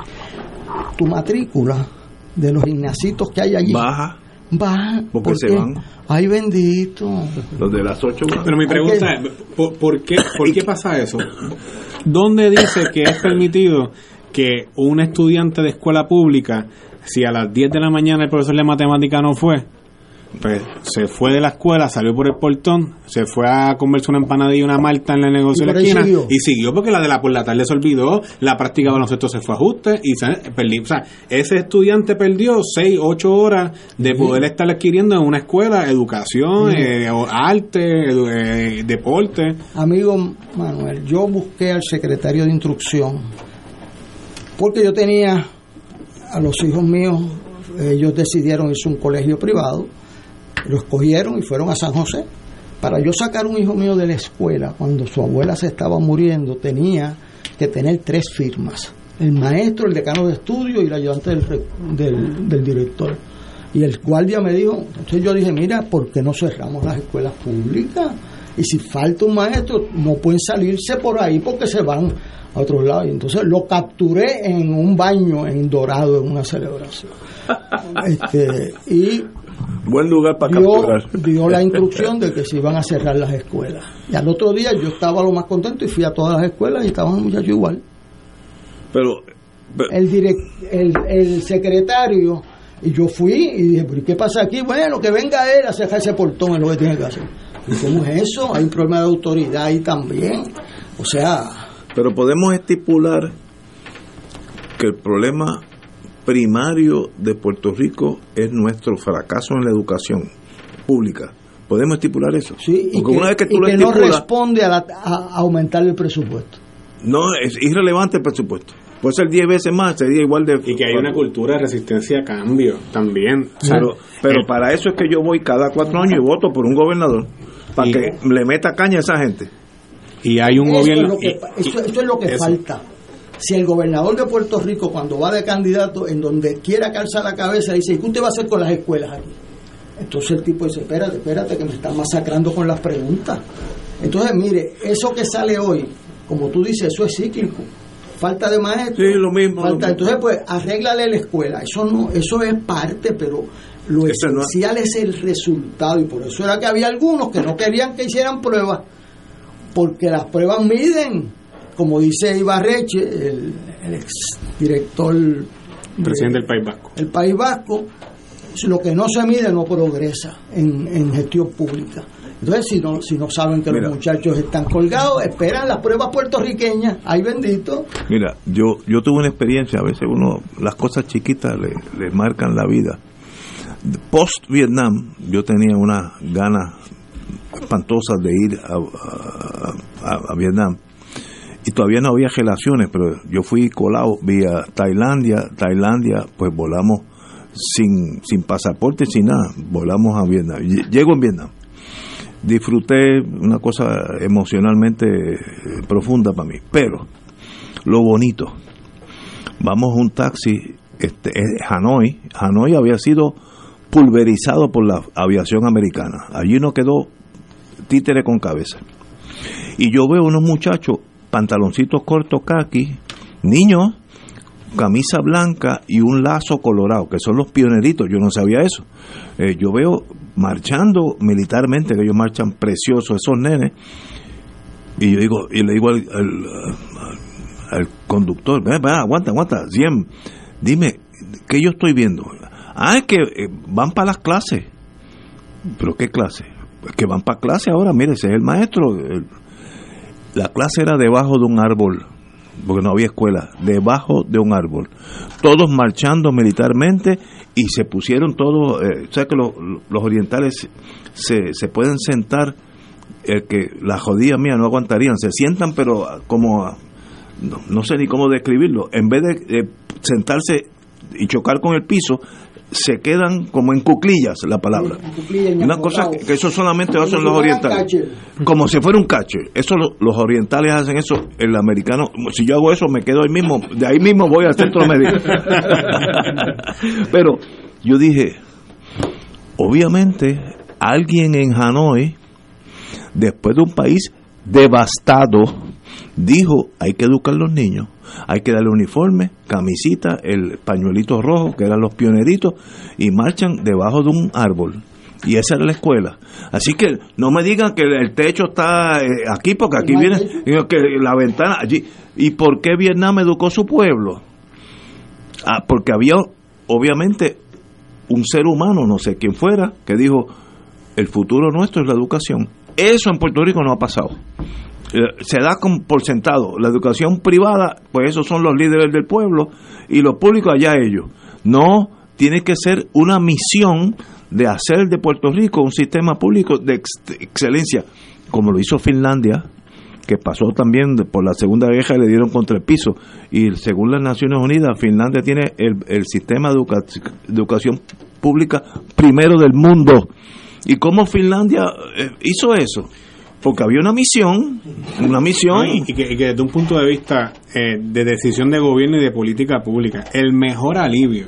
tu matrícula de los ignacitos que hay allí baja, baja porque ¿por se qué? van. Ay, bendito. Los de las ocho bajan. Pero mi pregunta es, ¿por, por qué, ¿por qué pasa eso? ¿Dónde dice que es permitido que un estudiante de escuela pública, si a las diez de la mañana el profesor de matemática no fue, pues se fue de la escuela, salió por el portón, se fue a comerse una empanadilla y una malta en el negocio de la esquina siguió. y siguió porque la de la por la tarde se olvidó, la práctica de baloncesto se fue a ajuste y se perdió. O sea, ese estudiante perdió seis, ocho horas de sí. poder estar adquiriendo en una escuela educación, sí. eh, arte, edu, eh, deporte. Amigo Manuel, yo busqué al secretario de instrucción porque yo tenía a los hijos míos, ellos decidieron irse a un colegio privado. Lo escogieron y fueron a San José. Para yo sacar un hijo mío de la escuela, cuando su abuela se estaba muriendo, tenía que tener tres firmas: el maestro, el decano de estudio y el ayudante del, del, del director. Y el guardia me dijo, entonces yo dije, mira, ¿por qué no cerramos las escuelas públicas? Y si falta un maestro, no pueden salirse por ahí porque se van a otro lado. Y entonces lo capturé en un baño en Dorado, en una celebración. este y buen lugar para dio, capturar. Dio la instrucción de que se iban a cerrar las escuelas. Y al otro día yo estaba lo más contento y fui a todas las escuelas y estaban los muchachos igual. Pero, pero el, direct, el el secretario, y yo fui y dije, ¿pero qué pasa aquí? Bueno, que venga él a cerrar ese portón, es lo que tiene que hacer. ¿Y cómo es eso? Hay un problema de autoridad ahí también. O sea... Pero podemos estipular que el problema primario de Puerto Rico es nuestro fracaso en la educación pública. ¿Podemos estipular eso? Sí, y Porque que, una vez que, tú y lo que no estipulas, responde a, la, a aumentar el presupuesto. No, es irrelevante el presupuesto. Puede ser diez veces más, sería igual de... Y que hay una cultura de resistencia a cambio también. O sea, pero pero el, para eso es que yo voy cada cuatro años y voto por un gobernador, para y, que le meta caña a esa gente. Y hay un eso gobierno... Es lo que, y, eso, eso es lo que eso. falta. Si el gobernador de Puerto Rico, cuando va de candidato, en donde quiera calzar la cabeza, dice, ¿y qué usted va a hacer con las escuelas aquí? Entonces el tipo dice, espérate, espérate, que me están masacrando con las preguntas. Entonces, mire, eso que sale hoy, como tú dices, eso es cíclico. Falta de maestros. Sí, lo mismo. Falta, lo mismo. Entonces, pues, arréglale la escuela. Eso no, eso es parte, pero lo eso esencial no es el resultado. Y por eso era que había algunos que no querían que hicieran pruebas, porque las pruebas miden, como dice Ibarreche, el, el ex director, presidente del País Vasco. El País Vasco, lo que no se mide no progresa en, en gestión pública. Entonces, si no si no saben que Mira, los muchachos están colgados, esperan las pruebas puertorriqueñas. ¡Ay, bendito! Mira, yo yo tuve una experiencia, a veces uno, las cosas chiquitas le, le marcan la vida. Post-Vietnam, yo tenía unas ganas espantosas de ir a, a, a, a Vietnam. Y todavía no había relaciones, pero yo fui colado vía Tailandia. Tailandia, pues volamos sin, sin pasaporte, sin nada. Volamos a Vietnam. Llego en Vietnam. Disfruté una cosa emocionalmente profunda para mí. Pero lo bonito, vamos a un taxi, este, es Hanoi. Hanoi había sido pulverizado por la aviación americana. Allí no quedó títere con cabeza. Y yo veo unos muchachos, pantaloncitos cortos caqui, niños, camisa blanca y un lazo colorado, que son los pioneritos. Yo no sabía eso. Eh, yo veo marchando militarmente, que ellos marchan preciosos, esos nenes. Y yo digo, y le digo al, al, al conductor, ven, ven, aguanta, aguanta, Ziem, dime, ¿qué yo estoy viendo? Ah, es que eh, van para las clases. ¿Pero qué clase? Es que van para clase ahora, mire, ese es el maestro. El, la clase era debajo de un árbol, porque no había escuela, debajo de un árbol. Todos marchando militarmente y se pusieron todos, eh, o sea que lo, los orientales se, se pueden sentar, el que la jodía mía no aguantarían, se sientan pero como, no, no sé ni cómo describirlo, en vez de eh, sentarse y chocar con el piso, se quedan como en cuclillas, la palabra. Una cosa que, que eso solamente lo hacen los orientales. Como si fuera un cache. Eso lo, los orientales hacen eso, el americano, si yo hago eso me quedo ahí mismo, de ahí mismo voy al centro médico. Pero yo dije, obviamente alguien en Hanoi, después de un país devastado, dijo, hay que educar a los niños, hay que darle uniforme, camisita, el pañuelito rojo, que eran los pioneritos, y marchan debajo de un árbol. Y esa era la escuela. Así que no me digan que el techo está aquí, porque aquí viene, que la ventana allí. ¿Y por qué Vietnam educó su pueblo? Ah, porque había, obviamente, un ser humano, no sé quién fuera, que dijo, el futuro nuestro es la educación. Eso en Puerto Rico no ha pasado. Se da por sentado la educación privada, pues esos son los líderes del pueblo, y los públicos allá ellos. No, tiene que ser una misión de hacer de Puerto Rico un sistema público de ex- excelencia, como lo hizo Finlandia, que pasó también por la Segunda Guerra y le dieron contra el piso, y según las Naciones Unidas, Finlandia tiene el, el sistema de, educa- de educación pública primero del mundo. ¿Y cómo Finlandia eh, hizo eso? Porque había una misión, una misión. No, y, que, y que desde un punto de vista eh, de decisión de gobierno y de política pública, el mejor alivio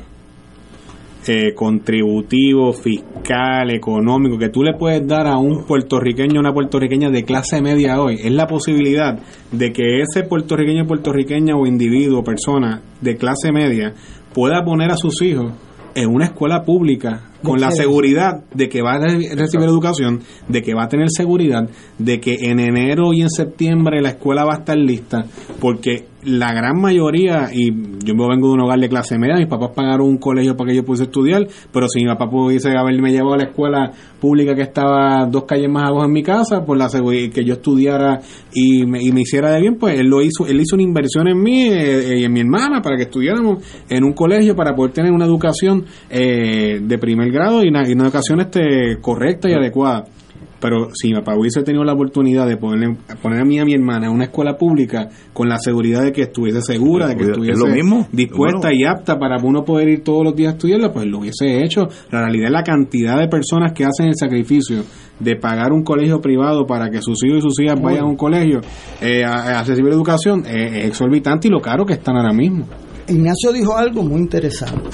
eh, contributivo, fiscal, económico, que tú le puedes dar a un puertorriqueño, una puertorriqueña de clase media hoy, es la posibilidad de que ese puertorriqueño, puertorriqueña o individuo, persona de clase media, pueda poner a sus hijos en una escuela pública con la seguridad de que va a recibir educación, de que va a tener seguridad, de que en enero y en septiembre la escuela va a estar lista, porque la gran mayoría, y yo vengo de un hogar de clase media, mis papás pagaron un colegio para que yo pudiese estudiar, pero si mi papá pudiese haberme llevado a la escuela pública que estaba dos calles más abajo en mi casa, por la seguridad que yo estudiara y me, y me hiciera de bien, pues él lo hizo, él hizo una inversión en mí eh, y en mi hermana para que estudiáramos en un colegio para poder tener una educación eh, de primer grado y una, y una educación este, correcta y adecuada. Pero si mi papá hubiese tenido la oportunidad de ponerle, poner a mí y a mi hermana en una escuela pública con la seguridad de que estuviese segura, de que estuviese lo mismo, dispuesta bueno. y apta para uno poder ir todos los días a estudiarla, pues lo hubiese hecho. La realidad es la cantidad de personas que hacen el sacrificio de pagar un colegio privado para que sus hijos y sus hijas vayan a un colegio eh, a, a recibir educación eh, es exorbitante, y lo caro que están ahora mismo. Ignacio dijo algo muy interesante.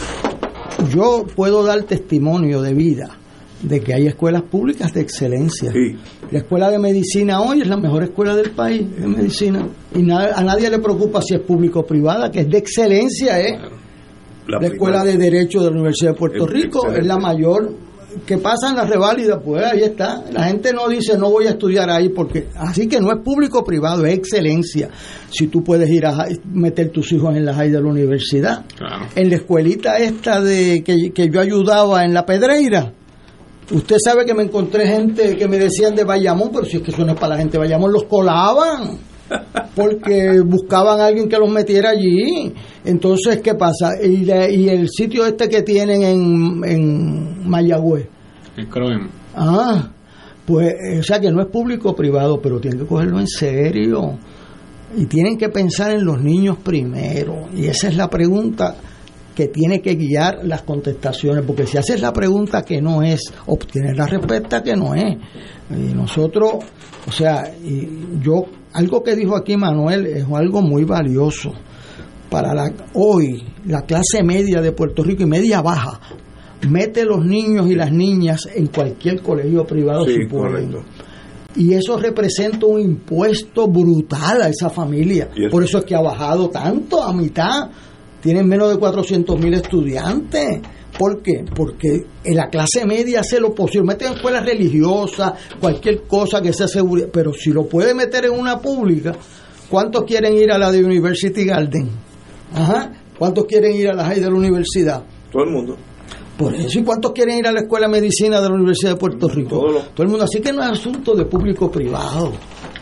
Yo puedo dar testimonio de vida de que hay escuelas públicas de excelencia. Sí. La escuela de medicina hoy es la mejor escuela del país de medicina, y nada, a nadie le preocupa si es público o privada, que es de excelencia, ¿eh? La, la escuela de Derecho de la Universidad de Puerto Rico excelente. Es la mayor. Que pasa en la reválida, pues ahí está. La gente no dice no voy a estudiar ahí, porque así que no es público o privado, es excelencia. Si tú puedes ir a meter tus hijos en la high de la universidad, claro. En la escuelita esta de que, que yo ayudaba en La Pedreira, usted sabe que me encontré gente que me decían de Bayamón, pero si es que eso no es para la gente de Bayamón, los colaban porque buscaban a alguien que los metiera allí. Entonces, ¿qué pasa? Y, de, y el sitio este que tienen en, en Mayagüez, el Croem. Ah, pues, o sea que no es público o privado, pero tienen que cogerlo en serio y tienen que pensar en los niños primero, y esa es la pregunta que tiene que guiar las contestaciones, porque si haces la pregunta que no es, obtienes la respuesta que no es. Y nosotros, o sea, y yo, algo que dijo aquí Manuel es algo muy valioso para la, hoy la clase media de Puerto Rico y media baja, mete los niños y las niñas en cualquier colegio privado Sí, si pueden. correcto. Y eso representa un impuesto brutal a esa familia. Y eso- Por eso es que ha bajado tanto, a mitad. Tienen menos de cuatrocientos mil estudiantes. ¿Por qué? Porque en la clase media hace lo posible. Mete en escuelas religiosas, cualquier cosa que sea seguridad. Pero si lo puede meter en una pública, ¿cuántos quieren ir a la de University Garden? Ajá. ¿Cuántos quieren ir a la high de la universidad? Todo el mundo. Por eso, ¿y cuántos quieren ir a la Escuela de Medicina de la Universidad de Puerto Rico? Todo, lo... Todo el mundo. Así que no es asunto de público-privado.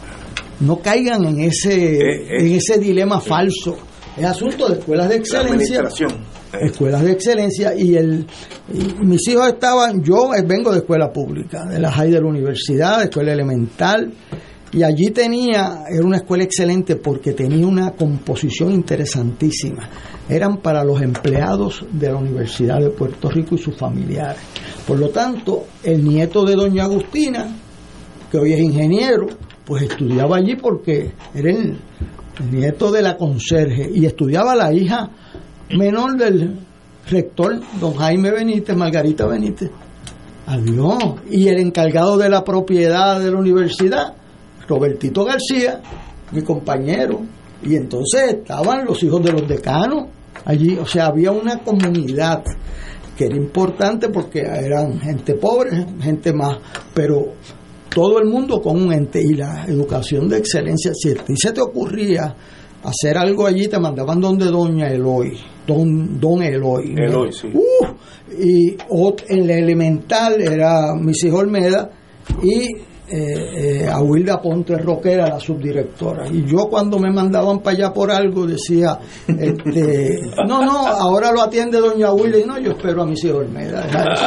No caigan en ese eh, eh, en ese dilema sí. falso. Es asunto de escuelas de excelencia. Escuelas de excelencia. Y el y mis hijos estaban, yo vengo de escuela pública, de la high de la universidad, de escuela elemental. Y allí tenía, era una escuela excelente porque tenía una composición interesantísima. Eran para los empleados de la Universidad de Puerto Rico y sus familiares. Por lo tanto, el nieto de doña Agustina, que hoy es ingeniero, pues estudiaba allí porque era el, el nieto de la conserje y estudiaba la hija menor del rector, don Jaime Benítez, Margarita Benítez. Adiós. Y el encargado de la propiedad de la universidad, Robertito García, mi compañero, y entonces estaban los hijos de los decanos allí, o sea, había una comunidad que era importante porque eran gente pobre, gente más, pero todo el mundo con un ente, y la educación de excelencia. Si a ti se te ocurría hacer algo allí, te mandaban donde doña Eloy, don, don Eloy, Eloy, sí. Uh, y ot, en la elemental era Misis Olmeda y Eh, eh, a Wilda Ponte Roquera, la subdirectora, y yo cuando me mandaban para allá por algo decía este, no, no, ahora lo atiende doña Wilda, y no, yo espero a mis hijos Olmeda,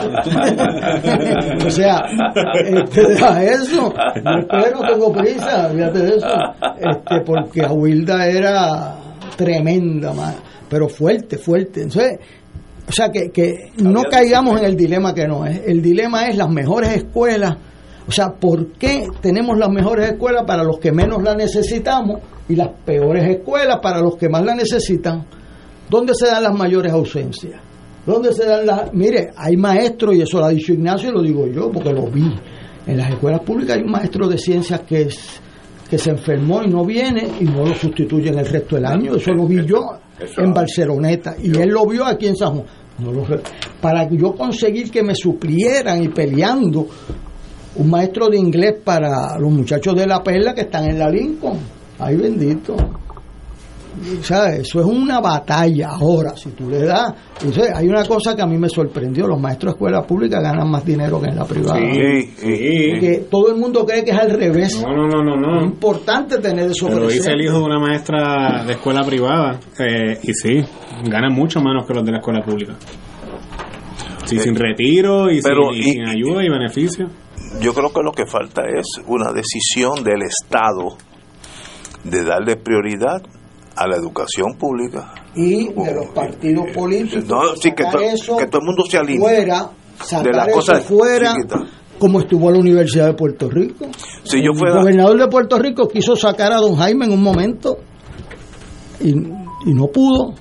o sea, este, deja eso, yo espero, no tengo prisa, fíjate de eso, este, porque a Wilda era tremenda, man, pero fuerte, fuerte, entonces, o sea, que, que no caigamos en el dilema que no es, el dilema es las mejores escuelas. O sea, ¿por qué tenemos las mejores escuelas para los que menos la necesitamos y las peores escuelas para los que más la necesitan? ¿Dónde se dan las mayores ausencias? ¿Dónde se dan las...? Mire, hay maestros, y eso lo ha dicho Ignacio y lo digo yo porque lo vi. En las escuelas públicas hay un maestro de ciencias que, es, que se enfermó y no viene y no lo sustituyen el resto del año. Eso lo vi yo en Barceloneta y él lo vio aquí en San Juan. No lo, para yo conseguir que me suplieran y peleando un maestro de inglés para los muchachos de La Perla que están en la Lincoln. Ay, bendito. O sea, eso es una batalla ahora, si tú le das. Entonces, hay una cosa que a mí me sorprendió: los maestros de escuela pública ganan más dinero que en la privada. Sí, sí. Que todo el mundo cree que es al revés. No, no, no, no. no. Es importante tener eso presente. Lo dice el hijo de una maestra de escuela privada, eh, y sí, ganan mucho menos que los de la escuela pública. Sí, eh, sin retiro y, pero, sin, y, y sin ayuda y beneficio. Yo creo que lo que falta es una decisión del Estado de darle prioridad a la educación pública y de los partidos políticos. No, sí, que, to, eso que todo el mundo se alinee fuera, sacar de las eso cosas fuera, chiquitas. Como estuvo la Universidad de Puerto Rico. Si yo fuera... El gobernador de Puerto Rico quiso sacar a don Jaime en un momento y, y no pudo.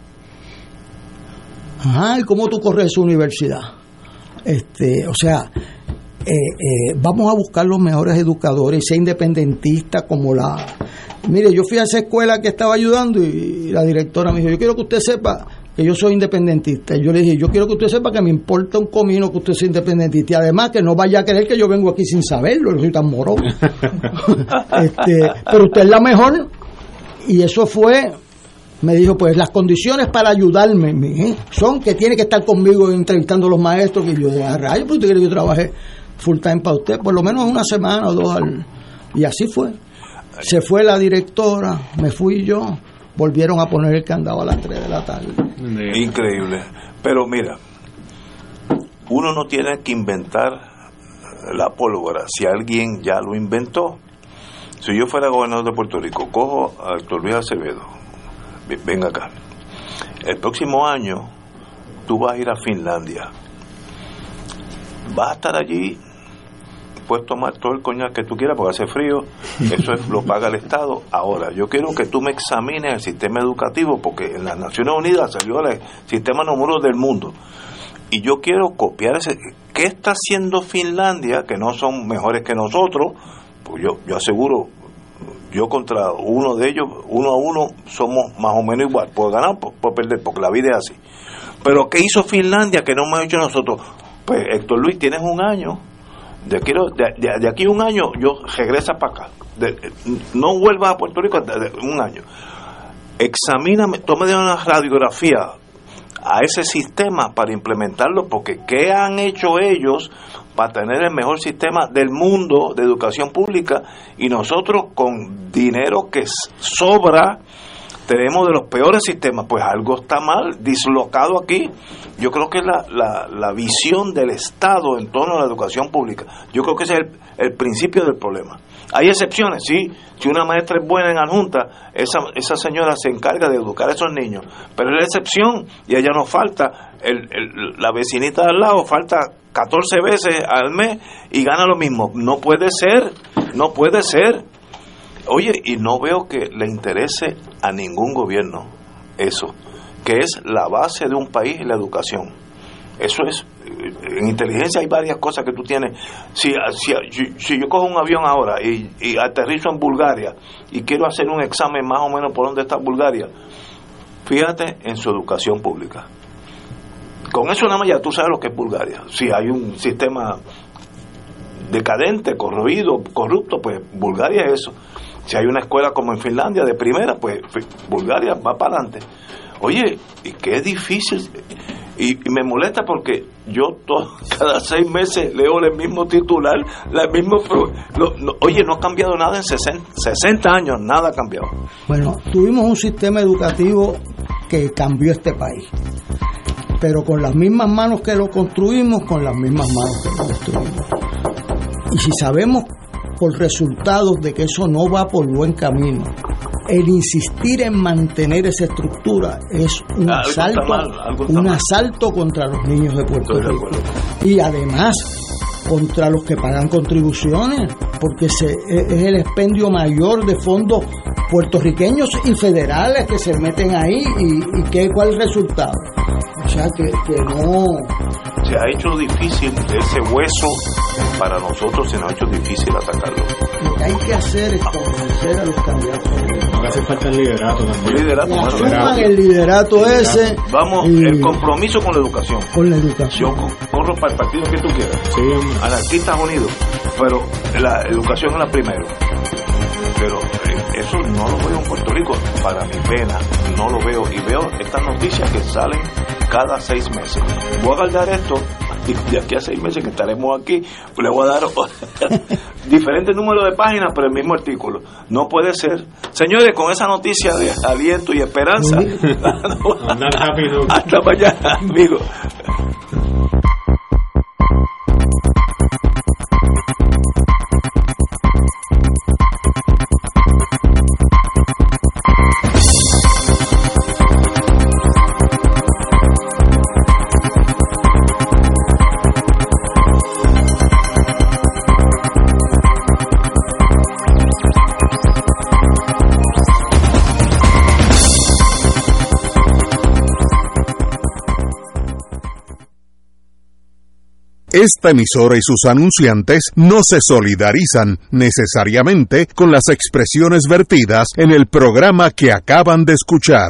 Ajá, ¿y cómo tú corres esa universidad? Este, o sea, Eh, eh, vamos a buscar los mejores educadores y ser independentistas como la... Mire, yo fui a esa escuela que estaba ayudando y la directora me dijo, yo quiero que usted sepa que yo soy independentista. Y yo le dije, yo quiero que usted sepa que me importa un comino que usted sea independentista y además que no vaya a creer que yo vengo aquí sin saberlo, yo soy tan morón. este, pero usted es la mejor. Y eso fue... Me dijo, pues las condiciones para ayudarme ¿eh? son que tiene que estar conmigo entrevistando a los maestros. Y yo, a rayos, pues usted quiere que yo trabaje full time para usted, por lo menos una semana o dos. Al... Y así fue. Se fue la directora, me fui yo, volvieron a poner el candado a las tres de la tarde. Increíble. Pero mira, uno no tiene que inventar la pólvora si alguien ya lo inventó. Si yo fuera gobernador de Puerto Rico, cojo a Héctor Luis Acevedo, ven acá, el próximo año tú vas a ir a Finlandia, vas a estar allí, puedes tomar todo el coñac que tú quieras porque hace frío, eso es, lo paga el Estado. Ahora, yo quiero que tú me examines el sistema educativo porque en las Naciones Unidas salió el sistema número uno del mundo y yo quiero copiar ese. ¿Qué está haciendo Finlandia, que no son mejores que nosotros? Pues yo, yo aseguro, yo contra uno de ellos, uno a uno, somos más o menos igual. Puedo ganar, puedo perder, porque la vida es así. Pero ¿qué hizo Finlandia que no hemos hecho nosotros? Pues Héctor Luis, tienes un año. De aquí, de, de, de aquí un año, yo regresa para acá. De, no vuelvas a Puerto Rico de, de un año. Examíname, tómame una radiografía a ese sistema para implementarlo, porque ¿qué han hecho ellos para tener el mejor sistema del mundo de educación pública? Y nosotros con dinero que sobra tenemos de los peores sistemas. Pues algo está mal, dislocado aquí. Yo creo que es la, la, la visión del Estado en torno a la educación pública. Yo creo que ese es el, el principio del problema. Hay excepciones, sí. Si una maestra es buena en adjunta, esa, esa señora se encarga de educar a esos niños. Pero es la excepción, y a ella nos falta, el, el, la vecinita de al lado falta catorce veces al mes y gana lo mismo. No puede ser, no puede ser. Oye, y no veo que le interese a ningún gobierno eso, que es la base de un país, la educación. Eso es, en inteligencia hay varias cosas que tú tienes. Si, si, si yo cojo un avión ahora y, y aterrizo en Bulgaria y quiero hacer un examen más o menos por dónde está Bulgaria, fíjate en su educación pública. Con eso nada más ya tú sabes lo que es Bulgaria. Si hay un sistema decadente, corroído, corrupto, pues Bulgaria es eso. Si hay una escuela como en Finlandia de primera, pues Bulgaria va para adelante. Oye, y qué difícil. Y, y me molesta porque yo todo, cada seis meses leo el mismo titular, la mismo, lo, no, oye, no ha cambiado nada en sesenta, sesenta años, nada ha cambiado. Bueno, tuvimos un sistema educativo que cambió este país, pero con las mismas manos que lo construimos, con las mismas manos que lo destruimos. Y si sabemos por resultados de que eso no va por buen camino, el insistir en mantener esa estructura es un algo asalto mal, un asalto contra los niños de Puerto Rico, y además contra los que pagan contribuciones, porque se, es el expendio mayor de fondos puertorriqueños y federales que se meten ahí, y, y ¿qué, ¿cuál es el resultado? O sea, que, que no... Se ha hecho difícil ese hueso, para nosotros se nos ha hecho difícil atacarlo. Lo que hay que hacer es convencer a los candidatos. Lo que hace falta es liderato también. Liderato, bueno, liderato. el liderato liderato ese. Vamos, y, el compromiso con la educación. Con la educación. Yo corro para el partido que tú quieras. Sí. Anarquistas Unidos. Pero la educación es la primera. Pero eso no lo veo en Puerto Rico, para mi pena, no lo veo. Y veo estas noticias que salen cada seis meses. Voy a guardar esto, y de aquí a seis meses que estaremos aquí, le voy a dar diferentes números de páginas, pero el mismo artículo. No puede ser. Señores, con esa noticia de aliento y esperanza, hasta mañana, amigos. Esta emisora y sus anunciantes no se solidarizan necesariamente con las expresiones vertidas en el programa que acaban de escuchar.